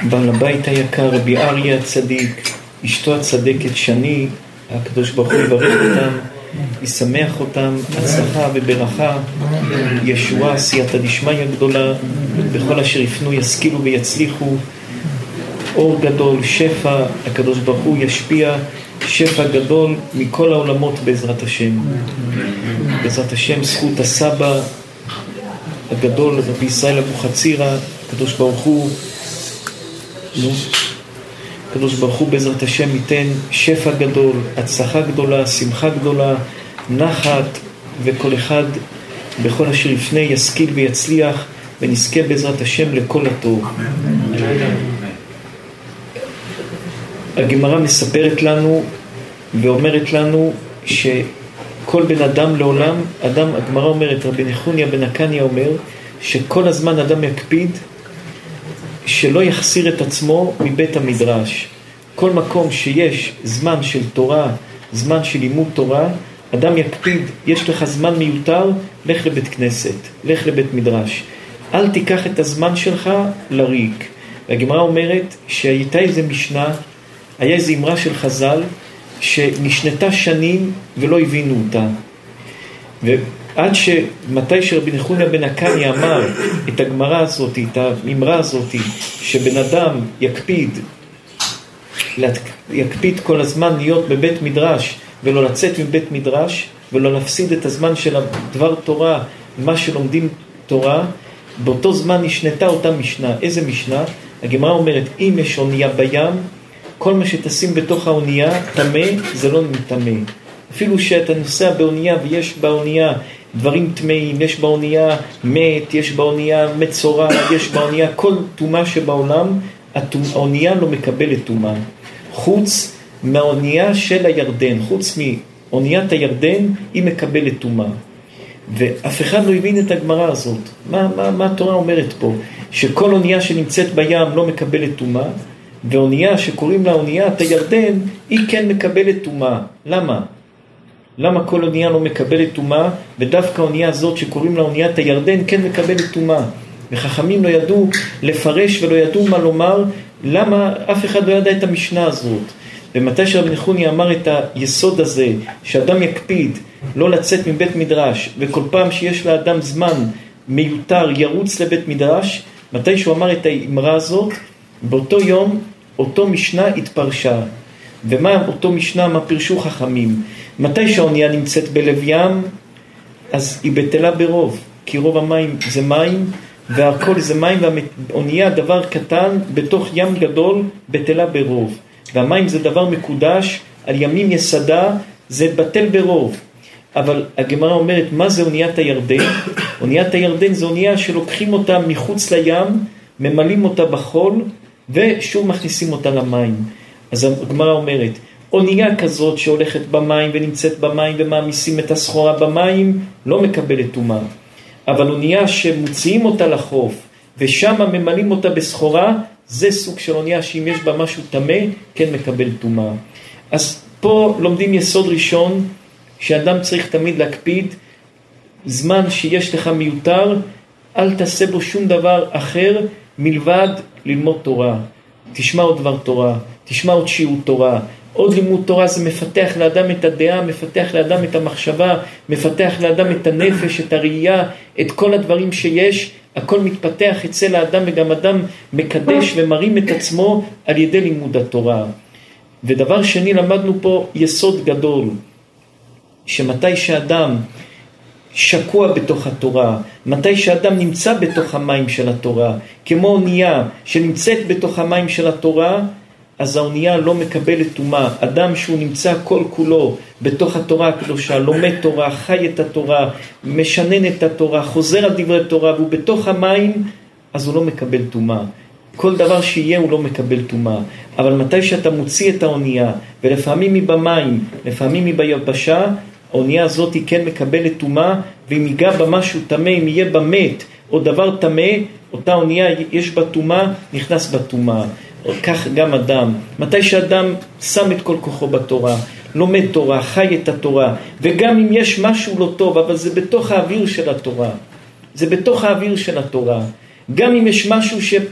בעל הבית היקר, רבי אריה הצדיק, אשתו הצדקת שני, הקדוש ברוך הוא יברך אותם, ישמח אותם, הצלחה וברכה, ישועה, סייעתא דשמיא גדולה, בכל אשר יפנו ישכילו ויצליחו, אור גדול, שפע, הקדוש ברוך הוא ישפיע שפע גדול מכל העולמות בעזרת השם. בעזרת השם, זכות הסבא הגדול, רבי ישראל אבוחצירא, הקדוש ברוך הוא, הקדוש ברוך הוא בעזרת השם ייתן שפע גדול, הצלחה גדולה, שמחה גדולה, נחת, וכל אחד בכל אשר יפנה ישכיל ויצליח, ונזכה בעזרת השם לכל הטוב. הגמרא מספרת לנו ואומרת לנו שכל בן אדם לעולם, הגמרא אומרת, רבי נחוניה בן הקניה אומר, שכל הזמן אדם יקפיד שלא יחסיר את עצמו מבית המדרש. כל מקום שיש זמן של תורה, זמן של לימוד תורה, אדם יקפיד, יש לך זמן מיותר, לך לבית כנסת, לך לבית מדרש. אל תיקח את הזמן שלך לריק. והגמרא אומרת שהייתה איזה משנה, היה איזו אמרה של חז"ל, שנשנתה שנים ולא הבינו אותה. ועד שמתי שרבי נחוניה בן הקניה אמר את הגמרא הזאת, את האמרה הזאת, שבן אדם יקפיד כל הזמן להיות בבית מדרש, ולא לצאת מבית מדרש, ולא להפסיד את הזמן של הדבר תורה, מה שלומדים תורה, באותו זמן נשנתה אותה משנה. איזה משנה? הגמרא אומרת, אם יש אונייה בים, כל מה שתשים בתוך האונייה, טמא, זה לא טמא. אפילו שאתה נוסע באונייה ויש באונייה דברים טמאים, יש באונייה מת, יש באונייה מצורע, יש באונייה כל טומאה שבעולם, האונייה לא מקבלת טומאה. חוץ מהאונייה של הירדן, חוץ מאוניית הירדן, היא מקבלת טומאה. ואף אחד לא הבין את הגמרא הזאת. מה התורה אומרת פה? שכל אונייה שנמצאת בים לא מקבלת טומאה, ואונייה שקוראים לה אוניית הירדן, היא כן מקבלת טומאה. למה? למה כל אונייה לא מקבלת טומאה, ודווקא האונייה הזאת שקוראים לה אוניית הירדן כן מקבלת טומאה? וחכמים לא ידעו לפרש ולא ידעו מה לומר, למה אף אחד לא ידע את המשנה הזאת. ומתי שרבי נחוניה אמר את היסוד הזה, שאדם יקפיד לא לצאת מבית מדרש, וכל פעם שיש לאדם זמן מיותר ירוץ לבית מדרש, מתי שהוא אמר את האמרה הזאת, באותו יום אותו משנה התפרשה. ומה אותו משנה, מה פרשו חכמים? מתי שהאונייה נמצאת בלב ים, אז היא בטלה ברוב, כי רוב המים זה מים, והכל זה מים, והאונייה דבר קטן בתוך ים גדול בטלה ברוב. והמים זה דבר מקודש, על ימים יסדה, זה בטל ברוב. אבל הגמרא אומרת, מה זה אוניית הירדן? אוניית הירדן זה אונייה שלוקחים אותה מחוץ לים, ממלאים אותה בחול, ושוב מכניסים אותה למים. אז הגמרא אומרת, אונייה כזאת שהולכת במים ונמצאת במים ומעמיסים את הסחורה במים, לא מקבלת טומאה. אבל אונייה שמוציאים אותה לחוף, ושם ממלאים אותה בסחורה, זה סוג של אונייה שאם יש בה משהו טמא, כן מקבל טומאה. אז פה לומדים יסוד ראשון, שאדם צריך תמיד להקפיד, זמן שיש לך מיותר, אל תעשה בו שום דבר אחר מלבד ללמוד תורה. תשמע עוד דבר תורה, תשמע עוד שיעור תורה. עוד לימוד תורה זה מפתח לאדם את הדעה, מפתח לאדם את המחשבה, מפתח לאדם את הנפש, את הראייה, את כל הדברים שיש, הכל מתפתח אצל האדם, וגם אדם מקדש ומרים את עצמו על ידי לימוד התורה. ודבר שני, למדנו פה יסוד גדול, שמתי שאדם שקוע בתוך התורה, מתי שאדם נמצא בתוך המים של התורה, כמו אונייה שנמצאת בתוך המים של התורה, אז האונייה לא מקבלת טומאה. אדם שהוא נמצא כל כולו בתוך התורה הקדושה, לומד תורה, חי את התורה, משנן את התורה, חוזר על דברי תורה, והוא בתוך המים, אז הוא לא מקבל טומאה. כל דבר שיהיה הוא לא מקבל טומאה. אבל מתי שאתה מוציא את האונייה, ולפעמים היא במים, לפעמים היא ביבשה, האונייה הזאת היא כן מקבלת טומאה, ואם ייגע בה משהו טמא, אם יהיה בה מת או דבר טמא, אותה אונייה יש בה טומאה, נכנס בה טומאה. כך גם אדם, מתי שאדם שם את כל כוחו בתורה, לומד תורה, חי את התורה, וגם אם יש משהו לא טוב, אבל זה בתוך האוויר של התורה, זה בתוך האוויר של התורה, גם אם יש משהו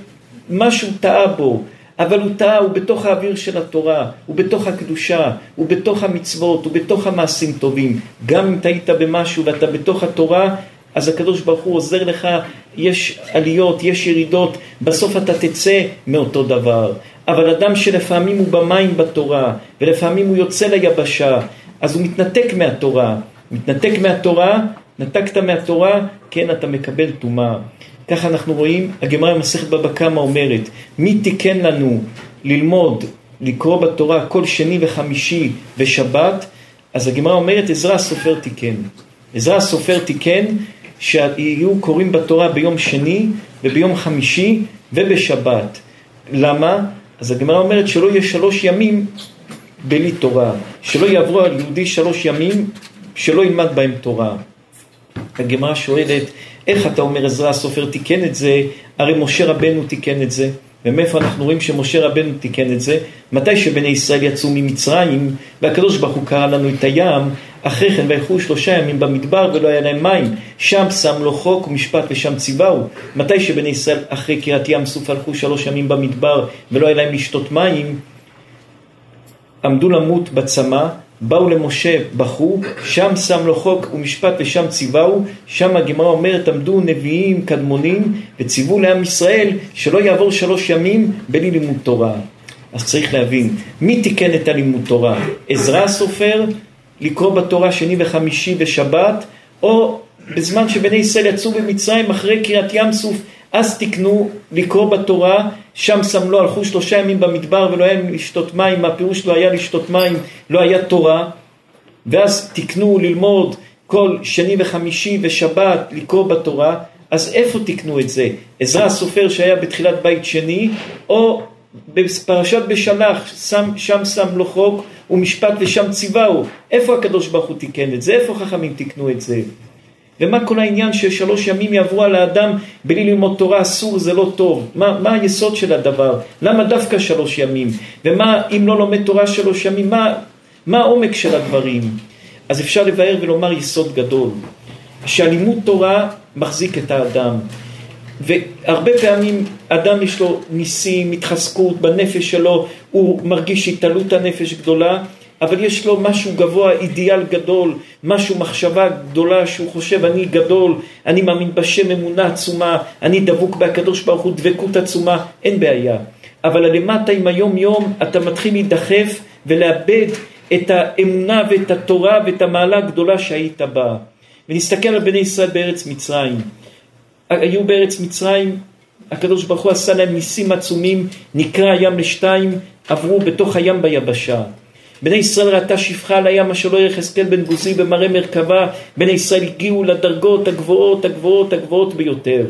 משהו טעה בו, אבל הוא טעה, הוא בתוך האוויר של התורה, הוא בתוך הקדושה, הוא בתוך המצוות, הוא בתוך המעשים טובים. גם אם טעית במשהו ואתה בתוך התורה, אז הקדוש ברוך הוא עוזר לך, יש עליות, יש ירידות, בסוף אתה תצא מאותו דבר. אבל אדם שלפעמים הוא במים בתורה, ולפעמים הוא יוצא ליבשה, אז הוא מתנתק מהתורה. מתנתק מהתורה, נתקת מהתורה, כן, אתה מקבל טומאה. ככה אנחנו רואים, הגמרא במסכת בבא קמא אומרת, מי תיקן לנו ללמוד, לקרוא בתורה כל שני וחמישי ושבת? אז הגמרא אומרת, עזרא הסופר תיקן. עזרא הסופר תיקן שיהיו קוראים בתורה ביום שני וביום חמישי ובשבת. למה? אז הגמרא אומרת שלא יהיה 3 ימים בלי תורה, שלא יעברו על יהודי 3 ימים שלא ילמד בהם תורה. הגמרא שואלת, איך אתה אומר עזרא הסופר תיקן את זה? הרי משה רבנו תיקן את זה. ומאיפה אנחנו רואים שמשה רבנו תיקן את זה? מתי שבני ישראל יצאו ממצרים, והקדוש ברוך הוא קרא לנו את הים, אחרי כן וילכו 3 ימים במדבר ולא היה להם מים, שם שם לו חוק ומשפט ושם ציווהו. מתי שבני ישראל אחרי קריעת ים סוף הלכו 3 ימים במדבר ולא היה להם לשתות מים, עמדו למות בצמא, באו למשה בכו, שם שם לו חוק ומשפט ושם ציווהו. שם הגמרא אומרת, עמדו נביאים קדמונים וציוו לעם ישראל שלא יעבור 3 ימים בלי לימוד תורה. אז צריך להבין, מי תיקן את הלימוד תורה? עזרא הסופר, לקרוא בתורה שני וחמישי ושבת, או בזמן שבני ישראל יצאו במצרים אחרי קריעת ים סוף, אז תקנו לקרוא בתורה, שם שם לו, הלכו 3 ימים במדבר ולא היה לשתות מים, הפירוש לא היה לשתות מים, לא היה תורה, ואז תקנו ללמוד כל שני וחמישי ושבת לקרוא בתורה. אז איפה תקנו את זה? עזרא הסופר שהיה בתחילת בית שני, או בפרשת בשלח, שם שם לו חוק ומשפט ושם ציווהו? איפה הקדוש ברוך הוא תיקן את זה? איפה חכמים תקנו את זה? ומה כל העניין ש3 ימים יעברו על האדם בלי ללמוד תורה? אסור, זה לא טוב. מה היסוד של הדבר? למה דווקא 3 ימים? ומה אם לא לומד תורה 3 ימים? מה העומק של הדברים? אז אפשר לבאר ולומר יסוד גדול, שהלימוד תורה מחזיק את האדם. והרבה פעמים אדם יש לו ניסים, התחזקות בנפש שלו, הוא מרגיש התעלות הנפש גדולה, אבל יש לו משהו גבוה, אידיאל גדול, משהו מחשבה גדולה שהוא חושב אני גדול, אני מאמין בשם, אמונה עצומה, אני דבוק בהקדוש ברוך הוא, דבקות עצומה, אין בעיה. אבל למטה עם היום יום אתה מתחיל להידחף ולאבד את האמונה ואת התורה ואת המעלה הגדולה שהיית בה. ונסתכל על בני ישראל בארץ מצרים. היו בארץ מצרים, הקדוש ברוך הוא עשה להם ניסים עצומים, נקרא הים לשתיים, עברו בתוך הים ביבשה. בני ישראל ראתה שפחה על הים, אשר לא יחזקאל בן בוזי במראה מרכבה. בני ישראל הגיעו לדרגות הגבוהות הגבוהות הגבוהות ביותר,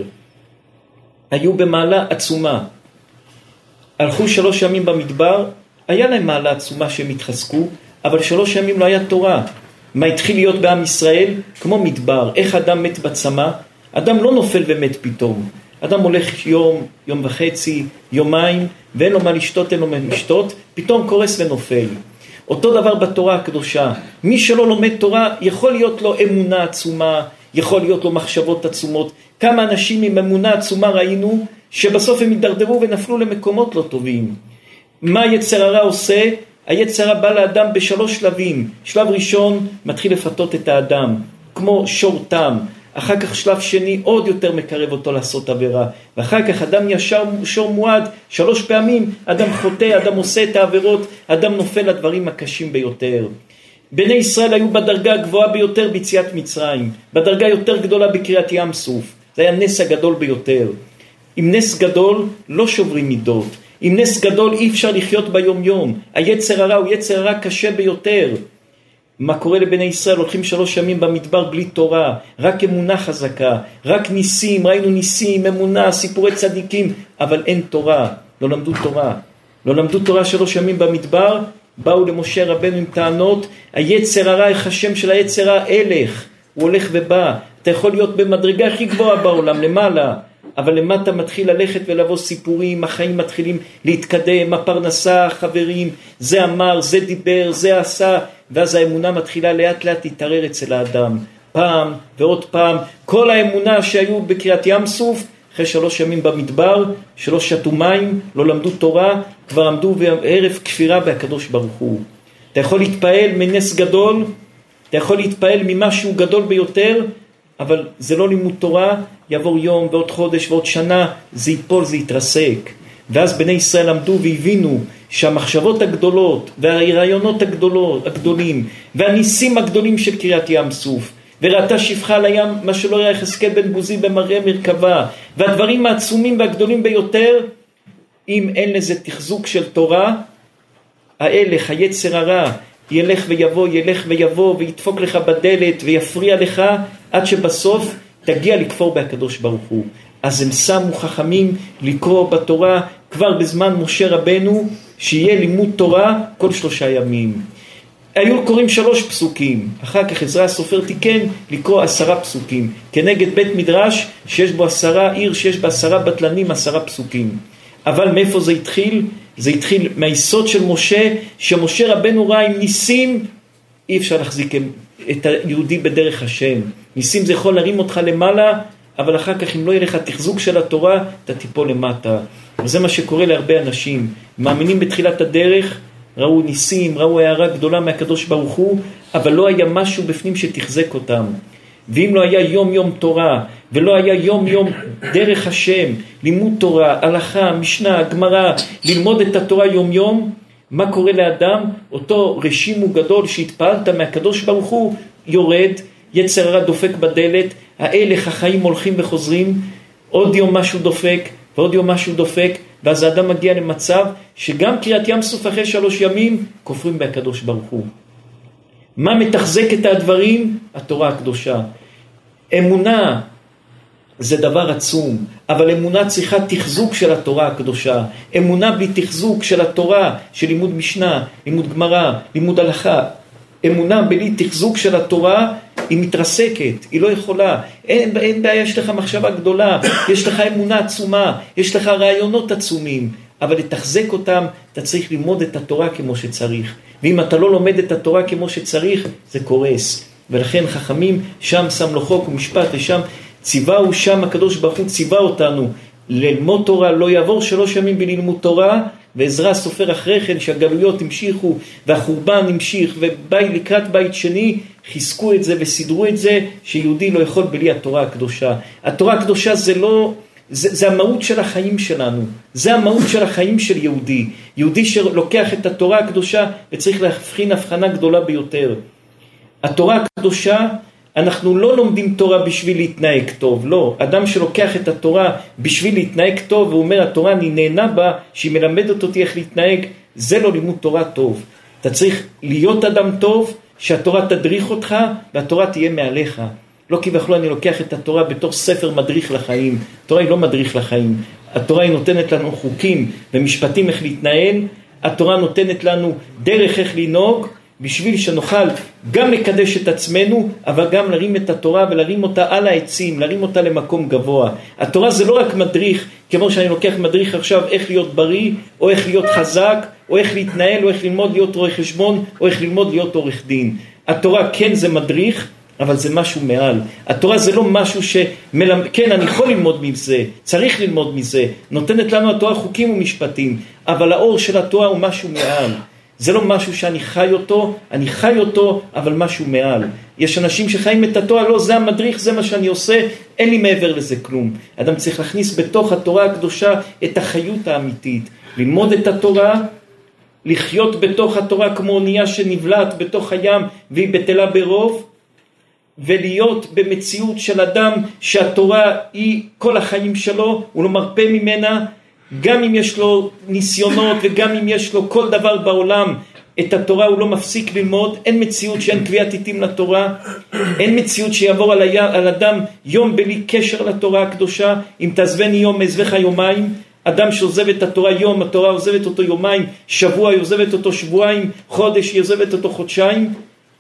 היו במעלה עצומה. הלכו 3 ימים במדבר, היה להם מעלה עצומה שהם התחזקו, אבל 3 ימים לא היה תורה. מה התחיל להיות בעם ישראל? כמו מדבר. איך אדם מת בצמא? אדם לא נופל ומת פתאום. אדם הולך יום, יום וחצי, יומיים, ואין לו מה לשתות, אין לו מה לשתות, פתאום קורס ונופל. אותו דבר בתורה הקדושה. מי שלא לומד תורה, יכול להיות לו אמונה עצומה, יכול להיות לו מחשבות עצומות. כמה אנשים עם אמונה עצומה ראינו, שבסוף הם ידרדרו ונפלו למקומות לא טובים. מה יצר הרע עושה? היצר הרע בא לאדם ב3 שלבים. שלב ראשון מתחיל לפתות את האדם, כמו שור תם. אחר כך שלב שני עוד יותר מקרב אותו לעשות עבירה. ואחר כך אדם ישר שור מועד, 3 פעמים אדם חוטא, אדם עושה את העבירות, אדם נופל לדברים הקשים ביותר. בני ישראל היו בדרגה הגבוהה ביותר ביציאת מצרים, בדרגה יותר גדולה בקריעת ים סוף. זה היה נס הגדול ביותר. עם נס גדול לא שוברים מידות. עם נס גדול אי אפשר לחיות ביום יום. היצר הרע הוא יצר הרע קשה ביותר. מה קורה לבני ישראל? הולכים 3 ימים במדבר בלי תורה, רק אמונה חזקה, רק ניסים, ראינו ניסים, אמונה, סיפורי צדיקים, אבל אין תורה, לא למדו תורה. לא למדו תורה 3 ימים במדבר, באו למשה רבנו עם טענות, היצר הרע, איך השם של היצר הרע? הלך, הוא הולך ובא. אתה יכול להיות במדרגה הכי גבוהה בעולם, למעלה, אבל למטה מתחיל ללכת ולבוא סיפורים, החיים מתחילים להתקדם, הפרנסה, החברים, זה אמר, זה דיבר, זה עשה, ואז האמונה מתחילה לאט לאט להתערער אצל האדם. פעם ועוד פעם, כל האמונה שהיו בקריעת ים סוף, אחרי 3 ימים במדבר, שלא שתו מים, לא למדו תורה, כבר עמדו בערב כפירה בהקדוש ברוך הוא. אתה יכול להתפעל מנס גדול, אתה יכול להתפעל ממשהו גדול ביותר, אבל זה לא לימוד תורה, יעבור יום ועוד חודש ועוד שנה, זה ייפול, זה יתרסק. ואז בני ישראל עמדו והבינו שהמחשבות הגדולות והרעיונות הגדולים והניסים הגדולים של קריאת ים סוף, וראתה שפחה על הים מה שלא היה יחזקאל בן בוזי במראה מרכבה, והדברים העצומים והגדולים ביותר, אם אין לזה תחזוק של תורה, ההלך, היצר הרע, ילך ויבוא וידפוק לך בדלת ויפריע לך, עד שבסוף תגיע לכפור בהקדוש ברוך הוא. אז הם שמו חכמים לקרוא בתורה כבר בזמן משה רבנו, שיהיה לימוד תורה כל 3 ימים. היו קוראים 3 פסוקים, אחר כך עזרא הסופר תיקן לקרוא 10 פסוקים, כנגד בית מדרש שיש בו 10 עיר, שיש בה 10 בטלנים, 10 פסוקים. אבל מאיפה זה התחיל? זה התחיל מהיסוד של משה, שמשה רבנו ראה עם ניסים, אי אפשר להחזיק את היהודי בדרך השם. ניסים זה יכול להרים אותך למעלה, אבל אחר כך אם לא יהיה לך תחזוק של התורה, אתה תיפול למטה. וזה מה שקורה להרבה אנשים. מאמינים בתחילת הדרך, ראו ניסים, ראו הערה גדולה מהקדוש ברוך הוא, אבל לא היה משהו בפנים שתחזק אותם. ואם לא היה יום יום תורה, ולא היה יום יום דרך השם, לימוד תורה, הלכה, משנה, גמרא, ללמוד את התורה יום יום, מה קורה לאדם? אותו רשימו גדול שהתפעלת מהקדוש ברוך הוא, יורד, יצר הרע דופק בדלת, ההלך החיים הולכים וחוזרים, עוד יום משהו דופק, ועוד יום משהו דופק, ואז האדם מגיע למצב שגם קריאת ים סוף אחרי 3 ימים, כופרים בהקדוש ברוך הוא. מה מתחזק את הדברים? התורה הקדושה. אמונה זה דבר עצום, אבל אמונה צריכה תחזוק של התורה הקדושה. אמונה בלי תחזוק של התורה, של לימוד משנה, לימוד גמרא, לימוד הלכה, אמונה בלי תחזוק של התורה, היא מתרסקת, היא לא יכולה. אין בעיה, יש לך מחשבה גדולה, יש לך אמונה עצומה, יש לך רעיונות עצומים, אבל לתחזק אותם, אתה צריך ללמוד את התורה כמו שצריך. ואם אתה לא לומד את התורה כמו שצריך, זה קורס. ולכן חכמים, שם שם לו חוק ומשפט, ושם ציווהו, שם הקדוש ברוך הוא ציווה אותנו ללמוד תורה, לא יעבור 3 ימים בללמוד תורה, ועזרא סופר אחרי כן שהגלויות המשיכו והחורבן המשיך, לקראת בית שני חיזקו את זה וסידרו את זה, שיהודי לא יכול בלי התורה הקדושה. התורה הקדושה זה המהות של החיים שלנו, זה המהות של החיים של יהודי. יהודי שלוקח את התורה הקדושה וצריך להבחין הבחנה גדולה ביותר. התורה הקדושה, אנחנו לא לומדים תורה בשביל להתנהג טוב, לא. אדם שלוקח את התורה בשביל להתנהג טוב, והוא אומר, התורה אני נהנה בה, שהיא מלמדת אותי איך להתנהג, זה לא לימוד תורה טוב. אתה צריך להיות אדם טוב, שהתורה תדריך אותך, והתורה תהיה מעליך. לא כבכלו אני לוקח את התורה בתור ספר מדריך לחיים. התורה היא לא מדריך לחיים. התורה היא נותנת לנו חוקים ומשפטים איך להתנהל, התורה נותנת לנו דרך איך לנהוג, בשביל שנוכל גם לקדש את עצמנו, אבל גם להרים את התורה ולהרים אותה על העצים, להרים אותה למקום גבוה. התורה זה לא רק מדריך, כמו שאני לוקח מדריך עכשיו איך להיות בריא, או איך להיות חזק, או איך להתנהל, או איך ללמוד להיות רואה חשבון, או איך ללמוד להיות עורך דין. התורה כן זה מדריך, אבל זה משהו מעל. התורה זה לא משהו כן, אני יכול ללמוד מזה, צריך ללמוד מזה. נותנת לנו התורה חוקים ומשפטים, אבל האור של התורה הוא משהו מעל. זה לא משהו שאני חי אותו, אני חי אותו, אבל משהו מעל. יש אנשים שחיים את התורה, לא, זה המדריך, זה מה שאני עושה, אין לי מעבר לזה כלום. אדם צריך להכניס בתוך התורה הקדושה את החיות האמיתית. ללמוד את התורה, לחיות בתוך התורה כמו אונייה שנבלעת בתוך הים והיא בטלה ברוב, ולהיות במציאות של אדם שהתורה היא כל החיים שלו, הוא לא מרפא ממנה, גם אם יש לו ניסיונות וגם אם יש לו כל דבר בעולם, את התורה הוא לא מפסיק ללמוד. אין מציאות שאין קביעת עיתים לתורה, אין מציאות שיעבור על אדם יום בלי קשר לתורה הקדושה. אם תעזבני יום אעזבך יומיים. אדם שעוזב את התורה יום, התורה עוזבת אותו יומיים, שבוע היא עוזבת אותו שבועיים, חודש היא עוזבת אותו חודשיים.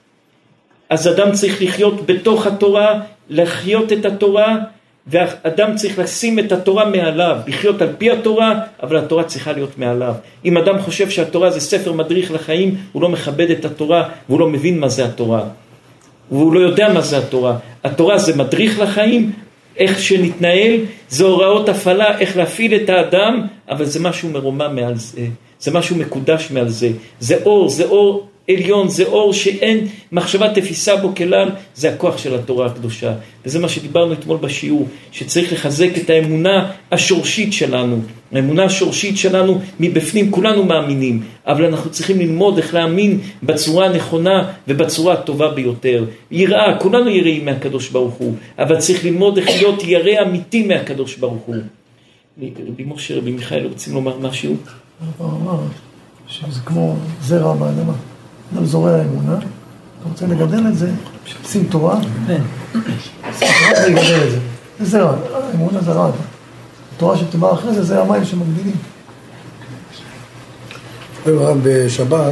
אז אדם צריך לחיות בתוך התורה, לחיות את התורה, ואדם צריך לשים את התורה מעליו, לחיות על פי התורה, אבל התורה צריכה להיות מעליו. אם אדם חושב שהתורה זה ספר מדריך לחיים, הוא לא מכבד את התורה, והוא לא מבין מה זה התורה. והוא לא יודע מה זה התורה. התורה זה מדריך לחיים, איך שנתנהל, זה הוראות הפעלה, איך להפעיל את האדם, אבל זה משהו מרומם מעל זה, זה משהו מקודש מעל זה, זה אור עליון, זה אור שאין מחשבה תפיסה בו כלל, זה הכוח של התורה הקדושה. וזה מה שדיברנו אתמול בשיעור, שצריך לחזק את האמונה השורשית שלנו. האמונה השורשית שלנו מבפנים, כולנו מאמינים, אבל אנחנו צריכים ללמוד איך להאמין בצורה הנכונה ובצורה הטובה ביותר. יראה, כולנו יראים מהקדוש ברוך הוא, אבל צריך ללמוד איך להיות ירא אמיתי מהקדוש ברוך הוא. רבי משה, רבי מיכאל, רוצים לומר משהו? אמר שזה כמו זרע באדמה. אדם זורע אמונה, אתה רוצה לגדל את זה, שים תורה, זה יגדל את זה. זה זרע, אמונה זרעת. התורה שתבוא אחרי זה, זה המים שמגדילים. בשבת,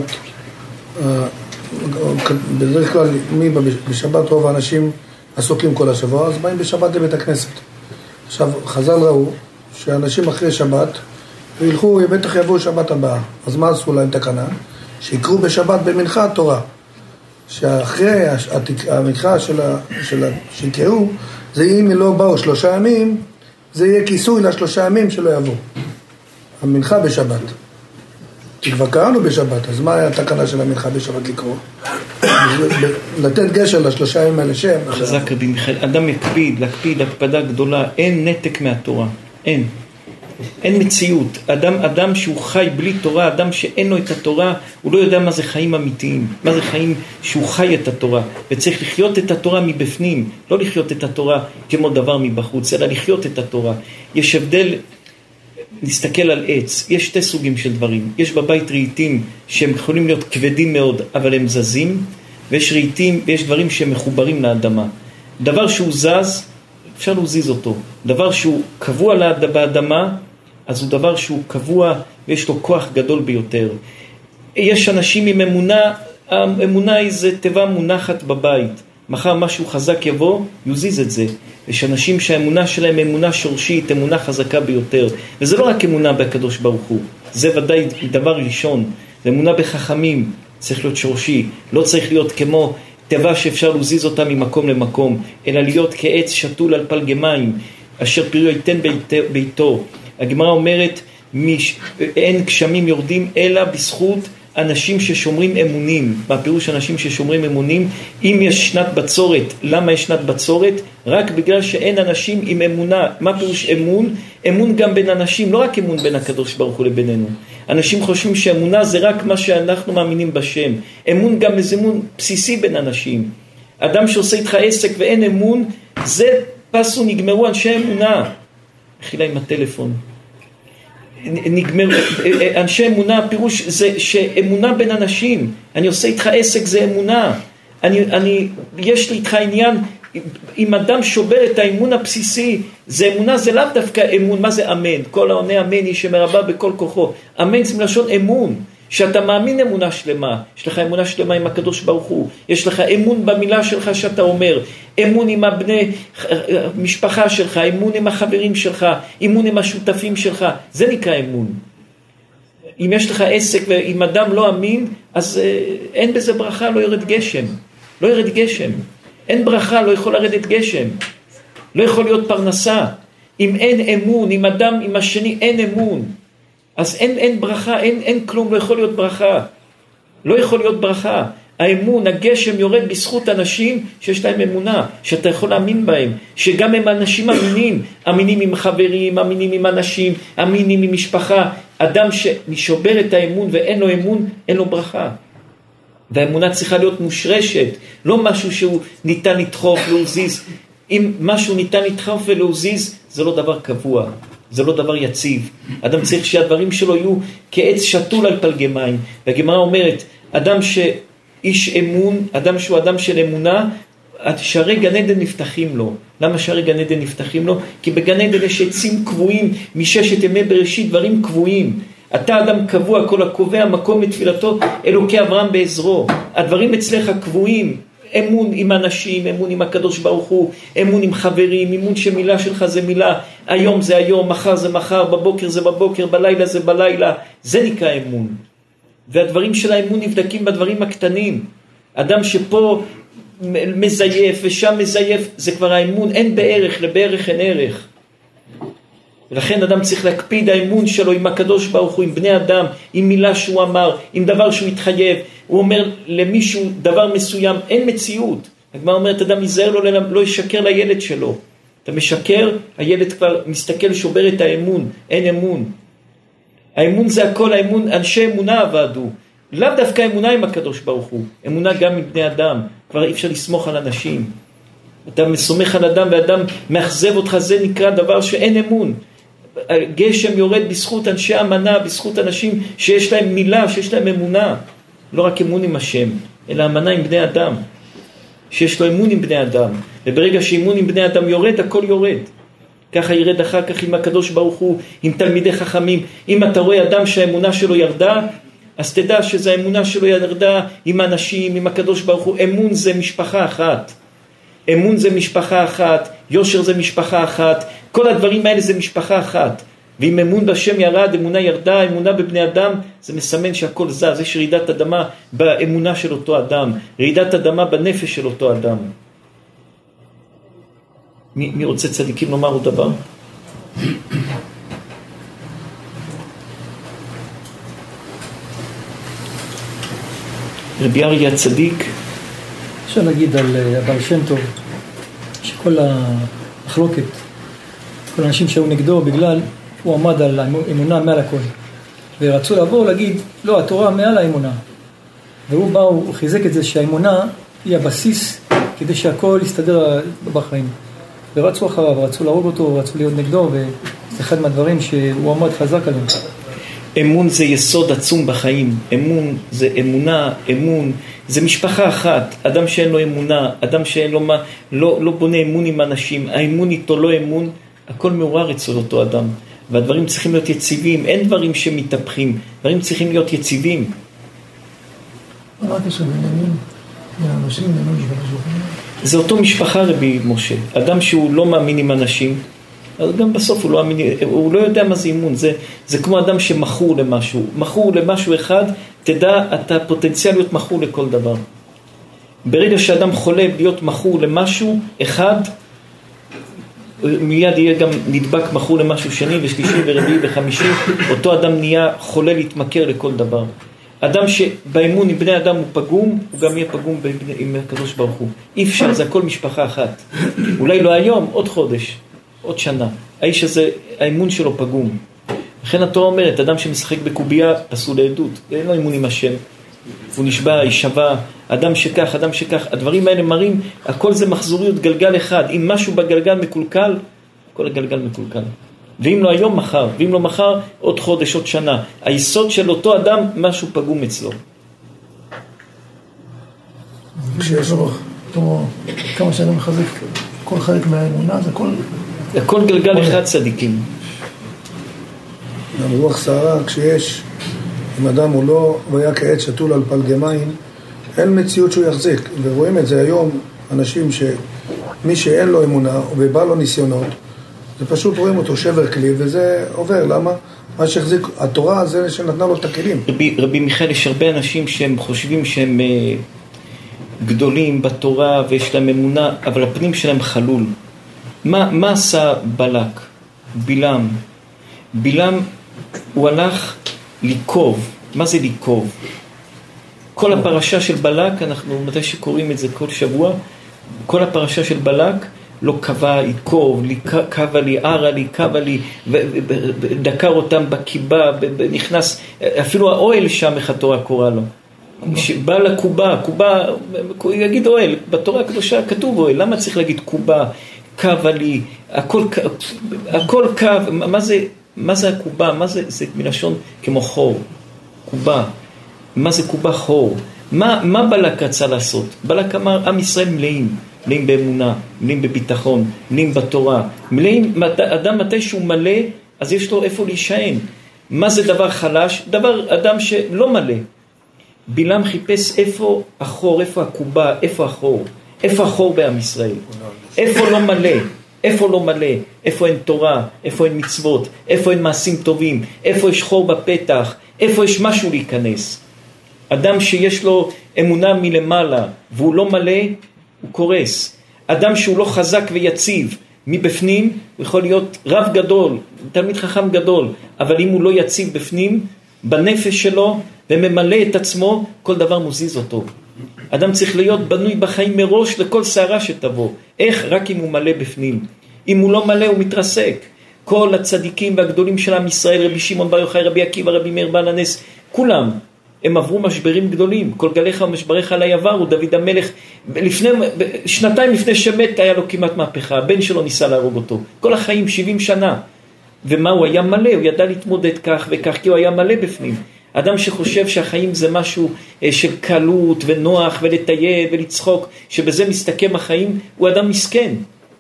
בדרך כלל, בשבת רוב האנשים עסוקים כל השבוע, אז באים בשבת לבית הכנסת. עכשיו, חז"ל ראו שאנשים אחרי שבת, וילכו, בטח יבואו שבת הבאה. אז מה עשו להם תקנה? שיקרו בשבת במנחה התורה. שאחרי המנחה שיקראו, זה אם לא באו 3 ימים, זה יהיה כיסוי ל3 ימים שלא יבואו. המנחה בשבת. כי כבר קראנו בשבת, אז מה היה התקנה של המנחה בשבת לקרוא? לתת גשר ל3 ימים האלה שם. חזק רבי מיכאל, אדם להקפיד הקפדה גדולה, אין נתק מהתורה, אין מציאות. אדם שהוא חי בלי תורה, אדם שאין לו את התורה, הוא לא יודע מה זה חיים אמיתיים, מה זה חיים שהוא חי את התורה, וצריך לחיות את התורה מבפנים, לא לחיות את התורה כמו דבר מבחוץ, אלא לחיות את התורה. יש הבדל, נסתכל על עץ, יש 2 סוגים של דברים. יש בבית רהיטים שהם יכולים להיות כבדים מאוד, אבל הם זזים, ויש רהיטים ויש דברים שהם מחוברים לאדמה. דבר שהוא זז, אפשר להזיז אותו. דבר שהוא קבוע באדמה, אז הוא דבר שהוא קבוע ויש לו כוח גדול ביותר. יש אנשים עם אמונה, האמונה היא זה תיבה מונחת בבית. מחר משהו חזק יבוא, יוזיז את זה. יש אנשים שהאמונה שלהם אמונה שורשית, אמונה חזקה ביותר. וזה לא רק אמונה בקדוש ברוך הוא. זה ודאי דבר ראשון. זה אמונה בחכמים, צריך להיות שורשי. לא צריך להיות כמו תיבה שאפשר להזיז אותה ממקום למקום, אלא להיות כעץ שתול על פלגי מים, אשר פריו ייתן ביתו. הגמרא אומרת, אין גשמים יורדים אלא בזכות אנשים ששומרים אמונים. מה פירוש אנשים ששומרים אמונים? אם יש שנת בצורת, למה יש שנת בצורת? רק בגלל שאין אנשים עם אמונה. מה פירוש אמון? אמון גם בין אנשים, לא רק אמון בין הקדוש ברוך הוא לבינינו. אנשים חושבים שאמונה זה רק מה שאנחנו מאמינים בשם. אמון גם איזה אמון בסיסי בין אנשים. אדם שעושה איתך עסק ואין אמון, זה פסו, נגמרו אנשי אמונה. מחילה עם הטלפון. נגמר, אנשי אמונה, הפירוש זה שאמונה בין אנשים. אני עושה איתך עסק, זה אמונה. יש לי איתך עניין, אם אדם שובר את האמון הבסיסי, זה אמונה, זה לאו דווקא אמון. מה זה אמן? כל העונה אמן היא שמרבה בכל כוחו. אמן זה מלשון אמון, שאתה מאמין אמונה שלמה. יש לך אמונה שלמה עם הקדוש ברוך הוא, יש לך אמון במילה שלך שאתה אומר, אמון עם הבני משפחה שלך, אמון עם החברים שלך, אמון עם השותפים שלך. זה נקרא אמון. אם יש לך עסק ואם אדם לא אמין, אז אין בזה ברכה, לא ירד גשם. לא ירד גשם. אין ברכה, לא יכול לרדת גשם. לא יכול להיות פרנסה. אם אין אמון, אם אדם עם השני אין אמון, אז אין ברכה, אין כלום, לא יכול להיות ברכה. לא יכול להיות ברכה. האמון, הגשם יורד בזכות אנשים שיש להם אמונה, שאתה יכול להאמין בהם, שגם הם אנשים אמינים, אמינים עם חברים, אמינים עם אנשים, אמינים עם משפחה. אדם ששובר את האמון ואין לו אמון, אין לו ברכה. והאמונה צריכה להיות מושרשת, לא משהו שהוא ניתן לדחוף, להוזיז. אם משהו ניתן לדחוף ולהוזיז, זה לא דבר קבוע, זה לא דבר יציב. אדם צריך שהדברים שלו יהיו כעץ שתול על פלגי מים. והגמרא אומרת, אדם שאיש אמון, אדם שהוא אדם של אמונה, שערי גן עדן נפתחים לו. למה שערי גן עדן נפתחים לו? כי בגן עדן יש עצים קבועים, מששת ימי בראשית, דברים קבועים. אתה אדם קבוע, כל הקובע מקום לתפילתו, אלוקי אברהם בעזרו. הדברים אצלך קבועים. אמון עם אנשים, אמון עם הקדוש ברוך הוא, אמון עם חברים, אמון שמילה שלך זה מילה, היום זה היום, מחר זה מחר, בבוקר זה בבוקר, בלילה זה בלילה. זה נקרא אמון. והדברים של האמון נבדקים בדברים הקטנים. אדם שפה מזייף ושם מזייף, זה כבר האמון, אין בערך, לבערך אין ערך. ולכן אדם צריך להקפיד האמון שלו עם הקדוש ברוך הוא, עם בני אדם, עם מילה שהוא אמר, עם דבר שהוא התחייב. הוא אומר למישהו דבר מסוים, אין מציאות. הגמרא אומרת, אדם ייזהר לו, לא ישקר לילד שלו. אתה משקר, הילד כבר מסתכל, שובר את האמון, אין אמון. האמון זה הכל, האמון, אנשי אמונה עבדו. לאו דווקא אמונה עם הקדוש ברוך הוא, אמונה גם עם בני אדם. כבר אי אפשר לסמוך על אנשים. אתה מסומך על אדם ואדם מאכזב אותך, זה נקרא דבר שאין אמון. גשם יורד בזכות אנשי אמנה, בזכות אנשים שיש להם מילה, שיש להם אמונה. לא רק אמון עם השם, אלא אמנה עם בני אדם. שיש לו אמון עם בני אדם. וברגע שאמון עם בני אדם יורד, הכל יורד. ככה ירד אחר כך עם הקדוש ברוך הוא, עם תלמידי חכמים. אם אתה רואה אדם שהאמונה שלו ירדה, אז תדע שזו האמונה שלו ירדה עם אנשים, עם הקדוש ברוך הוא. אמון זה משפחה אחת. אמון זה משפחה אחת, יושר זה משפחה אחת, כל הדברים האלה זה משפחה אחת. ואם אמון בשם ירד, אמונה ירדה, אמונה בבני אדם, זה מסמן שהכל זז. יש רעידת אדמה באמונה של אותו אדם, רעידת אדמה בנפש של אותו אדם. מי רוצה צדיקים לומר עוד דבר? רבי אריה הצדיק. אפשר להגיד על הבעל שם טוב, שכל המחלוקת, כל האנשים שהיו נגדו בגלל הוא עמד על האמונה מעל הכל. ורצו לעבור להגיד, לא, התורה מעל האמונה. והוא בא, הוא חיזק את זה שהאמונה היא הבסיס כדי שהכל יסתדר בחיים. ורצו אחריו, רצו להרוג אותו, רצו להיות נגדו, וזה אחד מהדברים שהוא עמד חזק עליהם. אמון זה יסוד עצום בחיים. אמון זה אמונה, אמון זה משפחה אחת. אדם שאין לו אמונה, אדם שאין לו לא בונה אמון עם אנשים, האמון איתו לא אמון, הכל מעורר אצל אותו אדם. והדברים צריכים להיות יציבים, אין דברים שמתהפכים, דברים צריכים להיות יציבים. מה הקשר בין אמון לאנשים לאמון ולשבוכים? זה אותו משפחה רבי משה. אדם שהוא לא מאמין עם אנשים, אז גם בסוף הוא לא מאמין, הוא לא יודע מה זה אמון. זה כמו אדם שמכור למשהו. מכור למשהו אחד, תדע, אתה פוטנציאל להיות מכור לכל דבר. ברגע שאדם חולה להיות מכור למשהו אחד, מיד יהיה גם נדבק מכור למשהו שני ושלישי ורביעי וחמישי. אותו אדם נהיה חולה להתמכר לכל דבר. אדם שבאמון עם בני אדם הוא פגום, הוא גם יהיה פגום עם הקדוש ברוך הוא. אי אפשר, זה הכל משפחה אחת. אולי לא היום, עוד חודש, עוד שנה. האיש הזה, האמון שלו פגום. לכן התורה אומרת, אדם שמשחק בקוביה פסול לעדות. אין לו אמון עם השם. הוא נשבע, יישבע, אדם שכך, אדם שכך. הדברים האלה מראים, הכל זה מחזוריות, גלגל אחד. אם משהו בגלגל מקולקל, כל הגלגל מקולקל. ואם לא היום, מחר. ואם לא מחר, עוד חודש, עוד שנה. היסוד של אותו אדם, משהו פגום אצלו. כשיש כמה שאדם מחזק כל חלק מהאמונה, זה הכל גלגל אחד צדיקים. גם רוח סערה, כשיש, אם אדם הוא לא, הוא היה כעת שתול על פלגי מים, אין מציאות שהוא יחזיק. ורואים את זה היום, אנשים שמי שאין לו אמונה, ובא לו ניסיונות, זה פשוט רואים אותו שבר כלי, וזה עובר. למה? מה שהחזיק, התורה זה שנתנה לו את הכלים. רבי מיכאל, יש הרבה אנשים שהם חושבים שהם גדולים בתורה ויש להם אמונה, אבל הפנים שלהם חלול. מה עשה בלק? בלעם. בלעם הוא הלך לקוב. מה זה לקוב? כל הפרשה של בלק, אנחנו מתי שקוראים את זה כל שבוע, כל הפרשה של בלק, לא קבע, עיקוב, קבע לי, ערה לי, קבע לי, ודקר אותם בקיבה, נכנס, אפילו האוהל שם איך התורה קורא לו. שבא לקובה, קובה, יגיד אוהל, בתורה הקדושה כתוב אוהל, למה צריך להגיד קובה, קבע לי, הכל קו, מה זה הקובה? מה זה? זה מלשון כמו חור, קובה. מה זה קובה? חור. מה בלק רצה לעשות? בלק אמר, עם ישראל מלאים באמונה, מלאים בביטחון, מלאים בתורה, מלאים, אדם מתי שהוא מלא, אז יש לו איפה להישען. מה זה דבר חלש? אדם שלא מלא. בלעם חיפש איפה החור, איפה הקובה, איפה החור. איפה החור בעם ישראל? איפה לא מלא? איפה לא מלא? איפה אין תורה? איפה אין מצוות? איפה אין מעשים טובים? איפה יש חור בפתח? איפה יש משהו להיכנס? אדם שיש לו אמונה מלמעלה והוא לא מלא, הוא קורס. אדם שהוא לא חזק ויציב מבפנים, הוא יכול להיות רב גדול, תלמיד חכם גדול, אבל אם הוא לא יציב בפנים, בנפש שלו, וממלא את עצמו, כל דבר מוזיז אותו. אדם צריך להיות בנוי בחיים מראש לכל שערה שתבוא. איך? רק אם הוא מלא בפנים. אם הוא לא מלא, הוא מתרסק. כל הצדיקים והגדולים של עם ישראל, רבי שמעון בר יוחאי, רבי עקיבא, רבי מאיר בעל הנס, כולם, הם עברו משברים גדולים. כל גליך ומשבריך עלי עברו. דוד המלך, שנתיים לפני שמת, היה לו כמעט מהפכה. הבן שלו ניסה להרוג אותו. כל החיים, 70 שנה. ומה הוא היה מלא? הוא ידע להתמודד כך וכך, כי הוא היה מלא בפנים. אדם שחושב שהחיים זה משהו של קלות ונוח ולטייל ולצחוק, שבזה מסתכם החיים, הוא אדם מסכן.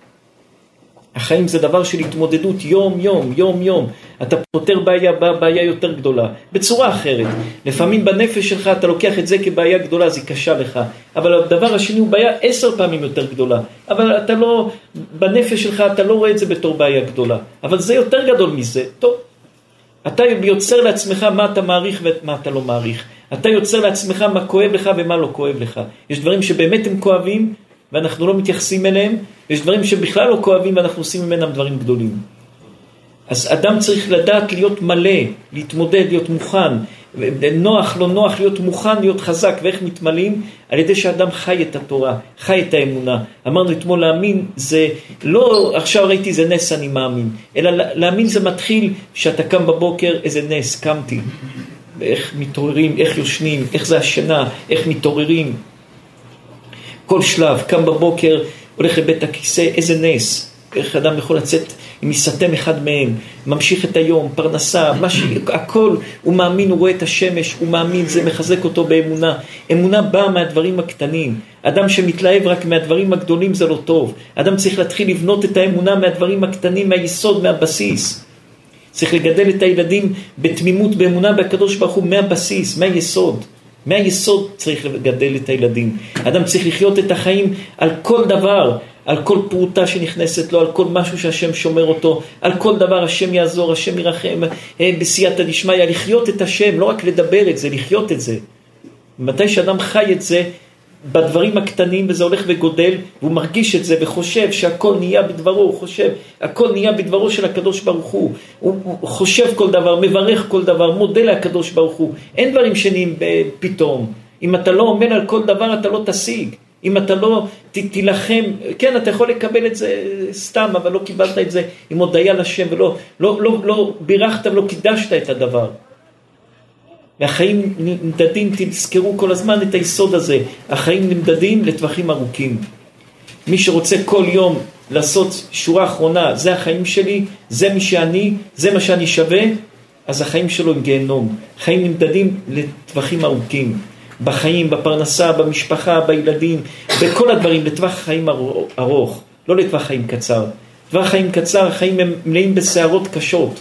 החיים זה דבר של התמודדות יום יום, יום יום. אתה פותר בעיה יותר גדולה, בצורה אחרת. לפעמים בנפש שלך אתה לוקח את זה כבעיה גדולה, זה קשה לך. אבל הדבר השני הוא בעיה 10 פעמים יותר גדולה. אבל אתה לא, בנפש שלך אתה לא רואה את זה בתור בעיה גדולה. אבל זה יותר גדול מזה. טוב. אתה יוצר לעצמך מה אתה מעריך ומה אתה לא מעריך. אתה יוצר לעצמך מה כואב לך ומה לא כואב לך. יש דברים שבאמת הם כואבים ואנחנו לא מתייחסים אליהם, ויש דברים שבכלל לא כואבים ואנחנו עושים ממנם דברים גדולים. אז אדם צריך לדעת להיות מלא, להתמודד, להיות מוכן, נוח, לא נוח, להיות מוכן, להיות חזק. ואיך מתמלאים? על ידי שאדם חי את התורה, חי את האמונה. אמרנו אתמול, להאמין זה לא עכשיו ראיתי זה נס אני מאמין, אלא להאמין זה מתחיל שאתה קם בבוקר, איזה נס, קמתי. איך מתעוררים, איך יושנים, איך זה השינה, איך מתעוררים. כל שלב, קם בבוקר, הולך לבית הכיסא, איזה נס. איך אדם יכול לצאת אם יסתם אחד מהם, ממשיך את היום, פרנסה, הכל, הוא מאמין, הוא רואה את השמש, הוא מאמין, זה מחזק אותו באמונה. אמונה באה מהדברים הקטנים. אדם שמתלהב רק מהדברים הגדולים זה לא טוב. אדם צריך להתחיל לבנות את האמונה מהדברים הקטנים, מהיסוד, מהבסיס. צריך לגדל את הילדים בתמימות, באמונה בקדוש ברוך הוא, מהבסיס, מהיסוד. מהיסוד צריך לגדל את הילדים. אדם צריך לחיות את החיים על כל דבר, על כל פרוטה שנכנסת לו, על כל משהו שהשם שומר אותו, על כל דבר השם יעזור, השם ירחם, בסייעתא דשמיא, לחיות את השם, לא רק לדבר את זה, לחיות את זה. מתי שאדם חי את זה, בדברים הקטנים, וזה הולך וגודל, והוא מרגיש את זה וחושב שהכל נהיה בדברו, הוא חושב, הכל נהיה בדברו של הקדוש ברוך הוא, הוא חושב כל דבר, מברך כל דבר, מודה לקדוש ברוך הוא. אין דברים שניים פתאום. אם אתה לא עומד על כל דבר, אתה לא תשיג. אם אתה לא תילחם, כן, אתה יכול לקבל את זה סתם, אבל לא קיבלת את זה עם הודיה לשם, ולא בירכת ולא קידשת את הדבר. והחיים נמדדים, תזכרו כל הזמן את היסוד הזה, החיים נמדדים לטווחים ארוכים. מי שרוצה כל יום לעשות שורה אחרונה, זה החיים שלי, זה מי שאני, זה מה שאני שווה, אז החיים שלו הם גיהנום. חיים נמדדים לטווחים ארוכים. בחיים, בפרנסה, במשפחה, בילדים, בכל הדברים, לטווח חיים ארוך, לא לטווח חיים קצר. טווח חיים קצר, החיים הם מלאים בסערות קשות.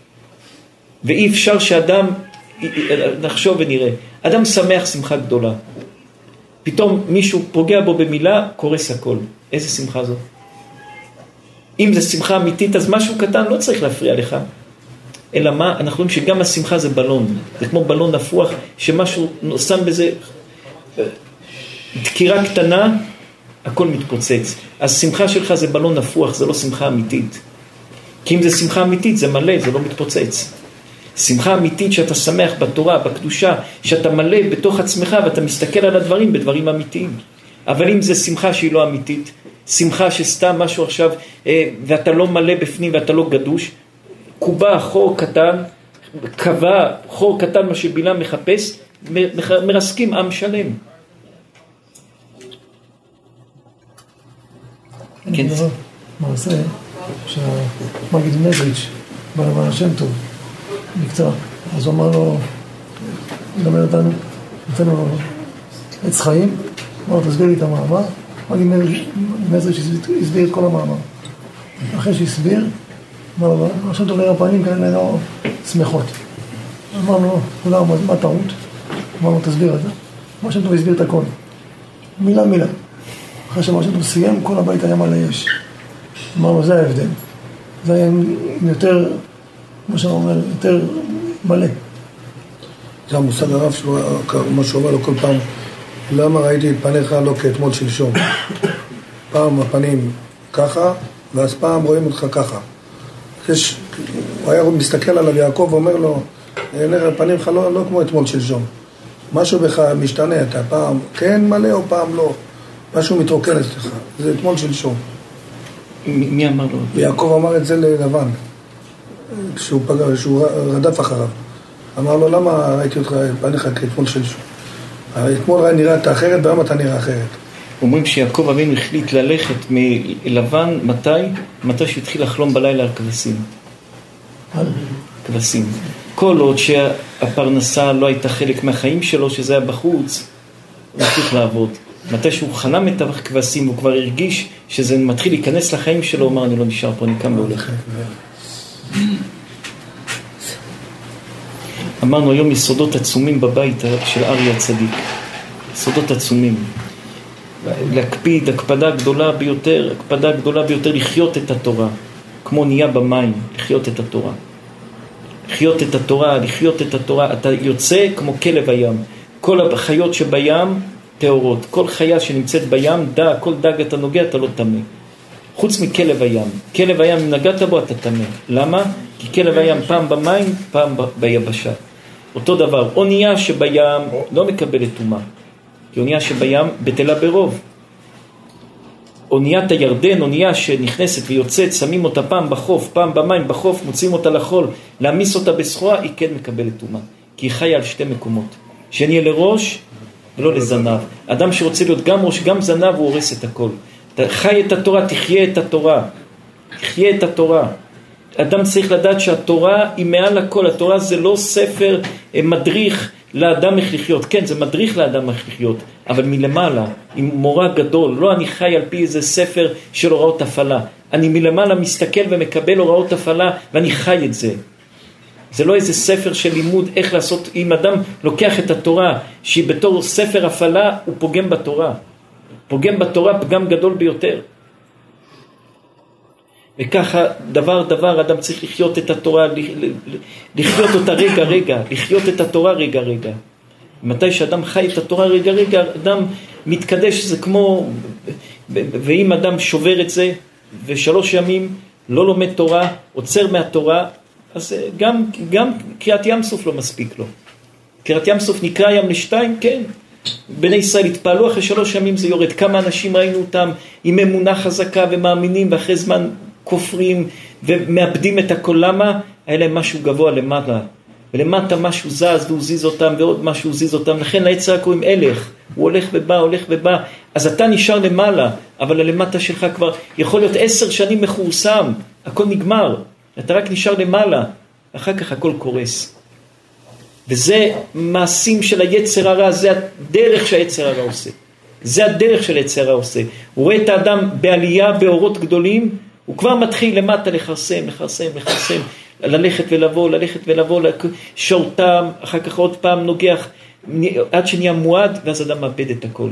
ואי אפשר שאדם, נחשוב ונראה, אדם שמח שמחה גדולה. פתאום מישהו פוגע בו במילה, קורס הכל. איזה שמחה זו? אם זה שמחה אמיתית, אז משהו קטן לא צריך להפריע לך. אלא מה? אנחנו רואים שגם השמחה זה בלון. זה כמו בלון נפוח, שמשהו שם בזה דקירה קטנה, הכל מתפוצץ. אז שמחה שלך זה בלון נפוח, זה לא שמחה אמיתית. כי אם זה שמחה אמיתית, זה מלא, זה לא מתפוצץ. שמחה אמיתית שאתה שמח בתורה, בקדושה, שאתה מלא בתוך עצמך ואתה מסתכל על הדברים בדברים אמיתיים. אבל אם זה שמחה שהיא לא אמיתית, שמחה שסתם משהו עכשיו, ואתה לא מלא בפנים ואתה לא גדוש, קובה, חור קטן, קבע, חור קטן, מה שבילה מחפש, מרסקים עם שלם. כן. מעשה שהמגיד מזריץ' בעל השם טוב, בקצרה. אז הוא אמר לו, לדבר אותנו, נותן לו עץ חיים, אמר לו, תסביר לי את המאמר. מגיד מזריץ' הסביר את כל המאמר. אחרי שהסביר, אמר לו, השם טוב לראה פנים כאלה לא שמחות. אמר לו, כולה, מה טעות? אמר לו, תסביר את זה. השם טוב הסביר את הכל. מילה מילה. אחרי שהשם טוב סיים, כל הבית היה מלא אש. אמר לו, זה ההבדל. זה היה יותר, כמו שאני אומר, יותר מלא. זה המושג הרב, מה שהוא אומר לו כל פעם, למה ראיתי את פניך לא כאתמול שלשום? פעם הפנים ככה, ואז פעם רואים אותך ככה. הוא היה מסתכל עליו יעקב ואומר לו, פניך לא כמו אתמול שלשום. משהו בך משתנה, אתה פעם כן מלא או פעם לא. משהו מתרוקן אצלך, זה אתמול שלשום. מי אמר לו? יעקב אמר את זה ללבן, כשהוא רדף אחריו. אמר לו, למה ראיתי אותך פניך כאתמול שלשום? אתמול נראית אחרת, והיום אתה נראה אחרת. אומרים שיעקב אבינו החליט ללכת מלבן, מתי שהתחיל לחלום בלילה על כבשים. כבשים. כל עוד שהפרנסה לא הייתה חלק מהחיים שלו, שזה היה בחוץ, הוא התחיל לעבוד. מתי שהוא חלם את הכבשים, הוא כבר הרגיש שזה מתחיל להיכנס לחיים שלו, הוא אמר, אני לא נשאר פה, אני קם והולך. אמרנו היום יסודות עצומים בבית של אריה הצדיק. יסודות עצומים. להקפיד, הקפדה גדולה ביותר לחיות את התורה. כמו נהיה במים, לחיות את התורה. לחיות את התורה. אתה יוצא כמו כלב הים. כל החיות שבים, תאורות. כל חיה שנמצאת בים, כל דג אתה נוגע, אתה לא תמה. חוץ מכלב הים. כלב הים, אם נגעת בו, אתה תמה. למה? כי כלב הים פעם במים, פעם ביבשה. אותו דבר, אונייה שבים לא מקבלת טומאה. כי אונייה שבים בטלה ברוב. אוניית הירדן, אונייה שנכנסת ויוצאת, שמים אותה פעם בחוף, פעם במים, בחוף, מוצאים אותה לחול, להמיס אותה בסחורה, היא כן מקבלת טומאה. כי היא חיה על שתי מקומות. שנהיה לראש ולא לזנב. אדם שרוצה להיות גם ראש, גם זנב, הוא הורס את הכל. אתה חי את התורה, תחיה את התורה. תחיה את התורה. אדם צריך לדעת שהתורה היא מעל הכל. התורה זה לא ספר מדריך לאדם איך לחיות. כן, זה מדריך לאדם איך לחיות, אבל מלמעלה, עם מורה גדול. לא אני חי על פי איזה ספר של הוראות הפעלה. אני מלמעלה מסתכל ומקבל הוראות הפעלה, ואני חי את זה. זה לא איזה ספר של לימוד איך לעשות. אם אדם לוקח את התורה שהיא בתור ספר הפעלה, הוא פוגם בתורה. פוגם בתורה פגם גדול ביותר. וככה דבר אדם צריך לחיות את התורה, לחיות אותה רגע, לחיות את התורה רגע. מתי שאדם חי את התורה רגע, אדם מתקדש, זה כמו, ואם אדם שובר את זה, ושלוש ימים לא לומד תורה, עוצר מהתורה, אז גם קריאת ים סוף לא מספיק לו. קריאת ים סוף נקרא ים לשתיים, כן. בני ישראל התפעלו, אחרי 3 ימים זה יורד. כמה אנשים ראינו אותם עם אמונה חזקה ומאמינים, ואחרי זמן כופרים ומאבדים את הכל. למה? היה להם משהו גבוה למעלה, ולמטה משהו זז והוא זיז אותם, ועוד משהו זיז אותם. לכן ליצר קוראים הלך, הוא הולך ובא. אז אתה נשאר למעלה, אבל הלמטה שלך כבר יכול להיות 10 שנים מחורסם, הכל נגמר, אתה רק נשאר למעלה, אחר כך הכל קורס. וזה מעשים של היצר הרע, זה הדרך שהיצר הרע עושה. זה הדרך של היצר הרע עושה. הוא רואה את האדם בעלייה באורות גדולים, הוא כבר מתחיל למטה לחרסם, ללכת ולבוא, שורתם, אחר כך עוד פעם נוגח, עד שנהיה מועד, ואז אדם מאבד את הכל.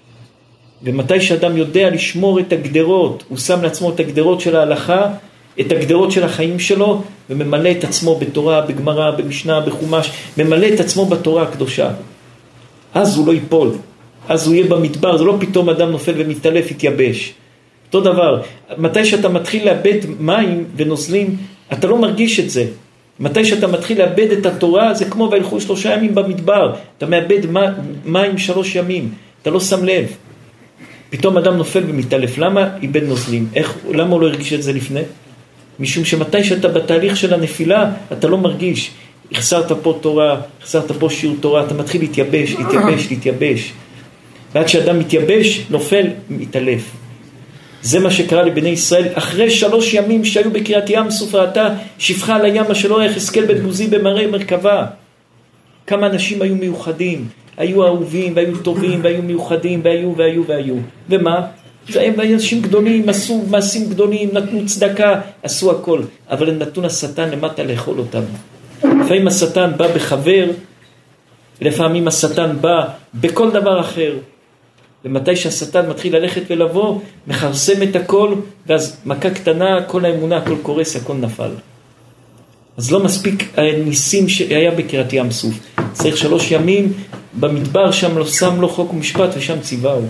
ומתי שאדם יודע לשמור את הגדרות, הוא שם לעצמו את הגדרות של ההלכה, את הגדרות של החיים שלו, וממלא את עצמו בתורה, בגמרא, במשנה, בחומש, ממלא את עצמו בתורה הקדושה. אז הוא לא ייפול, אז הוא יהיה במדבר, זה לא פתאום אדם נופל ומתעלף, יתייבש. אותו דבר, מתי שאתה מתחיל לאבד מים ונוזלים, אתה לא מרגיש את זה. מתי שאתה מתחיל לאבד את התורה, זה כמו וילכו 3 ימים במדבר, אתה מאבד מים 3 ימים, אתה לא שם לב. פתאום אדם נופל ומתעלף, למה איבד נוזלים? למה הוא לא הרגיש את זה לפני? משום שמתי שאתה בתהליך של הנפילה, אתה לא מרגיש. החסרת פה תורה, החסרת פה שיעור תורה, אתה מתחיל להתייבש. ועד שאדם מתייבש, נופל, מתעלף. זה מה שקרה לבני ישראל. אחרי 3 ימים שהיו בקריאת ים סוף, ראתה שפחה על הים שלא יחזקאל בן בוזי במראה מרכבה. כמה אנשים היו מיוחדים, היו אהובים והיו טובים והיו מיוחדים והיו. ומה? הם אנשים גדולים, עשו מעשים גדולים, נתנו צדקה, עשו הכל. אבל הם נתנו לשטן למטה לאכול אותם. לפעמים השטן בא בחבר, לפעמים השטן בא בכל דבר אחר. ומתי שהשטן מתחיל ללכת ולבוא, מחרסם את הכל, ואז מכה קטנה, כל האמונה, הכל קורס, הכל נפל. אז לא מספיק הניסים שהיה בקריאת ים סוף. צריך 3 ימים במדבר שם לא שם לו חוק ומשפט ושם ציווהו.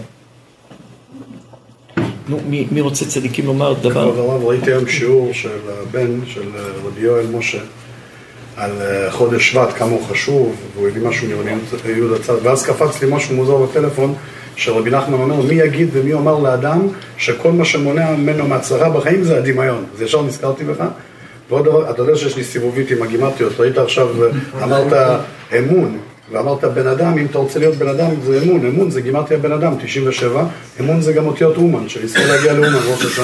נו, מי רוצה צדיקים לומר דבר? כבוד הרב, ראיתי היום שיעור של הבן של רבי יואל משה על חודש שבט, כמה הוא חשוב, והוא הביא משהו מיהודה צד, ואז קפץ לי משהו מוזר בטלפון, שרבי נחמן אומר, מי יגיד ומי אומר לאדם שכל מה שמונע ממנו מהצלחה בחיים זה הדמיון. אז ישר נזכרתי בך. ועוד דבר, אתה יודע שיש לי סיבובית עם הגימטריות, ראית עכשיו, אמרת אמון, ואמרת בן אדם, אם אתה רוצה להיות בן אדם זה אמון, אמון זה גימטריה בן אדם, 97, אמון זה גם אותיות אומן, של ישראל להגיע לאומן ראש השנה.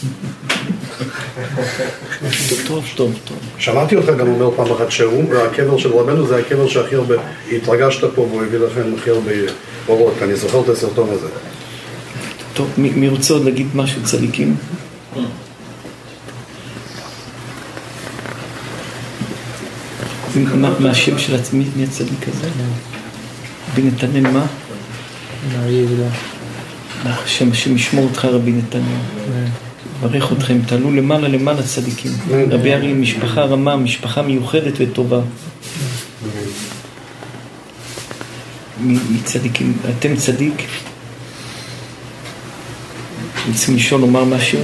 טוב. שמעתי אותך גם אומר פעם אחת שהקבר של רבנו זה הקבר שהכי הרבה, התרגשת פה והוא הביא לכם הכי הרבה אורות, אני זוכר את הסרטון הזה. טוב, מי רוצה עוד להגיד משהו צדיקים? מהשם של עצמי, מי הצדיק הזה? רבי נתנאל מה? השם ישמור אותך רבי נתנאל. ברך אתכם, תעלו למעלה צדיקים. רבי אריה משפחה רמה, משפחה מיוחדת וטובה. מי צדיקים? אתם צדיק? רוצים לשאול לומר משהו?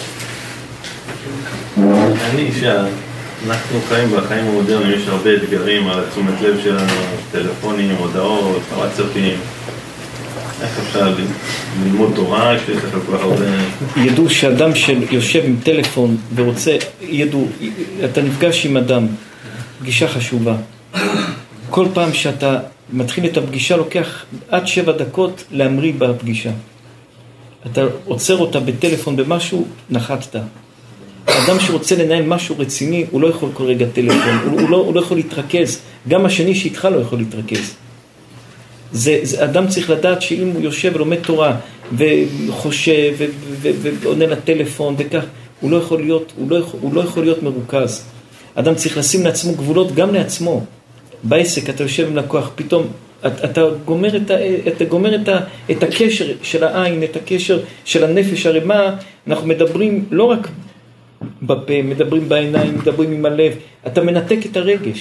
אני שאנחנו חיים בחיים המודרניים, יש הרבה אתגרים על תשומת לב שלנו, טלפונים, הודעות, וואטסאפים. איך אפשר ללמוד תורה כשיש לך כל כך הרבה... ידעו שאדם שיושב עם טלפון ורוצה, אתה נפגש עם אדם, פגישה חשובה. כל פעם שאתה מתחיל את הפגישה לוקח עד 7 דקות להמריא בפגישה. אתה עוצר אותה בטלפון במשהו, נחתת. האדם שרוצה לנהל משהו רציני, הוא לא יכול כל רגע טלפון, הוא לא יכול להתרכז. גם השני שאיתך לא יכול להתרכז. אדם צריך לדעת שאם הוא יושב ולומד תורה וחושב ועונה לטלפון וכך, הוא לא יכול להיות מרוכז. אדם צריך לשים לעצמו גבולות גם לעצמו. בעסק אתה יושב עם לקוח, פתאום אתה גומר את הקשר של העין, את הקשר של הנפש. הרי מה, אנחנו מדברים לא רק בפה, מדברים בעיניים, מדברים עם הלב, אתה מנתק את הרגש.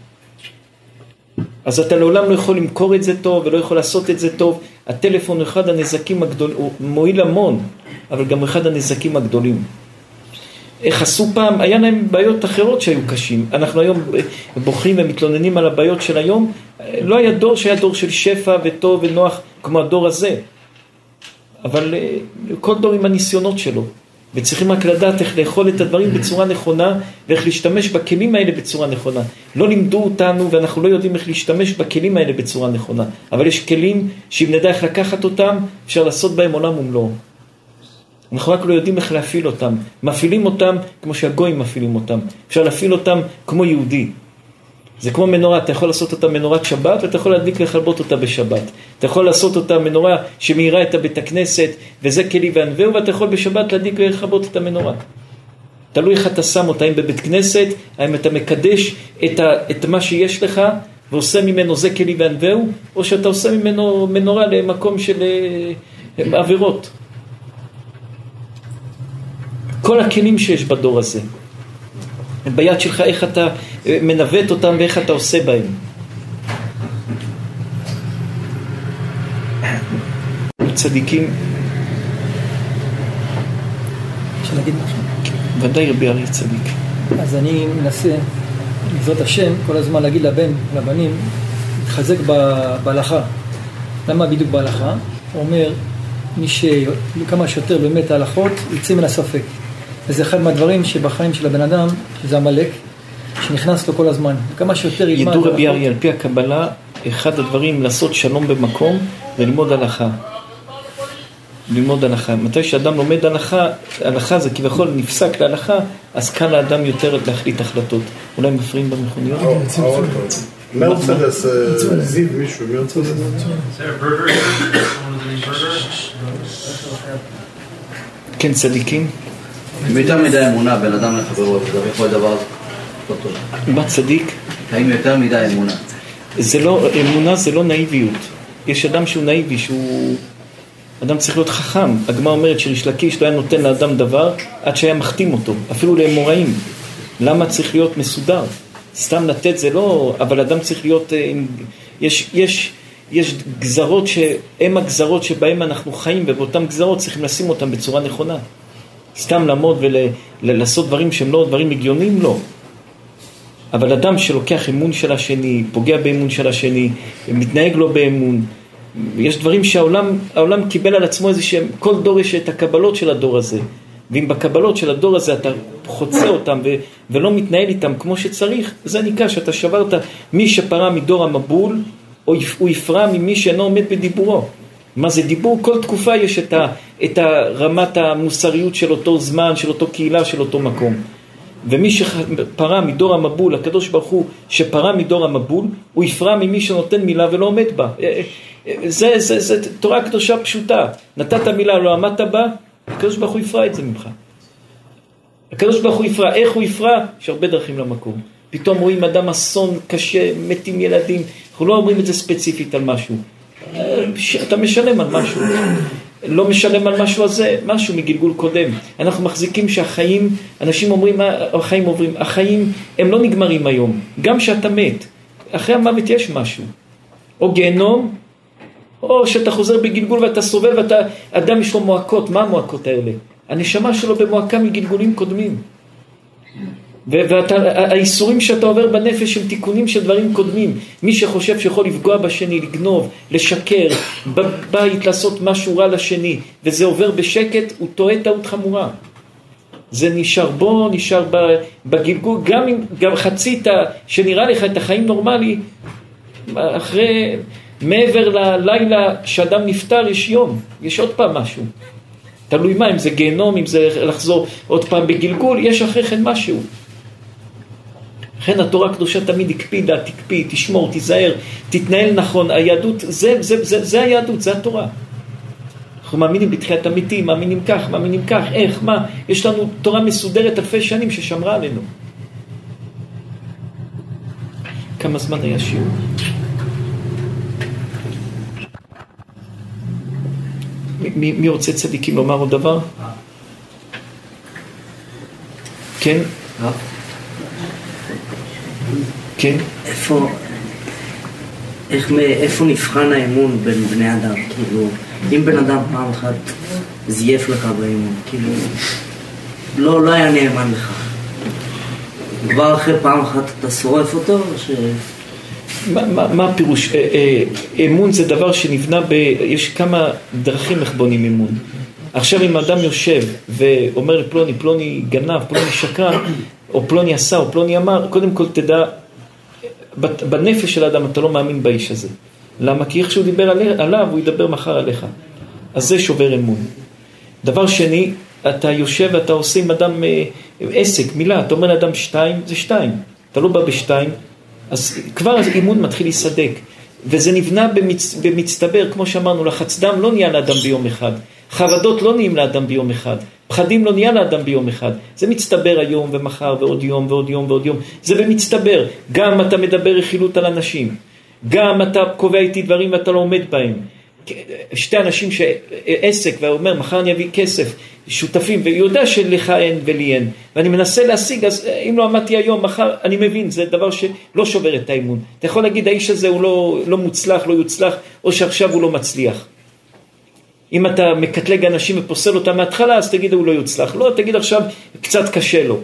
אז אתה לעולם לא יכול למכור את זה טוב ולא יכול לעשות את זה טוב. הטלפון הוא אחד הנזקים הגדולים, הוא מועיל המון, אבל גם אחד הנזקים הגדולים. איך עשו פעם, היה להם בעיות אחרות שהיו קשים. אנחנו היום בוחרים ומתלוננים על הבעיות של היום. לא היה דור שהיה דור של שפע וטוב ונוח כמו הדור הזה. אבל כל דור עם הניסיונות שלו. וצריכים רק לדעת איך לאכול את הדברים בצורה נכונה, ואיך להשתמש בכלים האלה בצורה נכונה. לא לימדו אותנו, ואנחנו לא יודעים איך להשתמש בכלים האלה בצורה נכונה. אבל יש כלים שאם נדע איך לקחת אותם, אפשר לעשות בהם עולם ומלואו. אנחנו רק לא יודעים איך להפעיל אותם. מפעילים אותם כמו שהגויים מפעילים אותם. אפשר להפעיל אותם כמו יהודי. זה כמו מנורה, אתה יכול לעשות אותה מנורת שבת, ואתה יכול להדליק לכבות אותה בשבת. אתה יכול לעשות אותה מנורה שמאירה את הבית הכנסת, וזה כלי וענווהו, ואתה יכול בשבת להדליק ולכבות את המנורה. תלוי איך אתה שם אותה, אם בבית כנסת, האם אתה מקדש את מה שיש לך, ועושה ממנו זה כלי וענווהו, או שאתה עושה ממנו מנורה למקום של עבירות. כל הכלים שיש בדור הזה. ביד שלך איך אתה מנווט אותם ואיך אתה עושה בהם. צדיקים. אפשר להגיד משהו? ודאי רבי אריה צדיק. אז אני מנסה, בעזרת השם, כל הזמן להגיד לבנים, להתחזק בהלכה. למה בדיוק בהלכה? הוא אומר, מי שכמה שיותר באמת ההלכות, יצא מן הספק. וזה אחד מהדברים שבחיים של הבן אדם, שזה המלאק, שנכנס לו כל הזמן. כמה שיותר ילמד... ידעו רבי אריה, על פי הקבלה, אחד הדברים לעשות שלום במקום, זה ללמוד הלכה. ללמוד הלכה. מתי שאדם לומד הלכה, הלכה זה כביכול נפסק להלכה, אז קל לאדם יותר להחליט החלטות. אולי מפריעים במכוניות? מרצדס, זיו מישהו, מרצדס. כן, צדיקים. אם יותר מדי אמונה, בן אדם לחברו, זה יכול דבר הזה. מה צדיק? האם יותר מדי אמונה? אמונה זה לא נאיביות. יש אדם שהוא נאיבי, אדם צריך להיות חכם. הגמרא אומרת שריש לקיש לא היה נותן לאדם דבר עד שהיה מחתים אותו, אפילו לאמוראים. למה צריך להיות מסודר? סתם לתת זה לא, אבל אדם צריך להיות, יש גזרות שהן הגזרות שבהן אנחנו חיים, ובאותן גזרות צריכים לשים אותן בצורה נכונה. סתם לעמוד ולעשות דברים שהם לא דברים הגיוניים, לא. אבל אדם שלוקח אמון של השני, פוגע באמון של השני, מתנהג לו באמון, יש דברים שהעולם קיבל על עצמו איזה שהם, כל דור יש את הקבלות של הדור הזה, ואם בקבלות של הדור הזה אתה חוצה אותם ולא מתנהל איתם כמו שצריך, זה נקרא שאתה שברת מי שפרה מדור המבול, או הוא יפרע ממי שאינו עומד בדיבורו. מה זה דיבור? כל תקופה יש את הרמת המוסריות של אותו זמן, של אותו קהילה, של אותו מקום. ומי שפרה מדור המבול, הקדוש ברוך הוא שפרה מדור המבול, הוא יפרע ממי שנותן מילה ולא עומד בה. זה תורה קדושה פשוטה. נתת מילה, לא עמדת בה, הקדוש ברוך הוא יפרע את זה ממך. הקדוש ברוך הוא יפרע. איך הוא יפרע? יש הרבה דרכים למקום. פתאום רואים אדם אסון קשה, מתים ילדים. אנחנו לא אומרים את זה ספציפית על משהו. אתה משלם על משהו. לא משלם על משהו הזה, משהו מגלגול קודם. אנחנו מחזיקים שהחיים, אנשים אומרים, החיים עוברים, החיים הם לא נגמרים היום. גם שאתה מת, אחרי המוות יש משהו. או גיהנום, או שאתה חוזר בגלגול ואתה סובל ואתה, אדם יש לו מועקות. מה המועקות האלה? הנשמה שלו במועקה מגלגולים קודמים. והאיסורים שאתה עובר בנפש הם תיקונים של דברים קודמים. מי שחושב שיכול לפגוע בשני, לגנוב, לשקר, בבית לעשות משהו רע לשני, וזה עובר בשקט, הוא טועה טעות חמורה. זה נשאר בו, נשאר בגלגול, גם חצית שנראה לך את החיים נורמלי, אחרי, מעבר ללילה שאדם נפטר יש יום, יש עוד פעם משהו. תלוי מה, אם זה גיהנום, אם זה לחזור עוד פעם בגלגול, יש אחרי כן משהו. לכן התורה הקדושה תמיד הקפידה, תקפיד, תשמור, תיזהר, תתנהל נכון. היהדות, זה היהדות, זה התורה. אנחנו מאמינים בתחיית המתים, מאמינים כך, איך, מה? יש לנו תורה מסודרת אלפי שנים ששמרה עלינו. כמה זמן היה שיעור? מי רוצה צדיקים לומר עוד דבר? כן? כן? איפה נבחן האמון בין בני אדם? כאילו, אם בן אדם פעם אחת זייף לך באמון, כאילו, לא היה נאמן לך. כבר אחרי פעם אחת אתה שורף אותו, מה הפירוש? אמון זה דבר שנבנה יש כמה דרכים איך בונים אמון. עכשיו אם אדם יושב ואומר פלוני גנב, פלוני שקרן, או פלוני עשה, או פלוני אמר, קודם כל תדע, בנפש של האדם אתה לא מאמין באיש הזה. למה? כי איך שהוא דיבר עליו, הוא ידבר מחר עליך. אז זה שובר אמון. דבר שני, אתה יושב ואתה עושה עם אדם עסק, מילה, אתה אומר לאדם 2, זה 2. אתה לא בא ב2, אז כבר האמון מתחיל להיסדק. וזה נבנה במצטבר, כמו שאמרנו, לחץ דם לא נהיה לאדם ביום אחד. חרדות לא נהיים לאדם ביום אחד. פחדים לא נהיה לאדם ביום אחד. זה מצטבר היום ומחר ועוד יום ועוד יום ועוד יום. זה במצטבר. גם אתה מדבר רכילות על אנשים. גם אתה קובע איתי דברים ואתה לא עומד בהם. שתי אנשים שעסק ואומר מחר אני אביא כסף, שותפים, ויודע שלך אין ולי אין, ואני מנסה להשיג, אז אם לא עמדתי היום, מחר אני מבין, זה דבר שלא שובר את האמון. אתה יכול להגיד האיש הזה הוא לא מוצלח, לא יוצלח, או שעכשיו הוא לא מצליח. אם אתה מקטלג אנשים ופוסל אותם מההתחלה, אז תגיד הוא לא יוצלח. לא, תגיד עכשיו קצת קשה לו.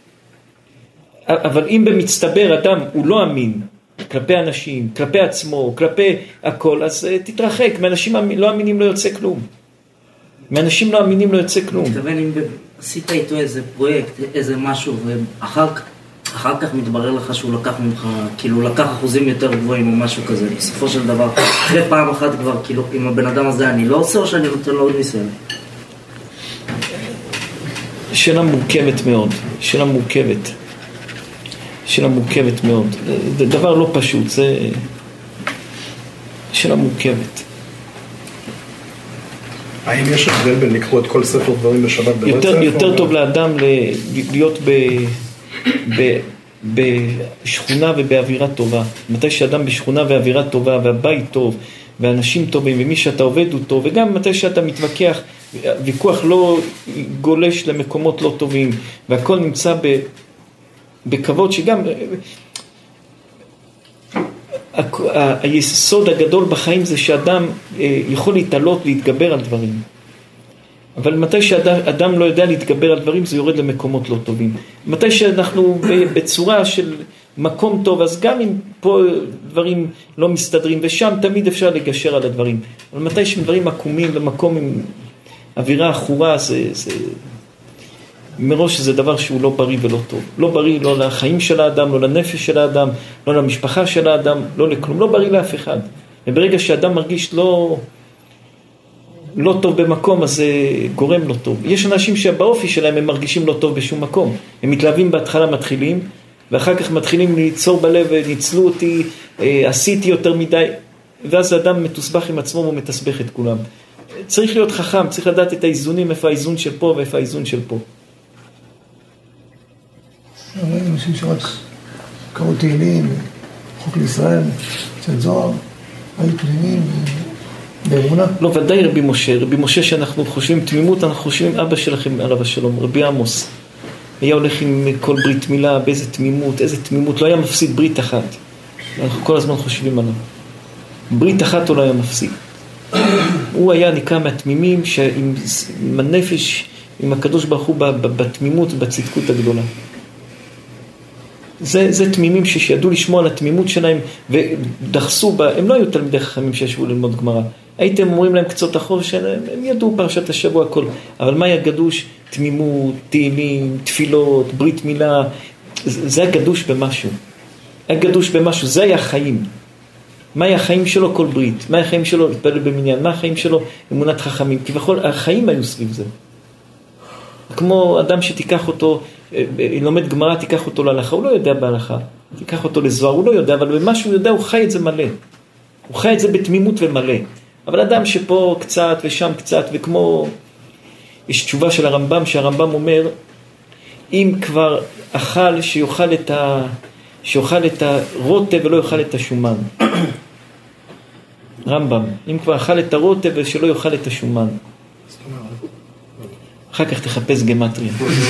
אבל אם במצטבר אדם הוא לא אמין, כלפי אנשים, כלפי עצמו, כלפי הכל, אז תתרחק. מאנשים לא אמינים לא יוצא כלום. מאנשים לא אמינים לא יוצא כלום. מתכוון אם עשית איתו איזה פרויקט, איזה משהו, ואחר כך מתברר לך שהוא לקח ממך, כאילו לקח אחוזים יותר גבוהים או משהו כזה. בסופו של דבר, אחרי פעם אחת כבר, כאילו, עם הבן אדם הזה אני לא עושה או שאני נותן לו עוד ניסיון? שאלה מורכבת מאוד. שאלה מורכבת מאוד. זה דבר לא פשוט, זה שאלה מורכבת. האם יש הבדל בין לקרוא את כל ספר דברים בשבת ברצף? יותר טוב לאדם להיות בשכונה ובאווירה טובה. מתי שאדם בשכונה ואווירה טובה והבית טוב ואנשים טובים ומי שאתה עובד הוא טוב, וגם מתי שאתה מתווכח, ויכוח לא גולש למקומות לא טובים והכל נמצא בכבוד, שגם היסוד הגדול בחיים זה שאדם יכול להתעלות, להתגבר על דברים. אבל מתי שאדם לא יודע להתגבר על דברים, זה יורד למקומות לא טובים. מתי שאנחנו בצורה של מקום טוב, אז גם אם פה דברים לא מסתדרים, ושם תמיד אפשר לגשר על הדברים. אבל מתי שדברים עקומים במקום עם אווירה אחורה, זה מראש זה דבר שהוא לא בריא ולא טוב. לא בריא לא לחיים של האדם, לא לנפש של האדם, לא למשפחה של האדם, לא לכלום. לא בריא לאף אחד. וברגע שאדם מרגיש לא טוב במקום, אז זה גורם לא טוב. יש אנשים שבאופי שלהם הם מרגישים לא טוב בשום מקום. הם מתלהבים בהתחלה, מתחילים, ואחר כך מתחילים ליצור בלב, ניצלו אותי, עשיתי יותר מדי, ואז האדם מתוסבך עם עצמו ומתסבך את כולם. צריך להיות חכם, צריך לדעת את האיזונים, איפה האיזון של פה ואיפה האיזון של פה. אנשים שרק קראו תהילים, חוק לישראל, אצל זוהר, היו תמימים באמונה. לא, ודאי רבי משה שאנחנו חושבים תמימות, אנחנו חושבים אבא שלכם עליו השלום, רבי עמוס. היה הולך עם כל ברית מילה, באיזה תמימות, איזה תמימות, לא היה מפסיד ברית אחת. אנחנו כל הזמן חושבים עליו. ברית אחת הוא לא היה מפסיד. הוא היה נקרא מהתמימים שעם הנפש, עם הקדוש ברוך הוא בתמימות, בצדקות הגדולה. זה תמימים שידעו לשמוע על התמימות שלהם ודחסו בה, הם לא היו תלמידי חכמים שישבו ללמוד גמרא. הייתם אומרים להם קצות החור שלהם, הם ידעו פרשת השבוע הכל. אבל מה היה גדוש? תמימות, תהילים, תפילות, ברית מילה. זה היה גדוש במשהו. היה גדוש במשהו, זה היה חיים. מה היה החיים שלו? כל ברית. מה היה החיים שלו? להתפלל במניין. מה החיים שלו? אמונת חכמים. כביכול, החיים היו סביב זה. כמו אדם שתיקח אותו, לומד גמרא, תיקח אותו להלכה, הוא לא יודע בהלכה. תיקח אותו לזוהר, הוא לא יודע, אבל במה שהוא יודע, הוא חי את זה מלא. הוא חי את זה בתמימות ומלא. אבל אדם שפה קצת ושם קצת, וכמו, יש תשובה של הרמב"ם, שהרמב"ם אומר, אם כבר אכל שיאכל את הרוטב ולא יאכל את השומן. רמב"ם, אם כבר אכל את הרוטב ושלא יאכל את השומן. אחר כך תחפש גמטריה.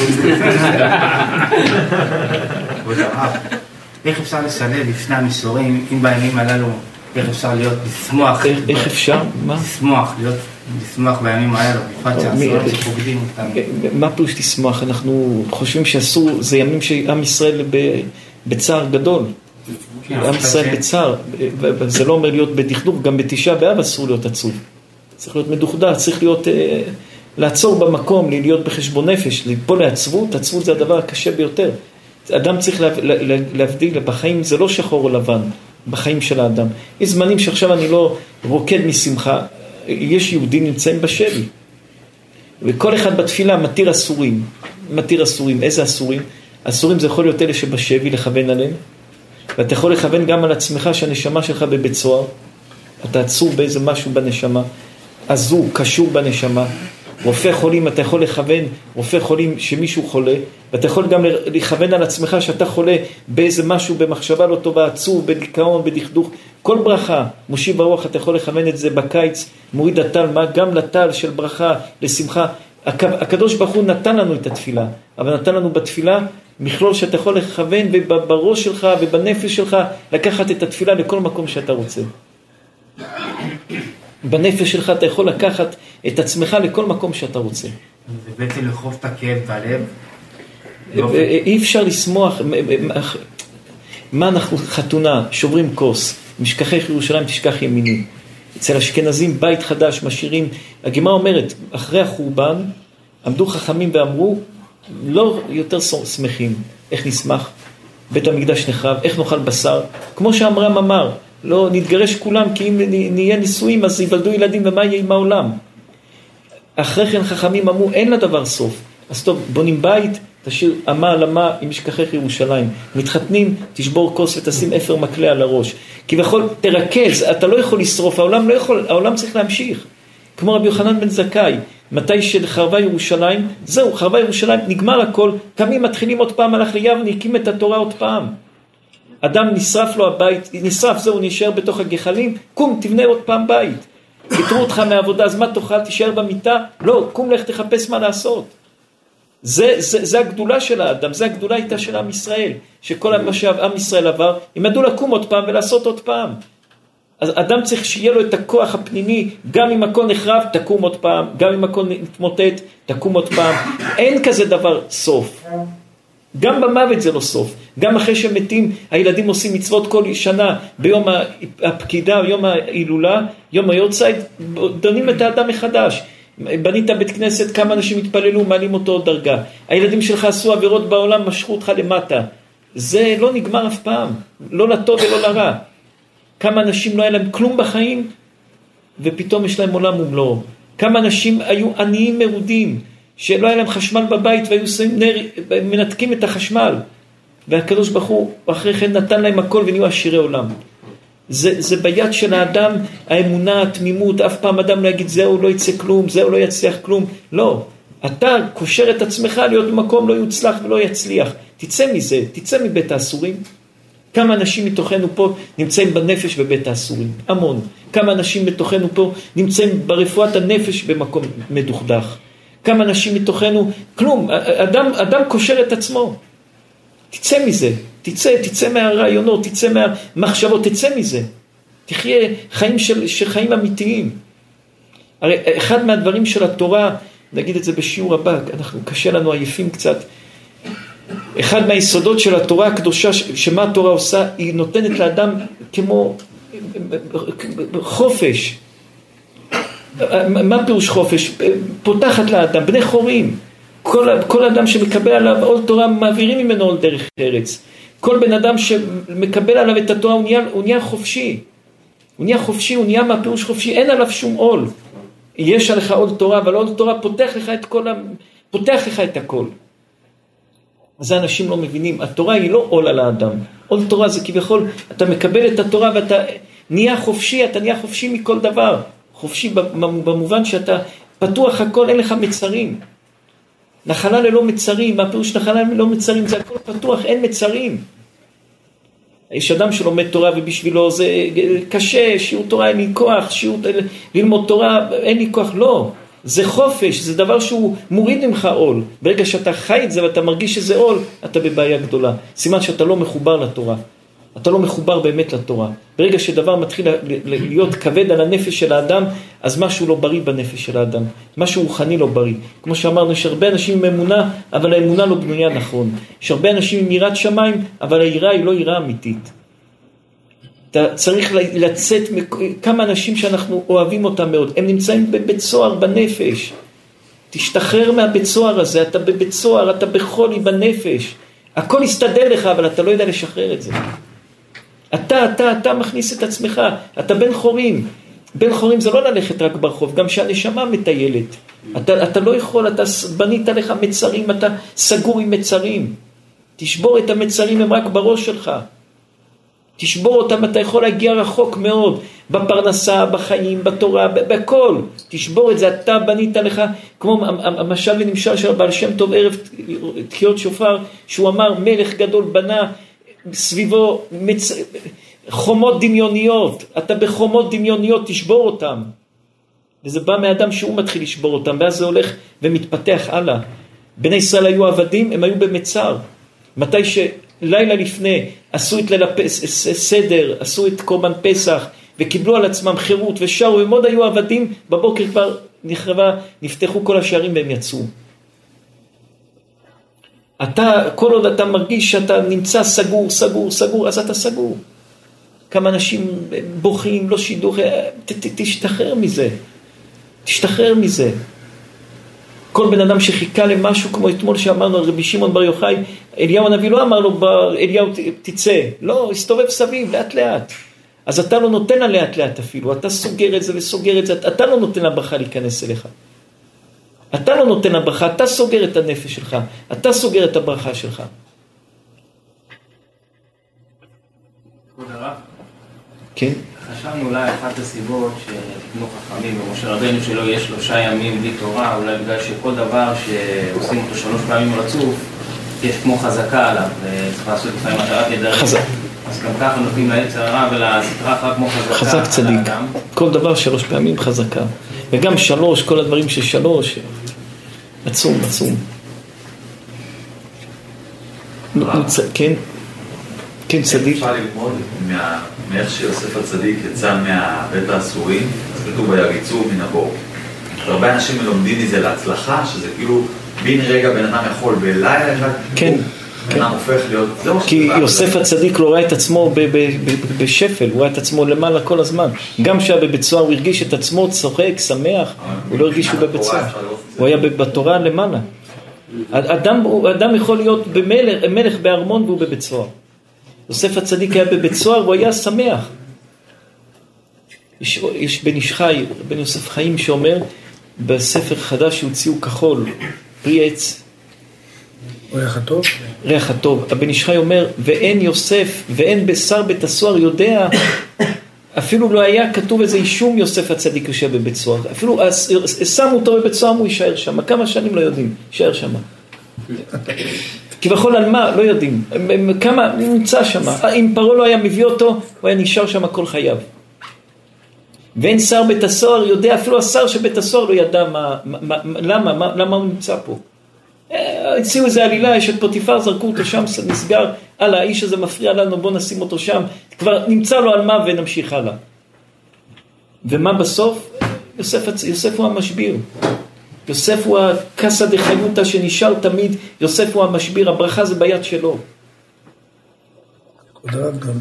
איך אפשר לשלב לפני המסורים, אם בימים הללו, איך אפשר להיות לשמוח? איך אפשר? מה? לשמוח בימים הללו, בפרט שהסורים שפוקדים אותנו. מה פירוש לשמוח? אנחנו חושבים שאסור, זה ימים שעם ישראל בצער גדול. עם ישראל בצער, זה לא אומר להיות בדכדוך, גם בתשעה באב אסור להיות עצוב. צריך להיות מדוכדך, צריך להיות... לעצור במקום, להיות בחשבון נפש, ליפול לעצבות, עצבות זה הדבר הקשה ביותר. אדם צריך להבדיל, בחיים זה לא שחור או לבן, בחיים של האדם. יש זמנים שעכשיו אני לא רוקד משמחה, יש יהודים נמצאים בשבי. וכל אחד בתפילה מתיר אסורים. מתיר אסורים. איזה אסורים? אסורים זה יכול להיות אלה שבשבי, לכוון עליהם. ואתה יכול לכוון גם על עצמך שהנשמה שלך בבית סוהר. אתה עצור באיזה משהו בנשמה. עזור, קשור בנשמה. רופא חולים, אתה יכול לכוון, רופא חולים שמישהו חולה, ואתה יכול גם לכוון על עצמך שאתה חולה באיזה משהו, במחשבה לא טובה, עצוב, בדיכאון, בדכדוך. כל ברכה, מושיב הרוח, אתה יכול לכוון את זה בקיץ, מוריד הטל, מה? גם לטל של ברכה, לשמחה. הקדוש ברוך הוא נתן לנו את התפילה, אבל נתן לנו בתפילה מכלול שאתה יכול לכוון בראש שלך ובנפש שלך, לקחת את התפילה לכל מקום שאתה רוצה. בנפש שלך אתה יכול לקחת את עצמך לכל מקום שאתה רוצה. זה בעצם לחוף את הכאב בלב? אי אפשר לשמוח. מה אנחנו חתונה, שוברים כוס, משכחך ירושלים תשכח ימיני. אצל אשכנזים בית חדש, משאירים. הגמרא אומרת, אחרי החורבן, עמדו חכמים ואמרו, לא יותר שמחים. איך נשמח? בית המקדש נחרב, איך נאכל בשר? כמו שאמרם אמר, לא נתגרש כולם, כי אם נהיה נישואים אז ייוולדו ילדים, ומה יהיה עם העולם? אחרי כן חכמים אמרו, אין לדבר סוף. אז טוב, בונים בית, תשאיר אמה על אמה עם משכחך ירושלים. מתחתנים, תשבור כוס ותשים אפר מקלה על הראש. כי בכל תרכז, אתה לא יכול לשרוף, העולם לא יכול, העולם צריך להמשיך. כמו רבי יוחנן בן זכאי, מתי שחרבה ירושלים, זהו, חרבה ירושלים, נגמר הכל, קמים מתחילים עוד פעם, הלך ליבנה, הקים את התורה עוד פעם. אדם נשרף לו הבית, נשרף, זהו, נשאר בתוך הגחלים, קום, תבנה עוד פעם בית. פיטרו אותך מהעבודה, אז מה תאכל? תישאר במיטה? לא, קום לך תחפש מה לעשות. זה הגדולה של האדם, זה הגדולה הייתה של עם ישראל, שכל מה שעם ישראל עבר, הם ידעו לקום עוד פעם ולעשות עוד פעם. אז אדם צריך שיהיה לו את הכוח הפנימי, גם אם הכל נחרב, תקום עוד פעם, גם אם הכל נתמוטט, תקום עוד פעם. אין כזה דבר סוף. גם במוות זה לא סוף. גם אחרי שמתים, הילדים עושים מצוות כל שנה, ביום הפקידה, יום ההילולה, יום היורצייט, דנים את האדם מחדש. בנית בית כנסת, כמה אנשים התפללו, מעלים אותו עוד דרגה. הילדים שלך עשו עבירות בעולם, משכו אותך למטה. זה לא נגמר אף פעם, לא לטוב ולא לרע. כמה אנשים לא היה להם כלום בחיים, ופתאום יש להם עולם ומלואו. כמה אנשים היו עניים מרודים, שלא היה להם חשמל בבית, והיו מנתקים את החשמל. והקדוש ברוך הוא אחרי כן נתן להם הכל ונהיו עשירי עולם. זה ביד של האדם, האמונה, התמימות, אף פעם אדם לא יגיד זהו לא יצא כלום, זהו לא יצליח כלום. לא, אתה קושר את עצמך להיות במקום לא יוצלח ולא יצליח. תצא מזה, תצא מבית האסורים. כמה אנשים מתוכנו פה נמצאים בנפש בבית האסורים? המון. כמה אנשים מתוכנו פה נמצאים ברפואת הנפש במקום מדוכדך? כמה אנשים מתוכנו? כלום. אדם קושר את עצמו. תצא מזה. תצא מהרעיונות, תצא מהמחשבות, תצא מזה. תחיה חיים של חיים אמיתיים. הרי אחד מהדברים של התורה, נגיד את זה בשיעור הבא, אנחנו קשה לנו עייפים קצת, אחד מהיסודות של התורה הקדושה, שמה התורה עושה, היא נותנת לאדם כמו חופש. מה פירוש חופש? פותחת לאדם, בני חורים. כל אדם שמקבל עליו עול תורה, מעבירים ממנו עול דרך ארץ. כל בן אדם שמקבל עליו את התורה, הוא נהיה חופשי. הוא נהיה חופשי, הוא נהיה מהפירוש חופשי, אין עליו שום עול. יש עליך עול תורה, אבל עול תורה פותח לך את הכל. אז האנשים לא מבינים, התורה היא לא עול על האדם. עול תורה זה כביכול, אתה מקבל את התורה ואתה נהיה חופשי, אתה נהיה חופשי מכל דבר. חופשי במובן שאתה פתוח הכל, אין לך מצרים. נחלה ללא מצרים, מה פירוש נחלה ללא מצרים? זה הכל פתוח, אין מצרים. יש אדם שלומד תורה ובשבילו זה קשה, שיעור תורה אין לי כוח, ללמוד תורה אין לי כוח, לא. זה חופש, זה דבר שהוא מוריד ממך עול. ברגע שאתה חי את זה ואתה מרגיש שזה עול, אתה בבעיה גדולה. סימן שאתה לא מחובר לתורה. אתה לא מחובר באמת לתורה. ברגע שדבר מתחיל להיות כבד על הנפש של האדם, אז משהו לא בריא בנפש של האדם. משהו רוחני לא בריא. כמו שאמרנו, יש הרבה אנשים עם אמונה, אבל האמונה לא בנויה נכון. יש הרבה אנשים עם יראת שמיים, אבל היראה היא לא יראה אמיתית. אתה צריך לצאת, כמה אנשים שאנחנו אוהבים אותם מאוד, הם נמצאים בבית סוהר בנפש. תשתחרר מהבית סוהר הזה, אתה בבית סוהר, אתה בחולי בנפש. הכל יסתדר לך, אבל אתה לא יודע לשחרר את זה. אתה מכניס את עצמך, אתה בן חורים. בן חורים זה לא ללכת רק ברחוב, גם שהנשמה מטיילת. אתה לא יכול, אתה בנית לך מצרים, אתה סגור עם מצרים. תשבור את המצרים, הם רק בראש שלך. תשבור אותם, אתה יכול להגיע רחוק מאוד, בפרנסה, בחיים, בתורה, בכל. תשבור את זה, אתה בנית לך, כמו המשל ונמשל של בעל שם טוב ערב תקיעות שופר, שהוא אמר, מלך גדול בנה סביבו חומות דמיוניות, אתה בחומות דמיוניות, תשבור אותם. וזה בא מאדם שהוא מתחיל לשבור אותם, ואז זה הולך ומתפתח הלאה. בני ישראל היו עבדים, הם היו במצר. מתי לילה לפני עשו את ליל סדר, עשו את קורבן פסח וקיבלו על עצמם חירות ושרו, הם עוד היו עבדים, בבוקר כבר נפתחו כל השערים והם יצאו. כל עוד אתה מרגיש שאתה נמצא סגור, אז אתה סגור. כמה אנשים בוכים, לא שידוך, תשתחרר מזה. כל בן אדם שחיכה למשהו, כמו אתמול שאמרנו על רבי שמעון בר יוחאי, אליהו הנביא לא אמר לו, אליהו תצא, לא, הסתובב סביב, לאט לאט. אז אתה לא נותן לה לאט לאט אפילו, אתה סוגר את זה וסוגר את זה, אתה לא נותן לברכה להיכנס אליך. אתה לא נותן לברכה, אתה סוגר את הנפש שלך, אתה סוגר את הברכה שלך. כבוד הרב? כן? חשבנו אולי אחת הסיבות שתקנו חכמים ומשה רבנו שלו יש 3 ימים בלי תורה, אולי בגלל שכל דבר שעושים אותו 3 פעמים רצוף, יש כמו חזקה עליו, וצריך לעשות לפעמים מטרת ידרים. חזק. אז גם ככה נותנים לעץ הרע ולסטרה אחת כמו חזקה. חזק צדיק. כל דבר 3 פעמים חזקה. וגם 3, כל הדברים ש3, עצום. כן, כן, צדיק. אפשר ללמוד מאיך שיוסף הצדיק יצא מהבית האסורים, אז כתוב ויריצו מן הבור. הרבה אנשים מלומדים מזה להצלחה, שזה כאילו בין רגע בן אדם יכול בלילה אחד, כן. בן אדם הופך להיות... כי יוסף הצדיק לא ראה את עצמו בשפל, הוא ראה את עצמו למעלה כל הזמן. גם שהיה בבית סוהר הוא הרגיש את עצמו צוחק, שמח, הוא לא הרגיש שהוא בבית סוהר. הוא היה בתורה למעלה. אדם יכול להיות מלך בארמון והוא בבית סוהר. יוסף הצדיק היה בבית סוהר והוא היה שמח. יש בן איש חי, בן יוסף חיים שאומר בספר חדש שהוציאו כחול, פרי עץ. ריח הטוב? ריח הטוב. הבן איש חי אומר, ואין יוסף ואין בשר בית הסוהר יודע, אפילו לא היה כתוב איזה אישום יוסף הצדיק יושב בבית סוהר. אפילו שמו אותו בבית סוהר הוא יישאר שם. כמה שנים לא יודעים, יישאר שם. כביכול על מה, לא יודעים. כמה נמצא שם. אם פרעה לא היה מביא אותו, הוא היה נשאר שם כל חייו. ואין שר בית הסוהר יודע, אפילו השר שבית הסוהר לא ידע למה הוא נמצא פה. הציעו איזה עלילה, יש את פוטיפר, זרקו אותו שם, נסגר, הלאה, האיש הזה מפריע לנו, בוא נשים אותו שם, כבר נמצא לו על מה ונמשיך הלאה. ומה בסוף? יוסף הוא המשביר. יוסף הוא הקסה דחיותא שנשאר תמיד, יוסף הוא המשביר, הברכה זה ביד שלו. כבוד הרב גם,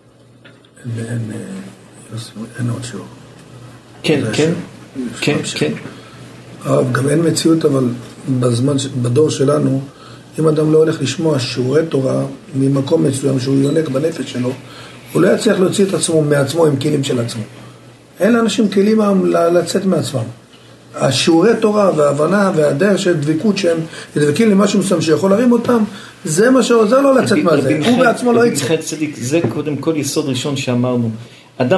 אין עוד שיעור. כן, כן, כן, כן. הרב, גם אין מציאות, אבל בדור שלנו, אם אדם לא הולך לשמוע שיעורי תורה ממקום מסוים שהוא יונק בנפש שלו, הוא לא יצליח להוציא את עצמו מעצמו עם כלים של עצמו. אין לאנשים כלים לצאת מעצמם. השיעורי תורה וההבנה והדרך של דבקות שהם דבקים למשהו מסוים שיכול להרים אותם, זה מה שעוזר לו לצאת מהזה. הוא בעצמו לא יצא. זה קודם כל יסוד ראשון שאמרנו. אדם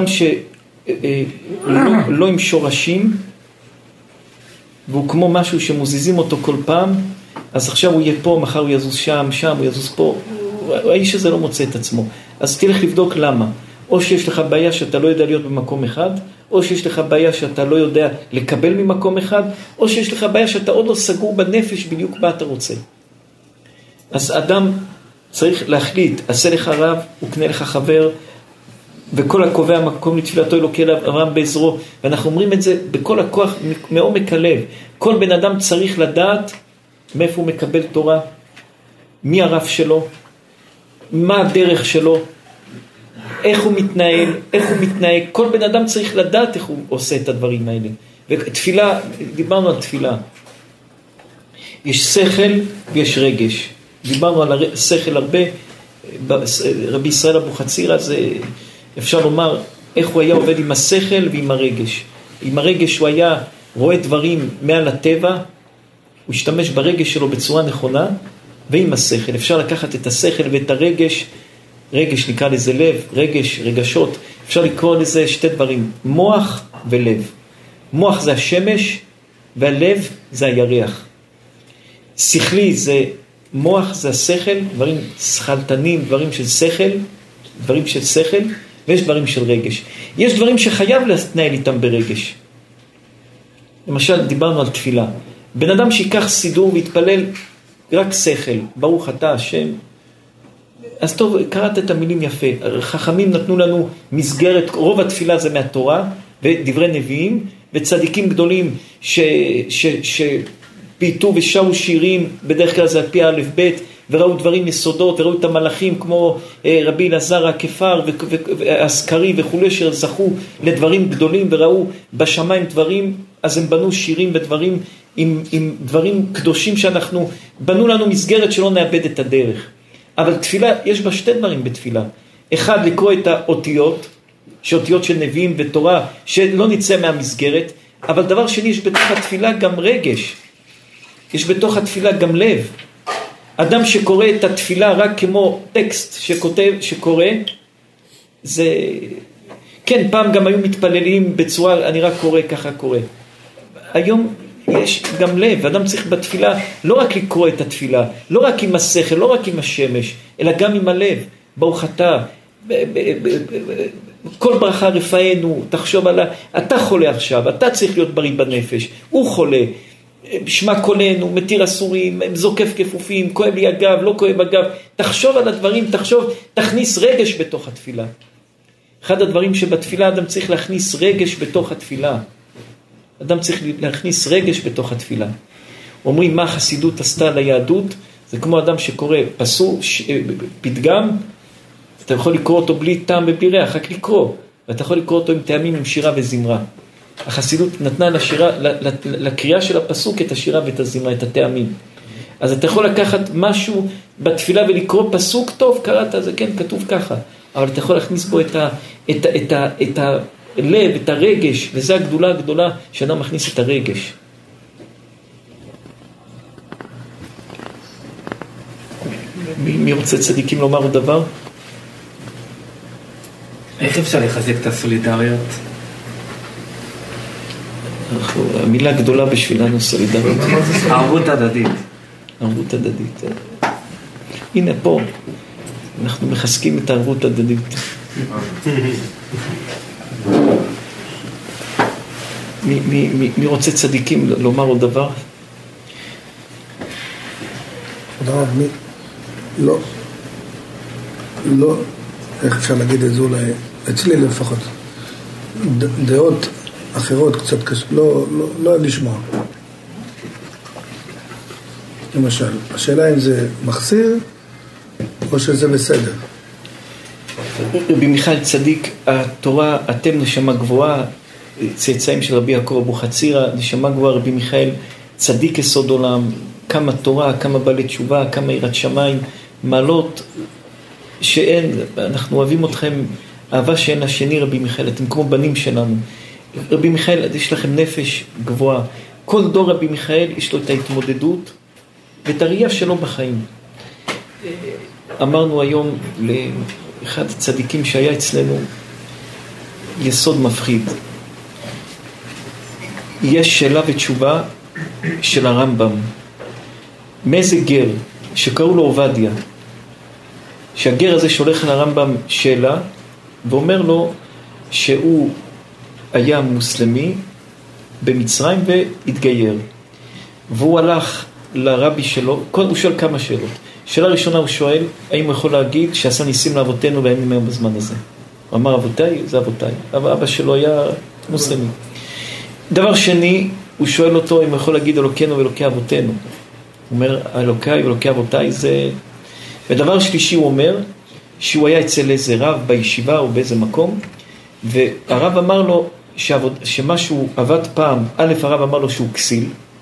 שלא עם שורשים, והוא כמו משהו שמוזיזים אותו כל פעם, אז עכשיו הוא יהיה פה, מחר הוא יזוז שם, הוא יזוז פה. האיש הזה לא מוצא את עצמו. אז תלך לבדוק למה. או שיש לך בעיה שאתה לא יודע להיות במקום אחד, או שיש לך בעיה שאתה לא יודע לקבל ממקום אחד, או שיש לך בעיה שאתה עוד לא סגור בנפש בדיוק מה אתה רוצה. אז אדם צריך להחליט, עשה לך רב, וקנה לך חבר, וכל הקובע מקום לתפילתו אלוקי אברהם בעזרו, ואנחנו אומרים את זה בכל הכוח, מעומק הלב. כל בן אדם צריך לדעת מאיפה הוא מקבל תורה, מי הרב שלו, מה הדרך שלו, איך הוא מתנהל, איך הוא מתנהג. כל בן אדם צריך לדעת איך הוא עושה את הדברים האלה. ותפילה, דיברנו על תפילה. יש שכל ויש רגש. דיברנו על השכל הרבה. רבי ישראל אבוחצירא, זה אפשר לומר איך הוא היה עובד עם השכל ועם הרגש. עם הרגש הוא היה רואה דברים מעל הטבע, הוא השתמש ברגש שלו בצורה נכונה, ועם השכל. אפשר לקחת את השכל ואת הרגש, רגש נקרא לזה לב, רגשות, אפשר לקרוא לזה שתי דברים, מוח ולב. מוח זה השמש, והלב זה הירח. שכלי זה, מוח זה השכל, דברים שכלתנים, דברים של שכל, ויש דברים של רגש. יש דברים שחייב להתנהל איתם ברגש. למשל, דיברנו על תפילה. בן אדם שיקח סידור והתפלל רק שכל, ברוך אתה השם. אז טוב, קראת את המילים יפה. חכמים נתנו לנו מסגרת, רוב התפילה זה מהתורה, ודברי נביאים, וצדיקים גדולים שפיתו ושרו שירים, בדרך כלל זה על פי א' ב', וראו דברים יסודות, וראו את המלאכים כמו רבי אלעזר הכפר והסקרי וכולי, שזכו לדברים גדולים וראו בשמיים דברים, אז הם בנו שירים ודברים עם דברים קדושים שאנחנו, בנו לנו מסגרת שלא נאבד את הדרך. אבל תפילה, יש בה שתי דברים בתפילה. אחד, לקרוא את האותיות, שאותיות של נביאים ותורה, שלא נצא מהמסגרת, אבל דבר שני, יש בתוך התפילה גם רגש. יש בתוך התפילה גם לב. אדם שקורא את התפילה רק כמו טקסט שקורא, זה... כן, פעם גם היו מתפללים בצורה, אני רק קורא, ככה קורא. היום יש גם לב, אדם צריך בתפילה לא רק לקרוא את התפילה, לא רק עם השכל, לא רק עם השמש, אלא גם עם הלב. ברוך אתה, כל ברכה רפאנו, תחשוב אתה חולה עכשיו, אתה צריך להיות בריא בנפש, הוא חולה. שמע קולן, הוא מתיר אסורים, זוקף כפופים, כואב לי הגב, לא כואב הגב. תחשוב על הדברים, תכניס רגש בתוך התפילה. אחד הדברים שבתפילה אדם צריך להכניס רגש בתוך התפילה. אדם צריך להכניס רגש בתוך התפילה. אומרים מה החסידות עשתה ליהדות, זה כמו אדם שקורא פתגם, אתה יכול לקרוא אותו בלי טעם ובלי ריח, רק לקרוא, ואתה יכול לקרוא אותו עם טעמים, עם שירה וזמרה. החסידות נתנה לקריאה של הפסוק את השירה ואת הזמרה, את הטעמים. אז אתה יכול לקחת משהו בתפילה ולקרוא פסוק טוב, קראת, זה כן, כתוב ככה, אבל אתה יכול להכניס בו את הלב, את הרגש, וזו הגדולה הגדולה שאדם מכניס את הרגש. מי רוצה צדיקים לומר עוד דבר? איך אפשר לחזק את הסולידריות? המילה גדולה בשבילנו סולידריות. ערבות הדדית. ערבות הדדית. הנה פה, אנחנו מחזקים את הערבות הדדית. מי רוצה צדיקים לומר עוד דבר? לא, איך אפשר להגיד את זה אולי, אצלי לפחות, דעות אחרות קצת קשה, לא לשמוע. למשל, השאלה אם זה מחסיר או שזה בסדר. רבי מיכאל צדיק, התורה, אתם נשמה גבוהה, צאצאים של רבי יעקב אבוחצירא, נשמה גבוהה, רבי מיכאל צדיק יסוד עולם, כמה תורה, כמה בעלי תשובה, כמה יראת שמיים, מעלות שאין, אנחנו אוהבים אתכם, אהבה שאין השני רבי מיכאל, אתם כמו בנים שלנו. רבי מיכאל, יש לכם נפש גבוהה. כל דור רבי מיכאל יש לו את ההתמודדות ואת הראייה שלו בחיים. אמרנו היום לאחד הצדיקים שהיה אצלנו יסוד מפחיד. יש שאלה ותשובה של הרמב"ם. מאיזה גר שקראו לו עובדיה, שהגר הזה שולח לרמב"ם שאלה ואומר לו שהוא היה מוסלמי במצרים והתגייר, והוא הלך לרבי שלו, הוא שואל כמה שאלות. שאלה ראשונה הוא שואל האם הוא יכול להגיד שעשה ניסים לאבותינו והיינו מהם בזמן הזה. הוא אמר אבותיי, זה אבותיי, אבל אבא שלו היה מוסלמי. דבר שני, הוא שואל אותו אם הוא יכול להגיד אלוקינו ואלוקי אבותינו. הוא אומר אלוקיי ואלוקי אבותיי זה... ודבר שלישי הוא אומר שהוא היה אצל איזה רב בישיבה או באיזה מקום, והרב אמר לו שמשהו עבד פעם, א' הרב אמר לו שהוא כסיל,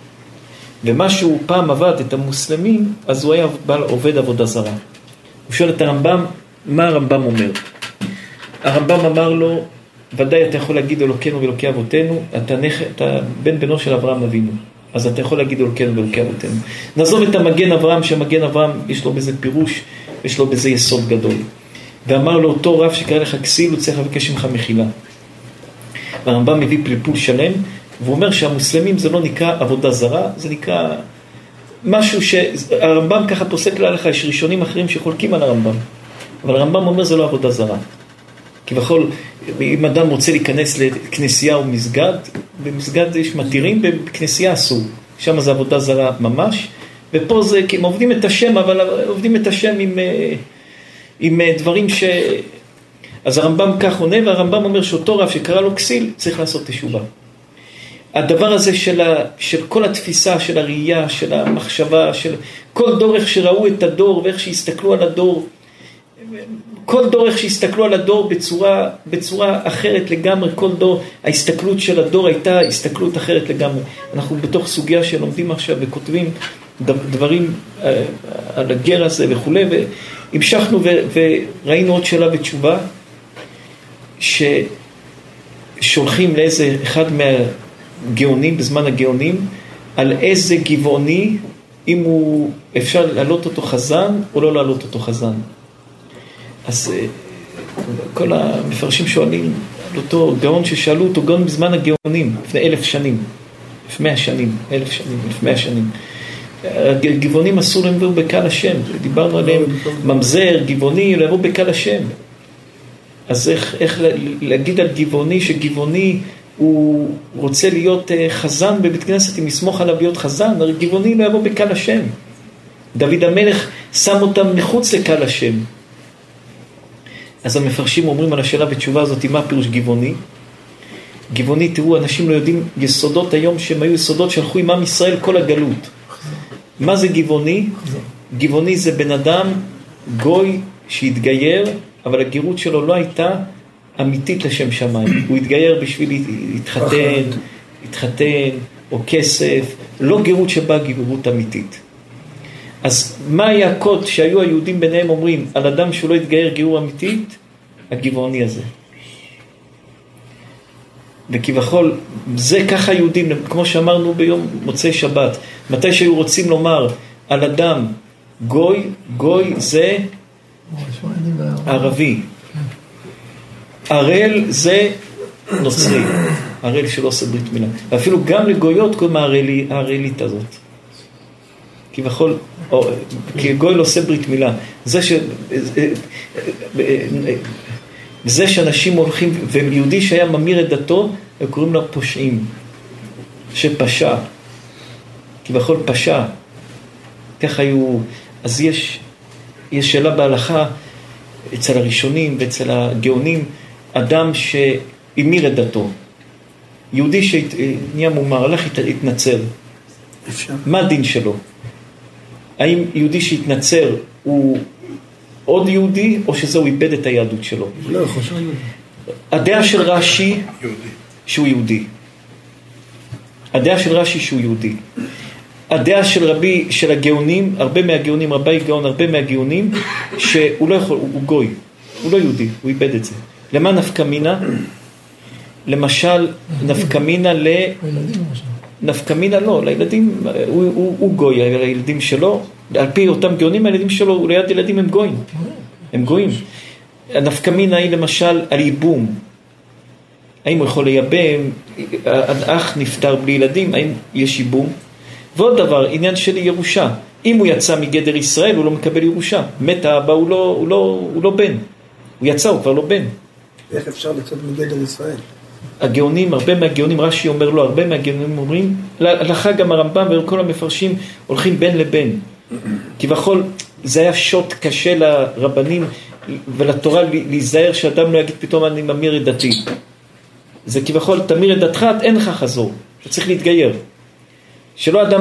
ומשהו פעם עבד את המוסלמים, אז הוא היה עובד עבודה זרה. הוא שואל את הרמב"ם, מה הרמב"ם אומר? הרמב"ם אמר לו, ודאי אתה יכול להגיד אלוקינו ואלוקי אבותינו, אתה בן בנו של אברהם אבינו, אז אתה יכול להגיד אלוקינו ואלוקי אבותינו. נעזוב את המגן אברהם, שהמגן אברהם יש לו בזה פירוש, יש לו בזה יסוד גדול. ואמר לו אותו רב שקרא לך כסיל, הוא צריך לבקש ממך מחילה. והרמב"ם מביא פלפול שלם, והוא אומר שהמוסלמים זה לא נקרא עבודה זרה, זה נקרא משהו שהרמב"ם ככה פוסק להלכה, יש ראשונים אחרים שחולקים על הרמב"ם. אבל הרמב"ם אומר זה לא עבודה זרה. כי בכל, אם אדם רוצה להיכנס לכנסייה או מסגד, במסגד יש מתירים, בכנסייה אסור. שם זה עבודה זרה ממש, ופה זה, כי הם עובדים את השם, אבל עובדים את השם עם דברים ש... אז הרמב"ם כך עונה, והרמב"ם אומר שאותו רב שקרא לו כסיל, צריך לעשות תשובה. הדבר הזה של כל התפיסה, של הראייה, של המחשבה, של כל דור איך שראו את הדור ואיך שהסתכלו על הדור, כל דור איך שהסתכלו על הדור בצורה אחרת לגמרי, כל דור, ההסתכלות של הדור הייתה הסתכלות אחרת לגמרי. אנחנו בתוך סוגיה שלומדים עכשיו וכותבים דברים על הגר הזה וכו', והמשכנו וראינו עוד שאלה בתשובה, ששולחים לאיזה אחד מהגאונים, בזמן הגאונים, על איזה גבעוני, אם הוא אפשר להעלות אותו חזן או לא להעלות אותו חזן. אז כל המפרשים שואלים על אותו גאון ששאלו אותו, גאון בזמן הגאונים, לפני 1,000 שנים, 1,100 שנים, 1,000 שנים, 1,100 שנים. הגבעונים אסור להם לבוא בקהל השם, דיברנו עליהם, ממזר, גבעוני, לבוא בקהל השם. אז איך להגיד על גבעוני, שגבעוני הוא רוצה להיות חזן בבית כנסת, אם יסמוך עליו להיות חזן, הרי גבעוני לא יבוא בקהל השם. דוד המלך שם אותם מחוץ לקהל השם. אז המפרשים אומרים על השאלה בתשובה הזאת, מה פירוש גבעוני? גבעוני, תראו, אנשים לא יודעים יסודות היום שהם היו יסודות שהלכו עם עם ישראל כל הגלות. מה זה גבעוני? גבעוני זה בן אדם גוי שהתגייר, אבל הגירות שלו לא הייתה אמיתית לשם שמיים. הוא התגייר בשביל להתחתן או כסף, לא גירות שבה גירות אמיתית. אז מה היה הקוד שהיו היהודים ביניהם אומרים על אדם שהוא לא התגייר גיור אמיתית? הגבעוני הזה. וכביכול, זה ככה יהודים, כמו שאמרנו ביום מוצאי שבת, מתי שהיו רוצים לומר על אדם גוי, גוי זה ערבי. ערל זה נוצרי. ערל שלא עושה ברית מילה. ואפילו גם לגויות קוראים הערלית הזאת. כביכול, כי גוי לא עושה ברית מילה. זה שאנשים הולכים, ויהודי שהיה ממיר את דתו, הם קוראים לו פושעים, שפשע, כביכול פשע. כך היו, אז יש שאלה בהלכה, אצל הראשונים ואצל הגאונים, אדם שהמיר את דתו, יהודי שנהיה מומר, הלך התנצר, מה הדין שלו? האם יהודי שהתנצר הוא עוד יהודי, או שזהו איבד את היהדות שלו? לא, יכול להיות. הדעה של רש"י שהוא יהודי. הדעה של רש"י שהוא יהודי. הדעה של הגאונים, הרבה מהגאונים, רבי גאון, הרבה מהגאונים, שהוא לא יכול, הוא גוי, הוא לא יהודי, הוא איבד את זה. למה נפקמינה? למשל, נפקמינה נפקמינה לא, לילדים, הוא גוי, הילדים שלו, על פי אותם גאונים, הילדים שלו, ליד ילדים הם גויים. הם גויים. הנפקמינה היא למשל על ייבום. האם הוא יכול לייבם? אח נפטר בלי ילדים, האם יש ייבום? ועוד דבר, עניין של ירושה. אם הוא יצא מגדר ישראל, הוא לא מקבל ירושה. מת האבא, הוא לא בן. הוא יצא, הוא כבר לא בן. איך אפשר לצאת מגדר ישראל? הגאונים, הרבה מהגאונים, רש"י אומר לו, הרבה מהגאונים אומרים, הלכה גם הרמב"ם וכל המפרשים הולכים בין לבין. כביכול, זה היה שוט קשה לרבנים ולתורה להיזהר שאדם לא יגיד פתאום אני ממיר את דתי. זה כביכול, תמיר את דתך, אין לך חזור, אתה צריך להתגייר. שלא אדם,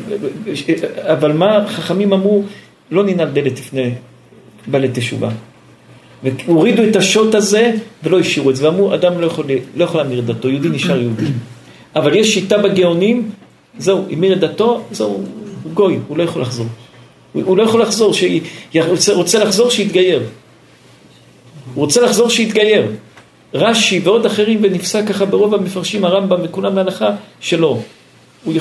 אבל מה חכמים אמרו, לא ננעל דלת לפני בעלי תשובה. והורידו את השוט הזה ולא השאירו את זה, ואמרו, אדם לא יכול להמיר את דתו, יהודי נשאר יהודי. אבל יש שיטה בגאונים, זהו, המיר את דתו, זהו, הוא גוי, הוא לא יכול לחזור. הוא לא יכול לחזור, רוצה לחזור שיתגייר. הוא רוצה לחזור שיתגייר. רש"י ועוד אחרים, ונפסק ככה ברוב המפרשים, הרמב"ם וכולם להלכה, שלא. הוא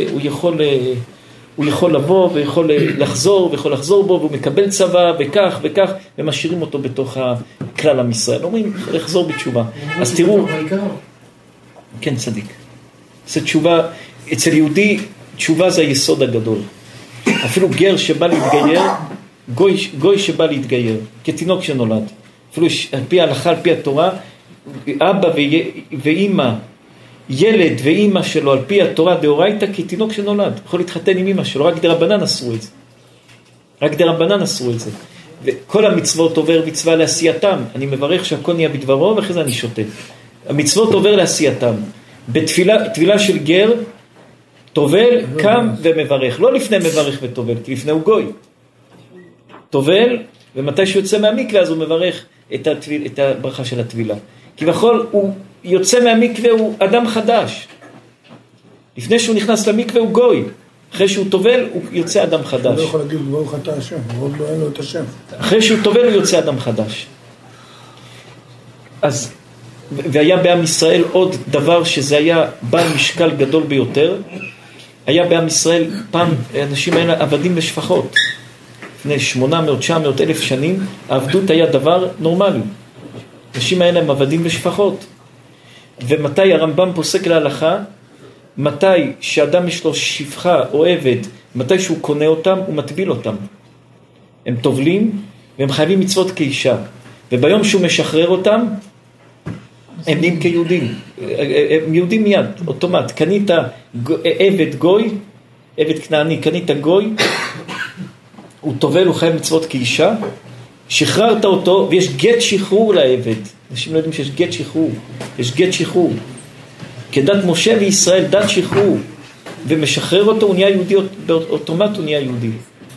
יכול לבוא ויכול לחזור ויכול לחזור בו, והוא מקבל צבא וכך וכך, ומשאירים אותו בתוך כלל עם ישראל. אומרים, לחזור בתשובה. אז תראו, כן צדיק. זה תשובה, אצל יהודי, תשובה זה היסוד הגדול. אפילו גר שבא להתגייר, גוי שבא להתגייר, כתינוק שנולד. אפילו על פי ההלכה, על פי התורה, אבא ואמא, ילד ואמא שלו על פי התורה דאורייתא כתינוק שנולד, יכול להתחתן עם אמא שלו, רק דרבנן אסרו את זה. רק דרבנן אסרו את זה. וכל המצוות עובר מצווה לעשייתם. אני מברך שהכל נהיה בדברו, ואחרי זה אני שותה. המצוות עובר לעשייתם. בתפילה של גר, טובל, קם ומברך. לא לפני מברך וטובל, כי לפני הוא גוי. טובל, ומתי שהוא יוצא מהמקווה, אז הוא מברך את הברכה של התפילה. כי בכל הוא יוצא מהמקווה, הוא אדם חדש. לפני שהוא נכנס למקווה הוא גוי. אחרי שהוא טובל הוא יוצא אדם חדש. הוא לא יכול להגיד ברוך אתה השם, הוא עוד לא אין לו את השם. אחרי שהוא טובל הוא יוצא אדם חדש. אז, והיה בעם ישראל עוד דבר שזה היה בעל משקל גדול ביותר. היה בעם ישראל פעם, אנשים האלה עבדים ושפחות. לפני 800, 900, 1,000 שנים, העבדות היה דבר נורמלי. אנשים האלה הם עבדים ושפחות. ומתי הרמב"ם פוסק להלכה, מתי שאדם יש לו שפחה או עבד, מתי שהוא קונה אותם, הוא מטביל אותם. הם טובלים והם חייבים מצוות כאישה. וביום שהוא משחרר אותם, הם נהיים כיהודים, הם יהודים מיד, אוטומט. קנית עבד גוי, עבד כנעני, קנית גוי, הוא טובל, הוא חי מצוות כאישה, שחררת אותו, ויש גט שחרור לעבד. אנשים לא יודעים שיש גט שחרור, יש גט שחרור. כדת משה וישראל, דת שחרור, ומשחרר אותו, הוא נהיה יהודי, באוטומט הוא נהיה יהודי.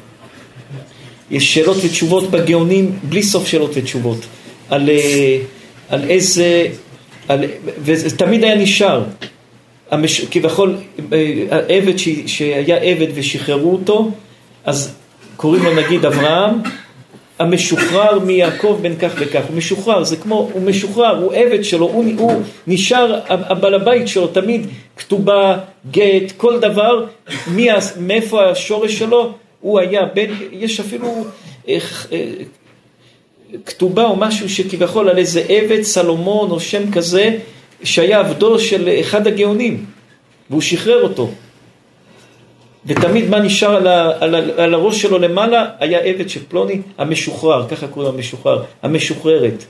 יש שאלות ותשובות בגאונים, בלי סוף שאלות ותשובות, על איזה, ותמיד היה נשאר, כביכול, העבד שהיה עבד ושחררו אותו, אז קוראים לו נגיד אברהם, המשוחרר מיעקב בן כך וכך, הוא משוחרר, זה כמו, הוא משוחרר, הוא עבד שלו, הוא נשאר הבעל הבית שלו, תמיד כתובה, גט, כל דבר, מאיפה השורש שלו, הוא היה בן, יש אפילו כתובה או משהו שכביכול על איזה עבד, סלומון או שם כזה, שהיה עבדו של אחד הגאונים, והוא שחרר אותו. ותמיד מה נשאר על הראש שלו למעלה, היה עבד של פלוני, המשוחרר, ככה קוראים המשוחרר, המשוחררת.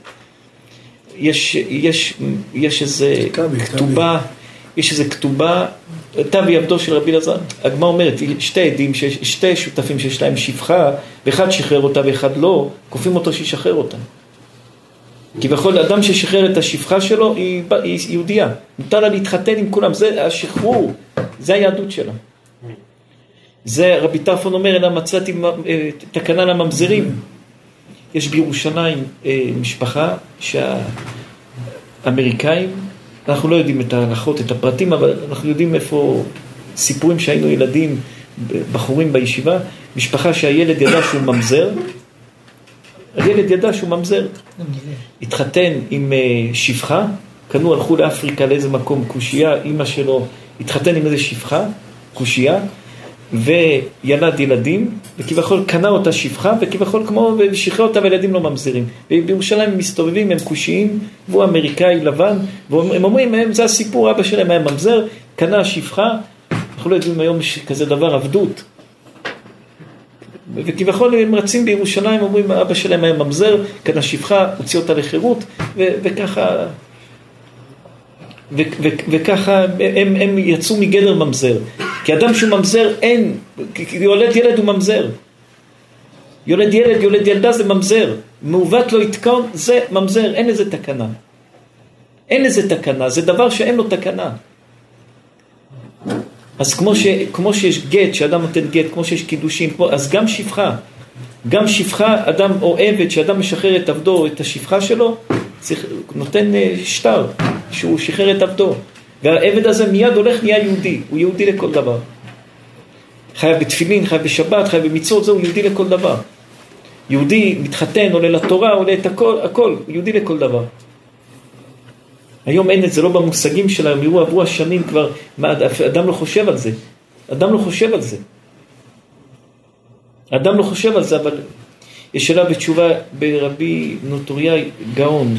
יש איזה כתובה, יש איזה כתובה, אתה ויעבדו של רבי אלעזר, הגמרא אומרת, שתי עדים, שתי שותפים שיש להם שפחה, ואחד שחרר אותה ואחד לא, כופים אותו שישחרר אותה. כי בכל אדם ששחרר את השפחה שלו, היא יהודייה. מותר לה להתחתן עם כולם, זה השחרור, זה היהדות שלה. זה רבי טרפון אומר, אלא מצאתי תקנה לממזרים. יש בירושלים משפחה שהאמריקאים, אנחנו לא יודעים את ההלכות, את הפרטים, אבל אנחנו יודעים איפה סיפורים שהיינו ילדים, בחורים בישיבה, משפחה שהילד ידע שהוא ממזר, הילד ידע שהוא ממזר, התחתן עם שפחה, קנו, הלכו לאפריקה לאיזה מקום, קושייה, אמא שלו התחתן עם איזה שפחה, קושייה, וילד ילדים, וכביכול קנה אותה שפחה, וכביכול כמו, ושחרר אותה וילדים לא ממזרים. ובירושלים הם מסתובבים, הם קושיים, והוא אמריקאי לבן, והם אומרים, זה הסיפור, אבא שלהם היה ממזר, קנה שפחה, אנחנו לא יודעים היום כזה דבר, עבדות. וכביכול הם רצים בירושלים, אומרים, אבא שלהם היה ממזר, קנה שפחה, הוציא אותה לחירות, וככה הם יצאו מגדר ממזר. כי אדם שהוא ממזר אין, יולד ילד הוא ממזר. יולד ילד, יולד ילדה זה ממזר. מעוות לא יתקון, זה ממזר, אין לזה תקנה. אין לזה תקנה, זה דבר שאין לו תקנה. אז כמו שיש גט, שאדם נותן גט, כמו שיש קידושים, אז גם שפחה, אדם או עבד, שאדם משחרר את עבדו, את השפחה שלו, נותן שטר, שהוא שחרר את עבדו. והעבד הזה מיד הולך נהיה יהודי, הוא יהודי לכל דבר. חייב בתפילין, חייב בשבת, חייב במצוות, זהו יהודי לכל דבר. יהודי מתחתן, עולה לתורה, עולה את הכל, יהודי לכל דבר. היום אין את זה, לא במושגים שלהם, יראו עברו השנים כבר, אדם לא חושב על זה. אדם לא חושב על זה. אדם לא חושב על זה, אבל יש שאלה בתשובה ברבי נוטוריה גאון,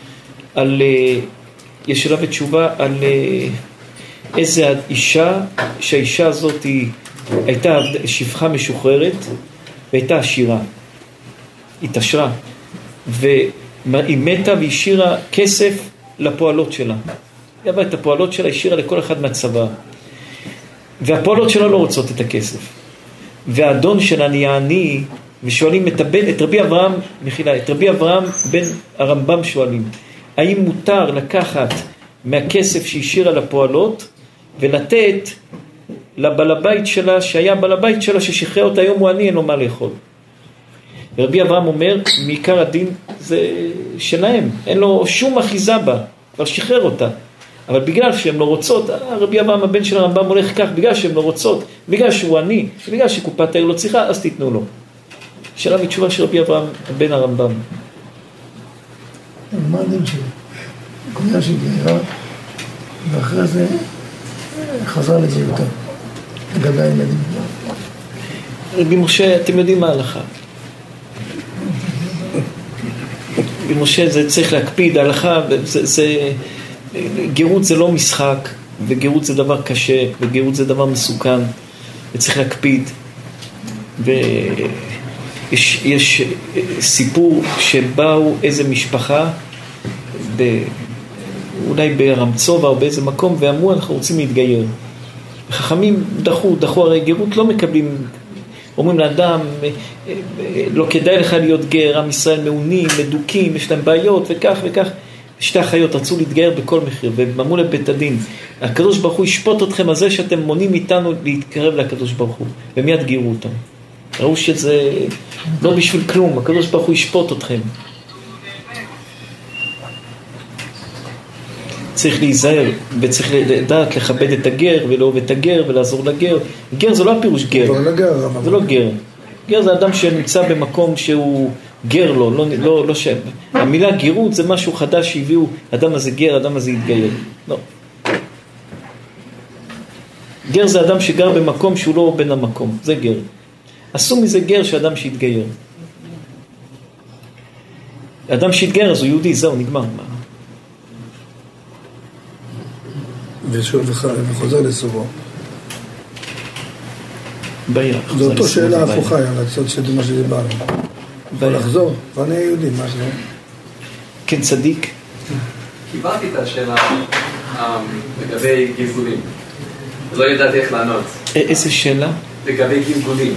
יש שאלה בתשובה על איזה אישה, שהאישה הזאת הייתה שפחה משוחררת, והייתה עשירה. היא תשרה. והיא מתה והשאירה כסף לפועלות שלה. היא עברה את הפועלות שלה, השאירה לכל אחד מהצבא. והפועלות שלה לא רוצות את הכסף. והאדון שלה נהיה עני, ושואלים את רבי אברהם, את רבי אברהם בן הרמב"ם שואלים, האם מותר לקחת מהכסף שהשאירה לפועלות, ולתת לבעל הבית שלה, שהיה בעל הבית שלה ששחרר אותה, היום הוא עני, אין לו מה לאכול. ורבי אברהם אומר, מעיקר הדין זה שלהם, אין לו שום אחיזה בה, כבר שחרר אותה. אבל בגלל שהן לא רוצות, רבי אברהם הבן של הרמב"ם הולך כך, בגלל שהן לא רוצות, בגלל שהוא עני, בגלל שקופת העיר לא צריכה, אז תיתנו לו. שאלה מתשובה של רבי אברהם בן הרמב"ם. מה הדין שלי? קויה שהתגיירה, ואחרי זה חזר לזהותה, לגבי הילדים. רבי משה, אתם יודעים מה ההלכה? רבי משה, זה צריך להקפיד, ההלכה, גירות זה לא משחק, וגירות זה דבר קשה, וגירות זה דבר מסוכן, וצריך להקפיד. יש סיפור שבאו איזה משפחה אולי ברמצובה או באיזה מקום, ואמרו אנחנו רוצים להתגייר. חכמים דחו, הרי גרות לא מקבלים, אומרים לאדם, לא כדאי לך להיות גר, עם ישראל מעונים, מדוקים, יש להם בעיות וכך וכך. שתי החיות רצו להתגייר בכל מחיר, והם אמרו לבית הדין, הקדוש ברוך הוא ישפוט אתכם על זה שאתם מונים איתנו להתקרב לקדוש ברוך הוא, ומיד גירו אותם. ראו שזה לא בשביל כלום, הקדוש ברוך הוא ישפוט אתכם. צריך להיזהר, וצריך לדעת לכבד את הגר, ולאהוב את הגר, ולעזור לגר. גר זה לא הפירוש גר, זה לא גר. גר זה אדם שנמצא במקום שהוא גר לו, לא שם. המילה גירות זה משהו חדש שהביאו, אדם הזה גר, אדם הזה יתגייר. לא. גר זה אדם שגר במקום שהוא לא בן המקום, זה גר. עשו מזה גר שאדם שיתגייר. אדם שיתגייר אז הוא יהודי, זהו, נגמר. וחוזר לסובו. בעיה. זו אותו שאלה הפוכה, על הצד שזה מה שדיברנו. לחזור, ואני יהודי, מה שלא? כן, צדיק. קיבלתי את השאלה לגבי גלגולים. לא ידעתי איך לענות. איזה שאלה? לגבי גלגולים.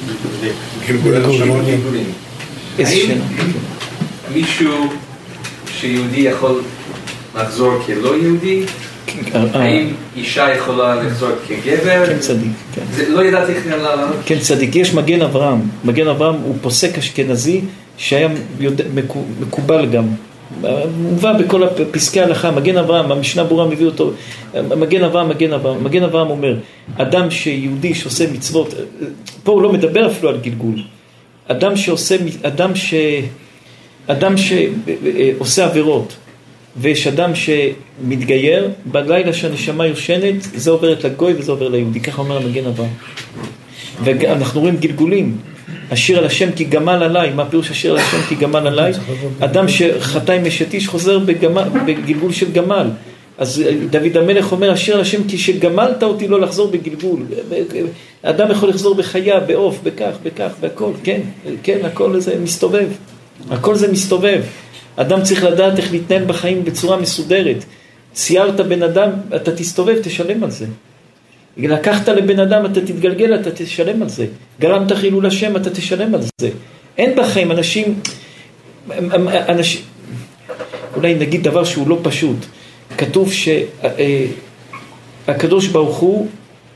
גלגולים. איזה שאלה? מישהו שיהודי יכול לחזור כלא יהודי? האם אישה יכולה לחזור כגבר? כן, צדיק. לא ידעתי איך לענות. כן, צדיק. יש מגן אברהם. מגן אברהם הוא פוסק אשכנזי שהיה מקובל גם. הוא מובא בכל פסקי ההלכה. מגן אברהם, המשנה ברורה מביא אותו. מגן אברהם אומר, אדם שיהודי שעושה מצוות, פה הוא לא מדבר אפילו על גלגול. אדם שעושה עבירות, ויש אדם שמתגייר, בלילה שהנשמה יושנת, זה עוברת לגוי וזה עובר ליהודי, ככה אומר המגן אברהם. ואנחנו רואים גלגולים, השיר על השם כי גמל עליי, מה פירוש השיר על השם כי גמל עליי? אדם שחטא עם אשת איש חוזר בגלגול של גמל. אז דוד המלך אומר, השיר על השם כי שגמלת אותי לא לחזור בגלגול. אדם יכול לחזור בחיה, בעוף, בכך, והכל, כן, הכל זה מסתובב. הכל זה מסתובב. אדם צריך לדעת איך להתנהל בחיים בצורה מסודרת. ציירת בן אדם, אתה תסתובב, תשלם על זה. לקחת לבן אדם, אתה תתגלגל, אתה תשלם על זה. גרמת חילול השם, אתה תשלם על זה. אין בחיים אנשים, אולי נגיד דבר שהוא לא פשוט. כתוב שהקדוש ברוך הוא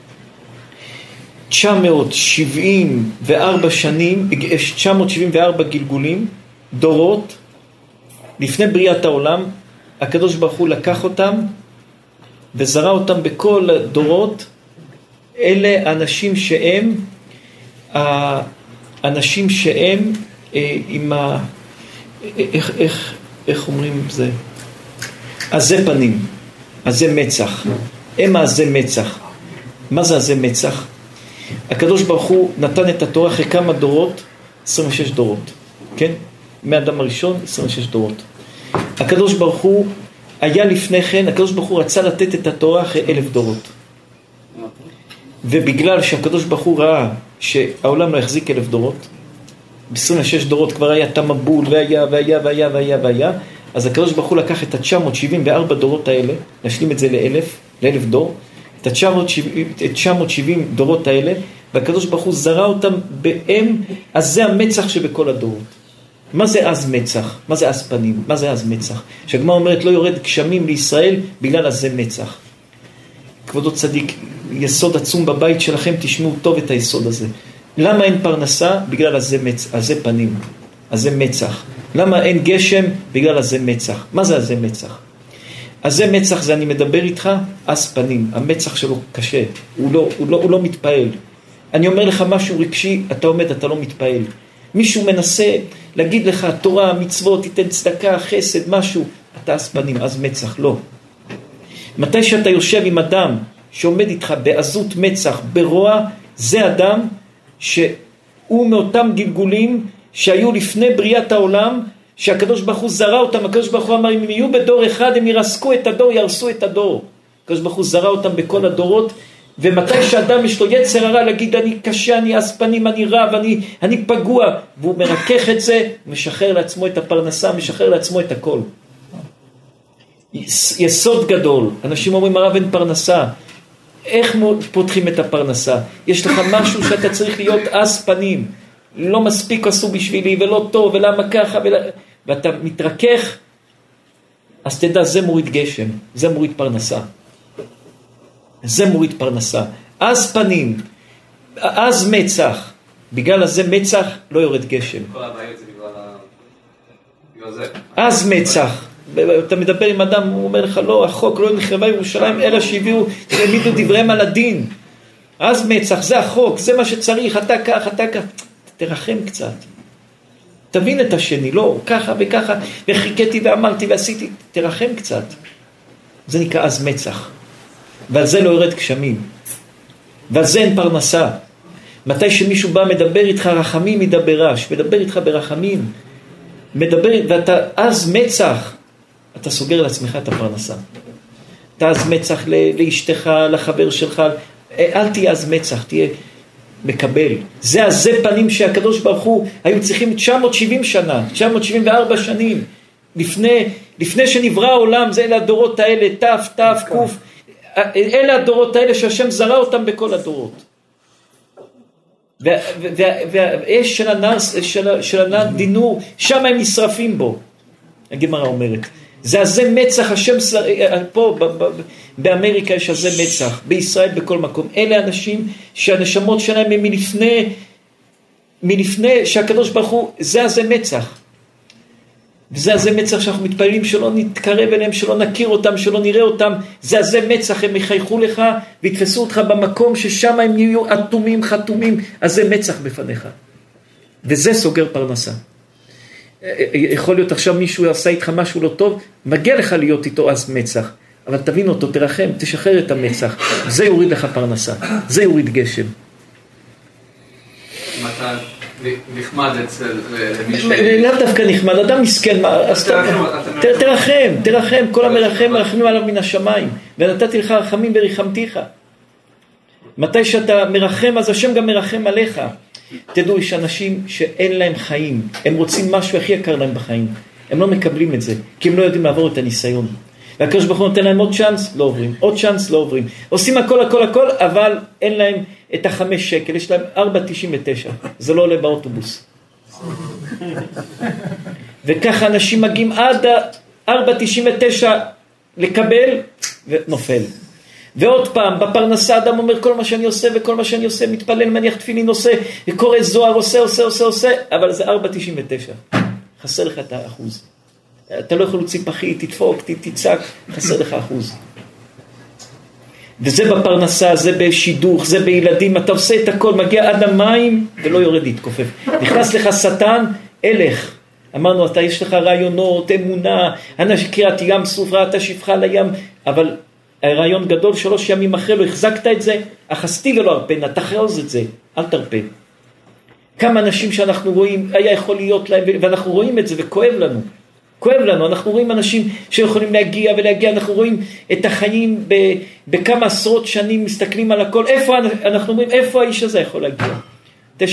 974 שנים, 974 גלגולים, דורות, לפני בריאת העולם, הקדוש ברוך הוא לקח אותם וזרע אותם בכל הדורות. אלה אנשים שהם עם איך אומרים זה? עזי פנים, עזי מצח. הם עזי מצח. מה זה עזי מצח? הקדוש ברוך הוא נתן את התורה אחרי כמה דורות? 26 דורות. כן? מאדם הראשון 26 דורות. הקדוש ברוך הוא היה לפני כן, הקדוש ברוך הוא רצה לתת את התורה אחרי 1000 דורות. ובגלל שהקדוש ברוך הוא ראה שהעולם לא יחזיק 1000 דורות, ב-26 דורות כבר היה תמבול והיה, אז הקדוש ברוך הוא לקח את 974 דורות האלה, נשלים את זה ל-1000 דור, את 970 דורות האלה, והקדוש ברוך הוא זרע אותם בהם, אז זה המצח שבכל הדורות. מה זה אז מצח? מה זה אז פנים? מה זה אז מצח? שהגמרא אומרת לא יורד גשמים לישראל בגלל אז זה מצח. כבודו צדיק, יסוד עצום בבית שלכם, תשמעו טוב את היסוד הזה. למה אין פרנסה? בגלל אז זה פנים, אז זה מצח. למה אין גשם? בגלל אז זה מצח. מה זה אז זה מצח? אז זה מצח, זה אני מדבר איתך, אז פנים. המצח שלו קשה, הוא לא מתפעל. אני אומר לך משהו רגשי, אתה עומד, אתה לא מתפעל. מישהו מנסה להגיד לך, תורה, מצוות, תיתן צדקה, חסד, משהו, אתה אז פנים, אז מצח, לא. מתי שאתה יושב עם אדם שעומד איתך בעזות מצח, ברוע, זה אדם שהוא מאותם גלגולים שהיו לפני בריאת העולם, שהקדוש ברוך הוא זרע אותם. הקדוש ברוך הוא אמר, אם יהיו בדור אחד, הם ירסקו את הדור, ירסו את הדור. הקדוש ברוך הוא זרע אותם בכל הדורות, ומתי שאדם יש לו יצר הרע להגיד, אני קשה, אני אז פנים, אני רב, אני פגוע, והוא מרכך את זה, משחרר לעצמו את הפרנסה, משחרר לעצמו את הכל. יסוד גדול. אנשים אומרים, הרב אין פרנסה. איך פותחים את הפרנסה? יש לך משהו שאתה צריך להיות עז פנים. לא מספיק עשו בשבילי ולא טוב ולמה ככה ואתה מתרכך, אז תדע, זה מוריד גשם, זה מוריד פרנסה. זה מוריד פרנסה. עז פנים, עז מצח. בגלל הזה מצח לא יורד גשם. כל הבעיות זה בגלל זה. עז מצח. אתה מדבר עם אדם, הוא אומר לך, לא, החוק לא נחרבה ירושלים, אלא שהביאו, העמידו דבריהם על הדין. עז מצח, זה החוק, זה מה שצריך, אתה כך, אתה כך. תרחם קצת. תבין את השני, לא, ככה וככה, וחיכיתי ואמרתי ועשיתי, תרחם קצת. זה נקרא עז מצח. ועל זה לא יורד גשמים. ועל זה אין פרנסה. מתי שמישהו בא מדבר איתך רחמים ידבר רש, מדבר איתך ברחמים, מדבר, ואתה עז מצח, אתה סוגר לעצמך את הפרנסה. אתה עז מצח לאשתך, לחבר שלך, אל תהיה עז מצח, תהיה מקבל. זה עזי פנים שהקדוש ברוך הוא היו צריכים 970 שנה, 974 שנים, לפני שנברא העולם, זה אלה הדורות האלה, תף, תף, קוף, אלה הדורות האלה שהשם זרע אותם בכל הדורות. והאש של הנר דינור, שם הם נשרפים בו, הגמרא אומרת. זה עזי מצח, השם פה באמריקה יש עזי מצח, בישראל בכל מקום. אלה אנשים שהנשמות שלהם הם מלפני שהקדוש ברוך הוא, זה עזי מצח. וזה עזי מצח שאנחנו מתפללים שלא נתקרב אליהם, שלא נכיר אותם, שלא נראה אותם. זה עזי מצח, הם יחייכו לך ויתפסו אותך במקום ששם הם יהיו אטומים, חתומים, עזי מצח בפניך. וזה סוגר פרנסה. יכול להיות עכשיו מישהו עשה איתך משהו לא טוב, מגיע לך להיות איתו עז מצח, אבל תבין אותו, תרחם, תשחרר את המצח, זה יוריד לך פרנסה, זה יוריד גשם. אם אתה נחמד אצל מישהו... לאו דווקא נחמד, אדם מסכן, תרחם, כל המרחם מרחמים עליו מן השמיים, ונתתי לך רחמים וריחמתיך. מתי שאתה מרחם, אז השם גם מרחם עליך. תדעו, יש אנשים שאין להם חיים, הם רוצים משהו הכי יקר להם בחיים, הם לא מקבלים את זה, כי הם לא יודעים לעבור את הניסיון. והקדוש ברוך הוא נותן להם עוד צ'אנס, לא עוברים, עוד צ'אנס, לא עוברים. עושים הכל, אבל אין להם את 5 שקל, יש להם 4.99, זה לא עולה באוטובוס. וככה אנשים מגיעים עד 4.99 לקבל, ונופל. ועוד פעם, בפרנסה אדם אומר, כל מה שאני עושה וכל מה שאני עושה, מתפלל, מניח תפילין, עושה, וקורא זוהר, עושה, אבל זה 4.99. חסר לך את האחוז. אתה לא יכול להוציא פחית, תדפוק, תצעק, חסר לך אחוז. וזה בפרנסה, זה בשידוך, זה בילדים, אתה עושה את הכל, מגיע עד המים ולא יורד להתכופף. נכנס לך שטן, אלך. אמרנו, אתה יש לך רעיונות, אמונה, קריאת ים סוף, ראתה שפחה לים, אבל הרעיון גדול, 3 ימים אחרי לא החזקת את זה, אחסתי ולא הרפנה, תחרוז את זה, אל תרפה. כמה אנשים שאנחנו רואים, היה יכול להיות להם, ואנחנו רואים את זה וכואב לנו. כואב לנו, אנחנו רואים אנשים שיכולים להגיע, אנחנו רואים את החיים בכמה עשרות שנים, מסתכלים על הכל, אנחנו אומרים, איפה האיש הזה יכול להגיע? 9.99.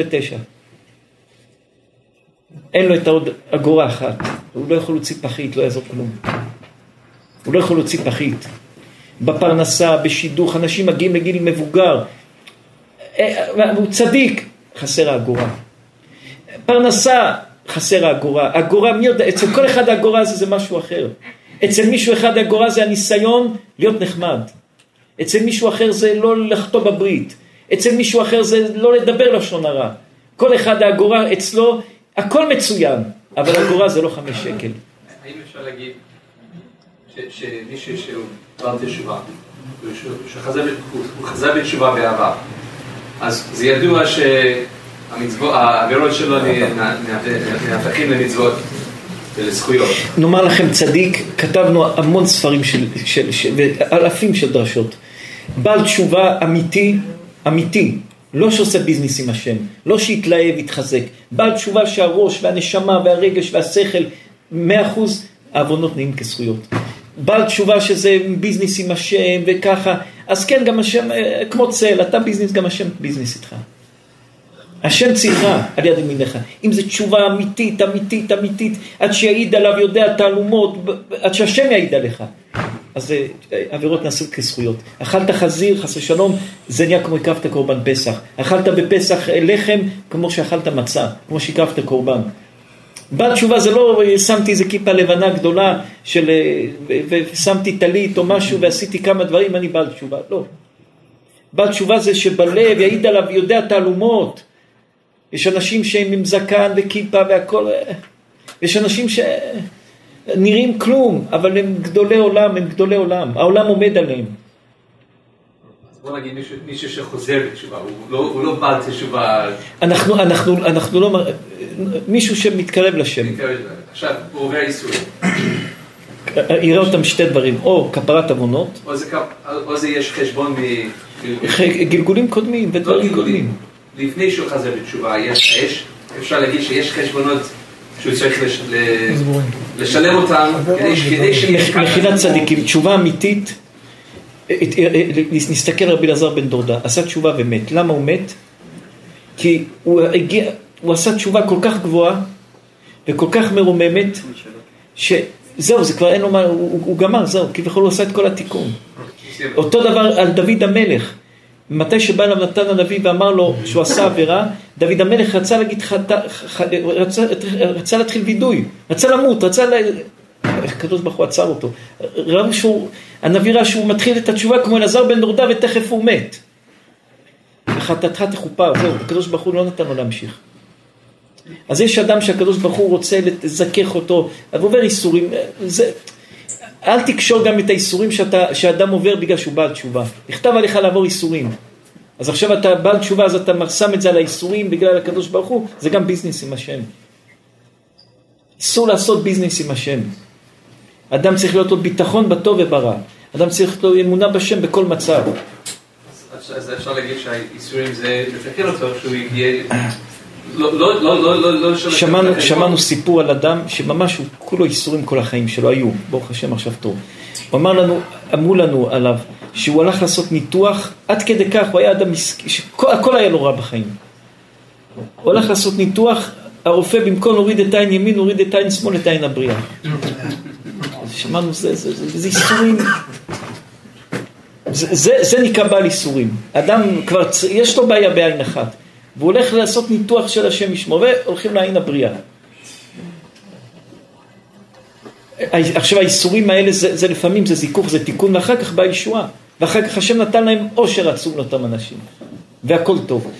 אין לו את עוד אגורה אחת, הוא לא יכול להוציא פחית, לא יעזור כלום. הוא לא יכול להוציא פחית. בפרנסה, בשידוך, אנשים מגיעים לגיל מבוגר, הוא צדיק, חסר האגורה. פרנסה, חסר האגורה. אגורה, מי יודע, אצל כל אחד האגורה הזה זה משהו אחר. אצל מישהו אחד האגורה זה הניסיון להיות נחמד. אצל מישהו אחר זה לא לחתום בברית. אצל מישהו אחר זה לא לדבר לשון הרע. כל אחד האגורה אצלו, הכל מצוין, אבל האגורה זה לא 5 שקל. האם אפשר להגיד שמישהו שהוא בעל תשובה, הוא חזר בתשובה בעבר, אז זה ידוע שהעבירות שלו נהפכים למצוות ולזכויות. נאמר לכם צדיק, כתבנו המון ספרים ואלפים של דרשות. בעל תשובה אמיתי, לא שעושה ביזנס עם השם, לא שיתלהב, יתחזק. בעל תשובה שהראש והנשמה והרגש והשכל 100% העוונות נהיים כזכויות. בעל תשובה שזה ביזנס עם השם וככה, אז כן, גם השם, כמו צל, אתה ביזנס, גם השם ביזנס איתך. השם צירה על יד ימינך. אם זו תשובה אמיתית, אמיתית, אמיתית, עד שיעיד עליו יודע תעלומות, עד שהשם יעיד עליך. אז עבירות נעשות כזכויות. אכלת חזיר, חס ושלום, זה נהיה כמו הקרבת קורבן פסח. אכלת בפסח לחם, כמו שאכלת מצה, כמו שהקרבת קורבן. בעל תשובה זה לא שמתי איזה כיפה לבנה גדולה ושמתי טלית או משהו ועשיתי כמה דברים, אני בעל תשובה. לא. בעל תשובה זה שבלב יעיד עליו יודע תעלומות. יש אנשים שהם עם זקן וכיפה והכל. יש אנשים שנראים כלום, אבל הם גדולי עולם, הם גדולי עולם. העולם עומד עליהם. בוא נגיד מישהו שחוזר בתשובה, הוא לא בעל תשובה. אנחנו לא, מישהו שמתקרב לשם. עכשיו, הוא עובר איסורים. יראה אותם שתי דברים, או כפרת עוונות. או זה יש חשבון גלגולים קודמים ודברים קודמים. לפני שהוא חזר בתשובה, אפשר להגיד שיש חשבונות שהוא צריך לשלם אותם כדי מבחינת צדיקים, תשובה אמיתית. נסתכל רבי אלעזר בן דורדה, עשה תשובה ומת. למה הוא מת? כי הוא עשה תשובה כל כך גבוהה וכל כך מרוממת שזהו, זה כבר אין לו מה, הוא גמר, זהו, כביכול הוא עשה את כל התיקון. אותו דבר על דוד המלך. מתי שבא אליו נתן הנביא ואמר לו שהוא עשה עבירה, דוד המלך רצה להגיד רצה להתחיל וידוי, רצה למות, הקדוש ברוך הוא עצר אותו. הנביא ראה שהוא מתחיל את התשובה כמו אלעזר בן דורדה ותכף הוא מת. וחטאתך תכופר, זהו, הקדוש ברוך הוא לא נתן לו להמשיך. אז יש אדם שהקדוש ברוך הוא רוצה לזכך אותו, אבל עובר איסורים, אל תקשור גם את האיסורים שאדם עובר בגלל שהוא בעל תשובה. נכתב עליך לעבור איסורים. אז עכשיו אתה בעל תשובה, אז אתה שם את זה על האיסורים בגלל הקדוש ברוך הוא, זה גם ביזנס עם השם. אסור לעשות ביזנס עם השם. אדם צריך להיות לו ביטחון בטוב וברע. אדם צריך לו אמונה בשם בכל מצב. אז אפשר להגיד שהאיסורים זה לתקן אותו, שהוא יגיע... לא שמענו סיפור על אדם שממש הוא כולו איסורים כל החיים שלו היו, ברוך השם עכשיו טוב. אמרו לנו עליו שהוא הלך לעשות ניתוח, עד כדי כך הוא היה אדם הכל היה לו רע בחיים. הוא הלך לעשות ניתוח, הרופא במקום להוריד את העין ימין הוריד את העין שמאל, את העין הבריאה. שמענו זה איסורים, זה נקרא בעל איסורים. אדם כבר יש לו בעיה בעין אחת, והוא הולך לעשות ניתוח של השם ישמו, והולכים לעין הבריאה. עכשיו האיסורים האלה, זה לפעמים זה זיכוך, זה תיקון, ואחר כך באה ישועה, ואחר כך השם נתן להם אושר עצום לאותם אנשים, והכל טוב.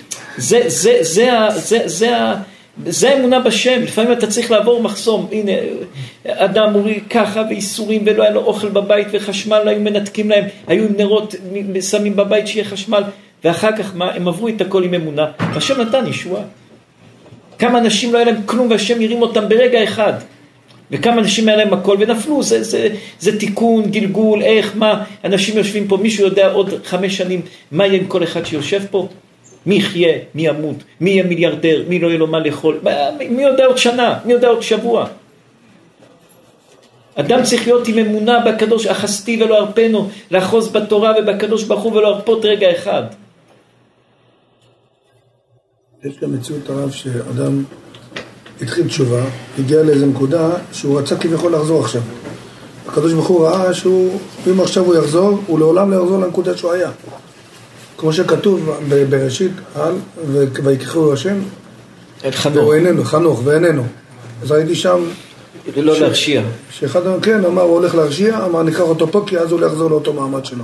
זה האמונה בשם. לפעמים אתה צריך לעבור מחסום. הנה, אדם מורי ככה ואיסורים, ולא היה לו אוכל בבית וחשמל, היו מנתקים להם, היו עם נרות שמים בבית שיהיה חשמל, ואחר כך מה? הם עברו את הכל עם אמונה, והשם נתן ישועה. כמה אנשים לא היה להם כלום והשם ירים אותם ברגע אחד, וכמה אנשים היה להם הכל ונפלו. זה תיקון, גלגול, איך, מה, אנשים יושבים פה, מישהו יודע עוד 5 שנים מה יהיה עם כל אחד שיושב פה? מי יחיה, מי ימות, מי יהיה מיליארדר, מי לא יהיה לו מה לאכול, מי יודע עוד שנה, מי יודע עוד שבוע. אדם צריך להיות עם אמונה בקדוש, אחזתי ולא ארפנו, לאחוז בתורה ובקדוש ברוך הוא ולא ארפות רגע אחד. יש גם מציאות הרב שאדם התחיל תשובה, הגיע לאיזו נקודה שהוא רצה כביכול לחזור עכשיו. הקדוש ברוך הוא ראה שהוא, אם עכשיו הוא יחזור, הוא לעולם לא יחזור לנקודה שהוא היה. כמו שכתוב בראשית, ויקחו השם, חנוך ואיננו. אז ראיתי שם... לא להרשיע. שאחד כן, אמר, הוא הולך להרשיע, אמר, ניקח אותו פה, כי אז הוא יחזור לאותו מעמד שלו.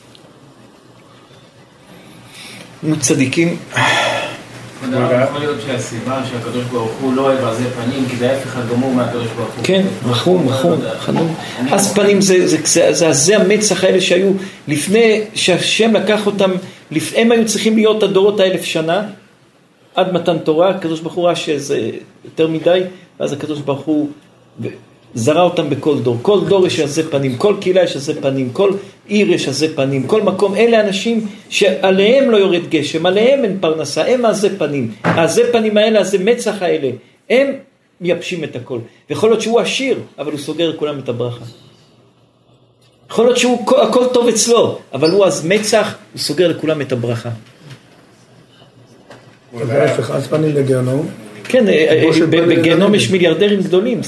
צדיקים... יכול להיות שהסיבה שהקדוש ברוך הוא לא אוהב עזי פנים, כי זה ההפך הגמור מהקדוש ברוך הוא. כן, רחום, חנון. אז פנים זה המצח האלה שהיו לפני שהשם לקח אותם, הם היו צריכים להיות הדורות 1000 שנה, עד מתן תורה. הקדוש ברוך הוא ראה שזה יותר מדי, ואז הקדוש ברוך הוא זרע אותם בכל דור. כל דור יש עזי פנים, כל קהילה יש עזי פנים, כל עיר יש עזי פנים, כל מקום. אלה אנשים שעליהם לא יורד גשם, עליהם אין פרנסה, הם עזי פנים. העזי פנים האלה, עזי מצח האלה, הם מייבשים את הכל. ויכול להיות שהוא עשיר, אבל הוא סוגר לכולם את הברכה. יכול להיות שהכל טוב אצלו, אבל הוא אז מצח, הוא סוגר לכולם את הברכה. אז ההפך, אז פנים לגיהנום. כן, בגיהנום יש מיליארדרים גדולים,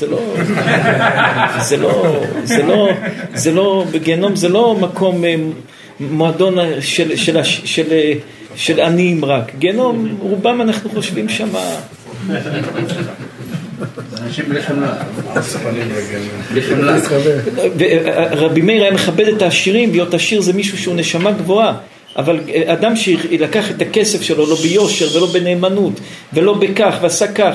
בגיהנום זה לא מקום מועדון של עניים רק. גיהנום, רובם אנחנו חושבים שמה... אנשים בלי חמלה. רבי מאיר היה מכבד את העשירים, להיות עשיר זה מישהו שהוא נשמה גבוהה, אבל אדם שלקח את הכסף שלו לא ביושר ולא בנאמנות ולא בכך ועשה כך,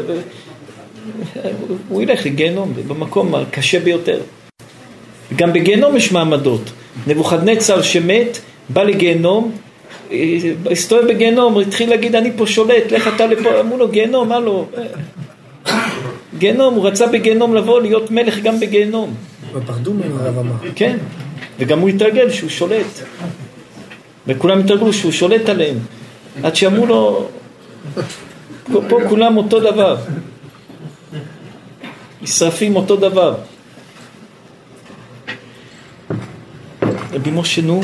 הוא ילך לגיהנום במקום הקשה ביותר. גם בגיהנום יש מעמדות. נבוכדנצר שמת בא לגיהנום, הסתובב בגיהנום, התחיל להגיד אני פה שולט, לך אתה לפה, אמרו לו גיהנום, מה לו? גיהנום, הוא רצה בגיהנום לבוא להיות מלך גם בגיהנום. ופחדו ממנו הרב אמר. כן, וגם הוא התרגל שהוא שולט, וכולם התרגלו שהוא שולט עליהם, עד שאמרו לו פה כולם אותו דבר, נשרפים אותו דבר. רבי משה נו.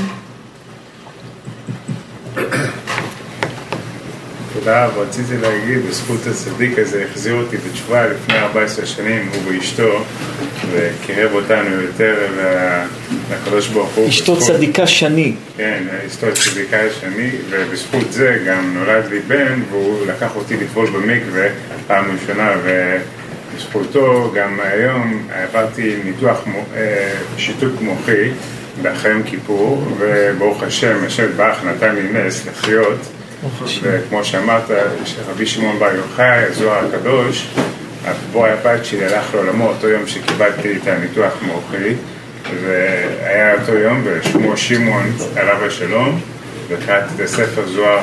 תודה, רציתי להגיד, בזכות הצדיק הזה החזיר אותי בתשובה לפני 14 שנים, הוא ואשתו, וקירב אותנו יותר לקדוש ברוך הוא. אשתו צדיקה שני. כן, אשתו צדיקה שני, ובזכות זה גם נולד לי בן, והוא לקח אותי לטבול במקווה פעם ראשונה, ובזכותו גם היום עברתי ניתוח שיתוק מוחי באחרי יום כיפור, וברוך השם, השם ברך נתן לי נס לחיות, וכמו שאמרת, רבי שמעון בר יוחאי, הזוהר הקדוש, בו הבת שלי הלך לעולמו אותו יום שקיבלתי את הניתוח מוחי, והיה אותו יום ושמו שמעון עליו השלום, וקראתי את הספר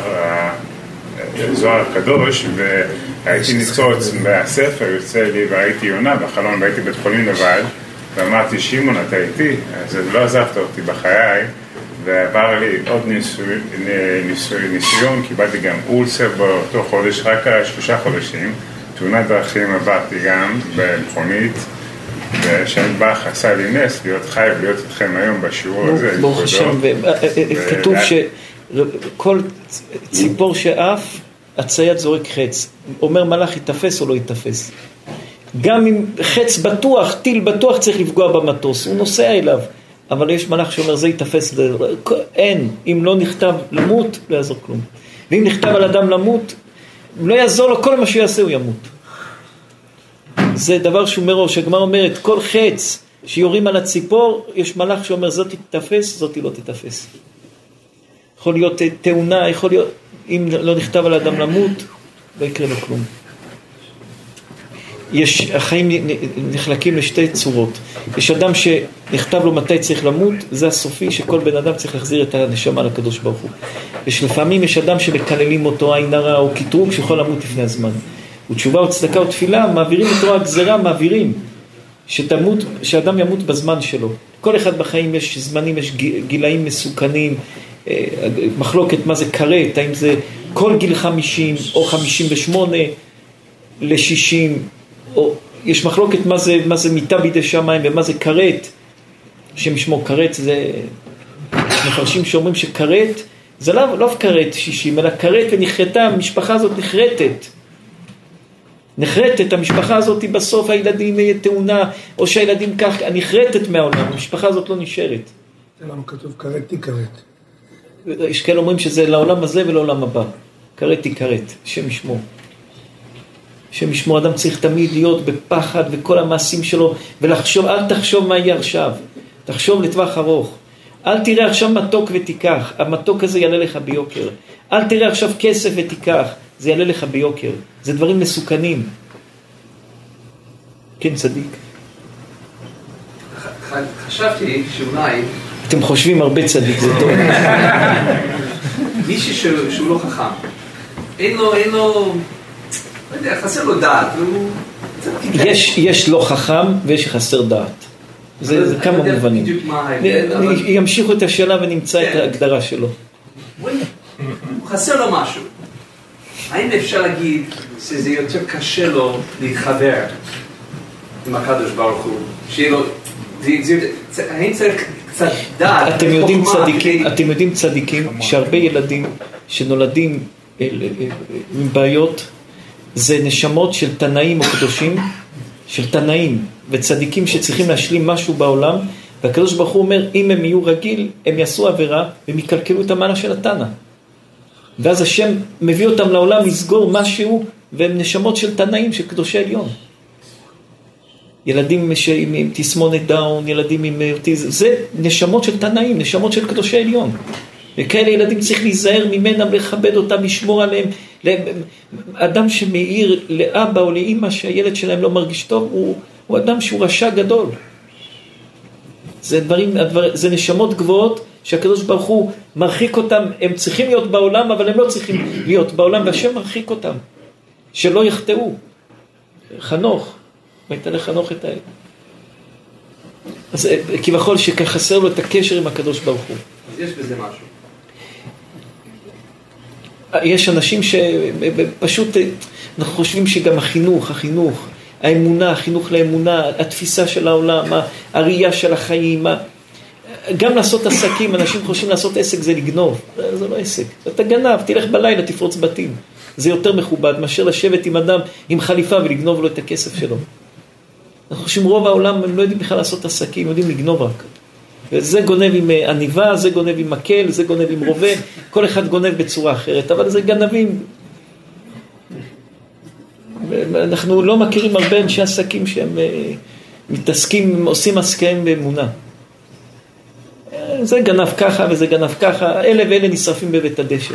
זוהר הקדוש, והייתי ניצוץ בספר, יוצא לי והייתי יונה בחלון, והייתי בית חולים לבד, ואמרתי שמעון אתה איתי, אז לא עזבת אותי בחיי, ועבר לי עוד ניסיון, קיבלתי גם אולסר באותו חודש, רק 3 חודשים, תאונת דרכים עברתי גם במכונית, ושם בח עשה לי נס להיות חי ולהיות איתכם היום בשיעור הזה. ברוך השם, כתוב שכל ציפור שאף, הצייד זורק חץ. אומר מלאך יתפס או לא יתפס. גם אם חץ בטוח, טיל בטוח צריך לפגוע במטוס, הוא נוסע אליו. אבל יש מלאך שאומר זה יתפס, אין, אם לא נכתב למות, לא יעזור כלום. ואם נכתב על אדם למות, לא יעזור לו, כל מה שיעשה הוא ימות. זה דבר שהוא מראש, הגמרא אומרת, כל חץ שיורים על הציפור, יש מלאך שאומר זאת תתפס, זאת לא תתפס. יכול להיות תאונה, יכול להיות, אם לא נכתב על אדם למות, לא יקרה לו כלום. החיים נחלקים לשתי צורות. יש אדם שנכתב לו מתי צריך למות, זה הסופי שכל בן אדם צריך להחזיר את הנשמה לקדוש ברוך הוא. לפעמים יש אדם שמקללים אותו עין הרע או קטרוג שיכול למות לפני הזמן. ותשובה וצדקה ותפילה מעבירים את רוע הגזרה, מעבירים שאדם ימות בזמן שלו. כל אחד בחיים יש זמנים, יש גילאים מסוכנים, מחלוקת מה זה כרת, האם זה כל גיל 50 או 58 ל-60, או יש מחלוקת מה זה מיטה בידי שמיים ומה זה כרת, שם שמו כרת, זה מפרשים שאומרים שכרת זה לא כרת 60 אלא כרת ונחרטה, המשפחה הזאת נחרטת, המשפחה הזאת בסוף הילדים יהיה תאונה או שהילדים כך, נחרטת מהעולם, המשפחה הזאת לא נשארת. זה למה כתוב כרת תיכרת. יש כאלה אומרים שזה לעולם הזה ולעולם הבא, כרת תיכרת, שם ישמו. שמשמור אדם צריך תמיד להיות בפחד וכל המעשים שלו ולחשוב, אל תחשוב מה יהיה עכשיו, תחשוב לטווח ארוך. אל תראה עכשיו מתוק ותיקח, המתוק הזה יעלה לך ביוקר. אל תראה עכשיו כסף ותיקח, זה יעלה לך ביוקר. זה דברים מסוכנים. כן, צדיק. חשבתי שאולי... אתם חושבים הרבה צדיק, זה טוב. מישהו שהוא לא חכם. אין לו... לא יודע, חסר לו דעת. יש לא חכם ויש חסר דעת. זה כמה מובנים. ימשיכו את השאלה ונמצא את ההגדרה שלו. הוא חסר לו משהו. האם אפשר להגיד שזה יותר קשה לו להתחבר עם הקדוש ברוך הוא? האם צריך קצת דעת? אתם יודעים צדיקים שהרבה ילדים שנולדים עם בעיות, זה נשמות של תנאים או קדושים, של תנאים וצדיקים שצריכים להשלים משהו בעולם, והקדוש ברוך הוא אומר, אם הם יהיו רגיל, הם יעשו עבירה, והם יקלקלו את המעלה של התנא. ואז השם מביא אותם לעולם לסגור משהו, והם נשמות של תנאים, של קדושי עליון. ילדים עם תסמונת דאון, ילדים עם אוטיזם, זה נשמות של תנאים, נשמות של קדושי עליון. וכאלה ילדים צריך להיזהר ממנם, לכבד אותם, לשמור עליהם. אדם שמאיר לאבא או לאמא שהילד שלהם לא מרגיש טוב, הוא אדם שהוא רשע גדול. זה נשמות גבוהות שהקדוש ברוך הוא מרחיק אותם, הם צריכים להיות בעולם, אבל הם לא צריכים להיות בעולם, והשם מרחיק אותם, שלא יחטאו. חנוך, הייתה לחנוך את האלה. אז כביכול שחסר לו את הקשר עם הקדוש ברוך הוא. אז יש בזה משהו. יש אנשים שפשוט, אנחנו חושבים שגם החינוך, האמונה, החינוך לאמונה, התפיסה של העולם, הראייה של החיים, גם לעשות עסקים, אנשים חושבים לעשות עסק זה לגנוב, זה לא עסק, אתה גנב, תלך בלילה, תפרוץ בתים, זה יותר מכובד מאשר לשבת עם אדם עם חליפה ולגנוב לו את הכסף שלו. אנחנו חושבים רוב העולם הם לא יודעים בכלל לעשות עסקים, יודעים לגנוב רק. וזה גונב עם עניבה, זה גונב עם מקל, זה גונב עם רובה, כל אחד גונב בצורה אחרת, אבל זה גנבים. אנחנו לא מכירים הרבה אנשי עסקים שהם מתעסקים, עושים עסקים באמונה. זה גנב ככה וזה גנב ככה, אלה ואלה נשרפים בבית הדשן.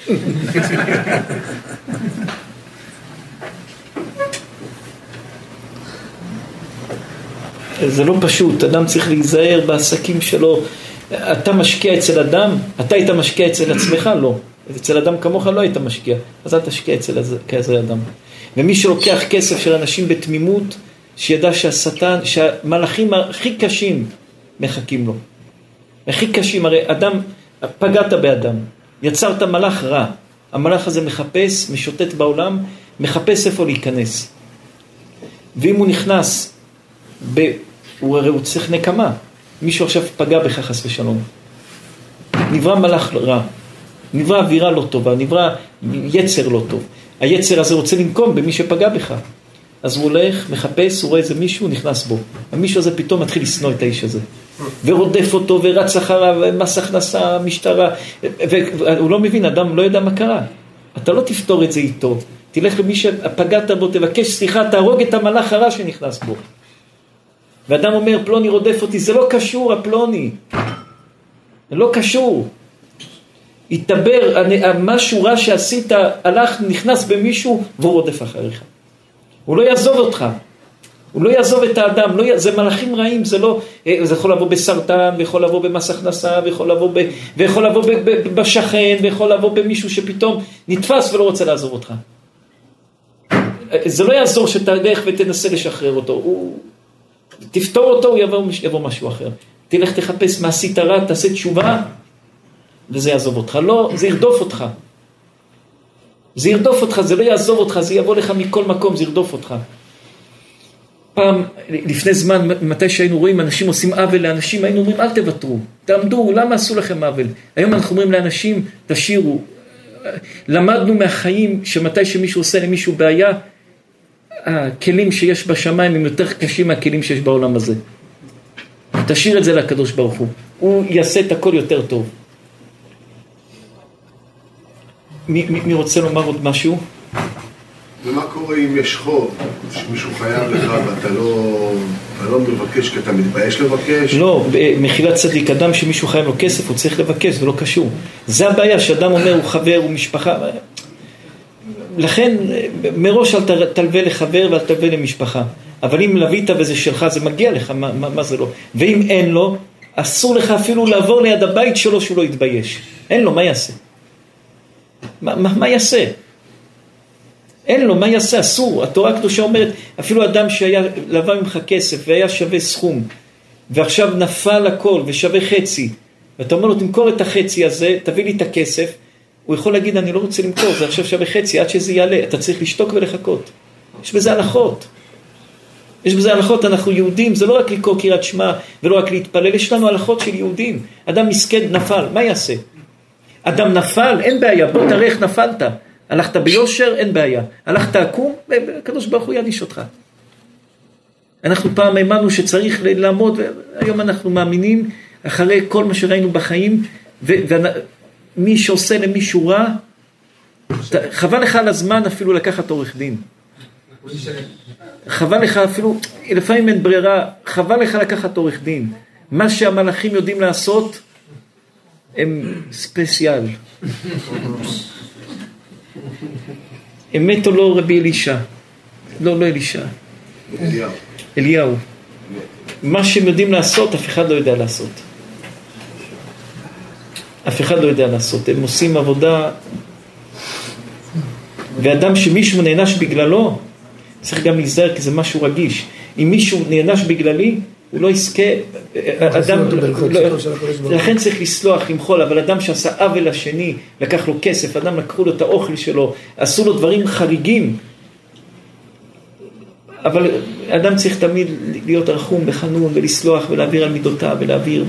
זה לא פשוט, אדם צריך להיזהר בעסקים שלו. אתה משקיע אצל אדם, אתה היית משקיע אצל עצמך? לא. אצל אדם כמוך לא היית משקיע, אז אל תשקיע אצל כזה אדם. ומי שלוקח כסף של אנשים בתמימות, שידע שהשטן, שהמלאכים הכי קשים מחכים לו. הכי קשים, הרי אדם, פגעת באדם, יצרת מלאך רע. המלאך הזה מחפש, משוטט בעולם, מחפש איפה להיכנס. ואם הוא נכנס, הוא צריך נקמה. מישהו עכשיו פגע בך חס ושלום. נברא מלאך רע, נברא אווירה לא טובה, נברא יצר לא טוב. היצר הזה רוצה לנקום במי שפגע בך. אז הוא הולך, מחפש, הוא רואה איזה מישהו, נכנס בו. המישהו הזה פתאום מתחיל לסנוע את האיש הזה. ורודף אותו ורץ אחריו, מס הכנסה, משטרה. והוא לא מבין, אדם לא יודע מה קרה. אתה לא תפתור את זה איתו. תלך למי שפגעת בו, תבקש סליחה, תהרוג את המלאך הרע שנכנס בו. ואדם אומר, פלוני רודף אותי, זה לא קשור, הפלוני. זה לא קשור. יתבר, משהו רע שעשית, הלך, נכנס במישהו, והוא רודף אחריך. הוא לא יעזוב אותך. הוא לא יעזוב את האדם. זה מלאכים רעים, זה לא, זה יכול לבוא בסרטן, ויכול לבוא במס הכנסה, ויכול לבוא בשכן, ויכול לבוא במישהו שפתאום נתפס ולא רוצה לעזוב אותך. זה לא יעזור שתלך ותנסה לשחרר אותו. תפתור אותו, הוא יבוא משהו אחר. תלך תחפש מה עשית רע, תעשה תשובה, וזה יעזוב אותך. לא, זה ירדוף אותך. זה ירדוף אותך, זה לא יעזוב אותך, זה יבוא לך מכל מקום, זה ירדוף אותך. פעם, לפני זמן, מתי שהיינו רואים אנשים עושים עוול לאנשים, היינו אומרים, אל תוותרו, תעמדו, למה עשו לכם עוול? היום אנחנו אומרים לאנשים, תשאירו. למדנו מהחיים שמתי שמישהו עושה למישהו בעיה, הכלים שיש בשמיים הם יותר קשים מהכלים שיש בעולם הזה. תשאיר את זה לקדוש ברוך הוא. הוא יעשה את הכל יותר טוב. מי רוצה לומר עוד משהו? ומה קורה אם יש חוב שמישהו חייב לך ואתה לא מבקש כי אתה מתבייש לבקש? לא, מחילת צדיק, אדם שמישהו חייב לו כסף הוא צריך לבקש, זה לא קשור. זה הבעיה שאדם אומר הוא חבר, הוא משפחה. לכן מראש אל תלווה לחבר ואל תלווה למשפחה. אבל אם לווית וזה שלך זה מגיע לך, מה זה לא? ואם אין לו, אסור לך אפילו לעבור ליד הבית שלו שהוא לא יתבייש. אין לו, מה יעשה? מה יעשה? אין לו, מה יעשה? אסור. התורה הקדושה אומרת, אפילו אדם שהיה לווה ממך כסף והיה שווה סכום, ועכשיו נפל הכל ושווה חצי, ואתה אומר לו, תמכור את החצי הזה, תביא לי את הכסף, הוא יכול להגיד, אני לא רוצה למכור, זה עכשיו שווה חצי, עד שזה יעלה. אתה צריך לשתוק ולחכות. יש בזה הלכות. יש בזה הלכות, אנחנו יהודים, זה לא רק לקרוא קריאת שמע, ולא רק להתפלל, יש לנו הלכות של יהודים. אדם מסכן נפל, מה יעשה? אדם נפל, אין בעיה, בוא תראה איך נפלת. הלכת ביושר, אין בעיה. הלכת עקום, הקדוש ברוך הוא יעניש אותך. אנחנו פעם האמנו שצריך לעמוד, והיום אנחנו מאמינים, אחרי כל מה שראינו בחיים, ומי שעושה למישהו רע, חבל לך על הזמן אפילו לקחת עורך דין. חבל לך אפילו, לפעמים אין ברירה, חבל לך לקחת עורך דין. מה שהמלאכים יודעים לעשות, הם ספציאל. אמת או לא רבי אלישע? לא אלישע. אליהו. מה שהם יודעים לעשות, אף אחד לא יודע לעשות. אף אחד לא יודע לעשות. הם עושים עבודה, ואדם שמישהו נענש בגללו, צריך גם להיזהר, כי זה משהו רגיש. אם מישהו נענש בגללי, הוא לא יזכה, אדם, לכן צריך לסלוח, למחול, אבל אדם שעשה עוול לשני, לקח לו כסף, אדם לקחו לו את האוכל שלו, עשו לו דברים חריגים, אבל אדם צריך תמיד להיות רחום וחנון ולסלוח ולהעביר על מידותיו ולהעביר.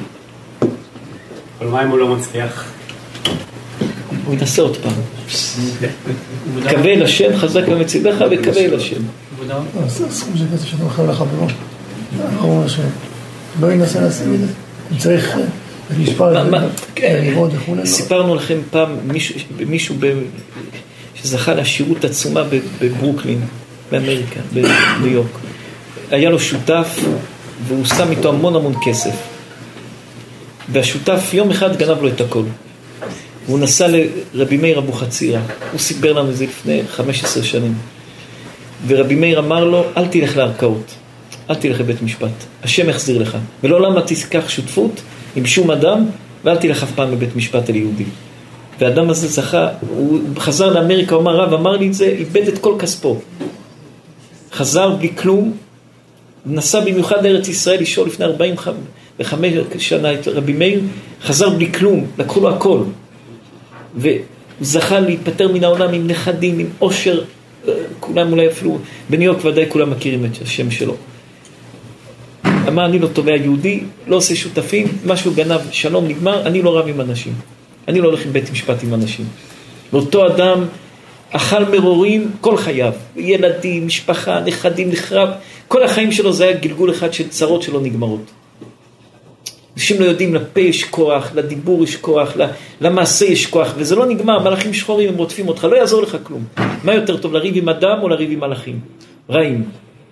אבל מה אם הוא לא מצליח? הוא ינסה עוד פעם. קווה אל השם, חזק ומצילך וקווה אל השם. זה סכום של כסף שאתה מחר לחברו. הוא שלא ינסה להשיג את זה. הוא צריך להשפע לראות וכו'. סיפרנו לכם פעם מישהו שזכה לעשירות עצומה בברוקלין, באמריקה, בניו יורק. היה לו שותף והוא שם איתו המון כסף. והשותף יום אחד גנב לו את הכל. והוא נסע לרבי מאיר אבוחצירא. הוא סיפר לנו את זה לפני 15 שנים. ורבי מאיר אמר לו, אל תלך לערכאות. אל תלך לבית משפט. השם יחזיר לך. ולעולם תיקח שותפות עם שום אדם, ואל תלך אף פעם לבית משפט אל יהודי. והאדם הזה זכה, הוא חזר לאמריקה, הוא אמר, רב, אמר לי את זה, איבד את כל כספו. חזר בלי כלום, נסע במיוחד לארץ ישראל, לשאול לפני 45 שנה את רבי מאיר, חזר בלי כלום, לקחו לו הכל. וזכה להיפטר מן העולם עם נכדים, עם עושר, כולם אולי אפילו, בניו יורק ודאי כולם מכירים את השם שלו. אמר, אני לא תובע יהודי, לא עושה שותפים, משהו גנב, שלום נגמר, אני לא רב עם אנשים. אני לא הולך עם בית משפט עם אנשים. ואותו אדם אכל מרורים כל חייו, ילדים, משפחה, נכדים, נחרב, כל החיים שלו זה היה גלגול אחד של צרות שלא נגמרות. אנשים לא יודעים, לפה יש כוח, לדיבור יש כוח, למעשה יש כוח, וזה לא נגמר, מלאכים שחורים הם רודפים אותך, לא יעזור לך כלום. מה יותר טוב, לריב עם אדם או לריב עם מלאכים? רעים.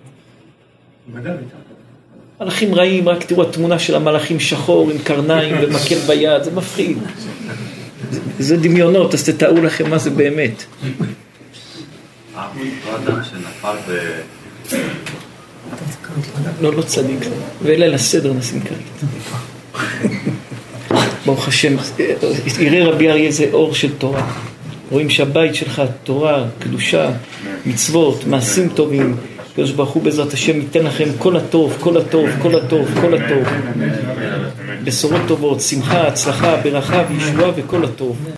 מלאכים רעים, רק תראו התמונה של המלאכים שחור עם קרניים ומקל ביד, זה מפחיד. זה דמיונות, אז תתארו לכם מה זה באמת. אדם שנפל לא צדיק, וליל הסדר נשים כרית. ברוך השם, יראה רבי אריה איזה אור של תורה. רואים שהבית שלך תורה, קדושה, מצוות, מעשים טובים. הקדוש ברוך הוא בעזרת השם ייתן לכם כל הטוב, כל הטוב, כל הטוב, כל הטוב. בשורות טובות, שמחה, הצלחה, ברכה וישועה וכל הטוב.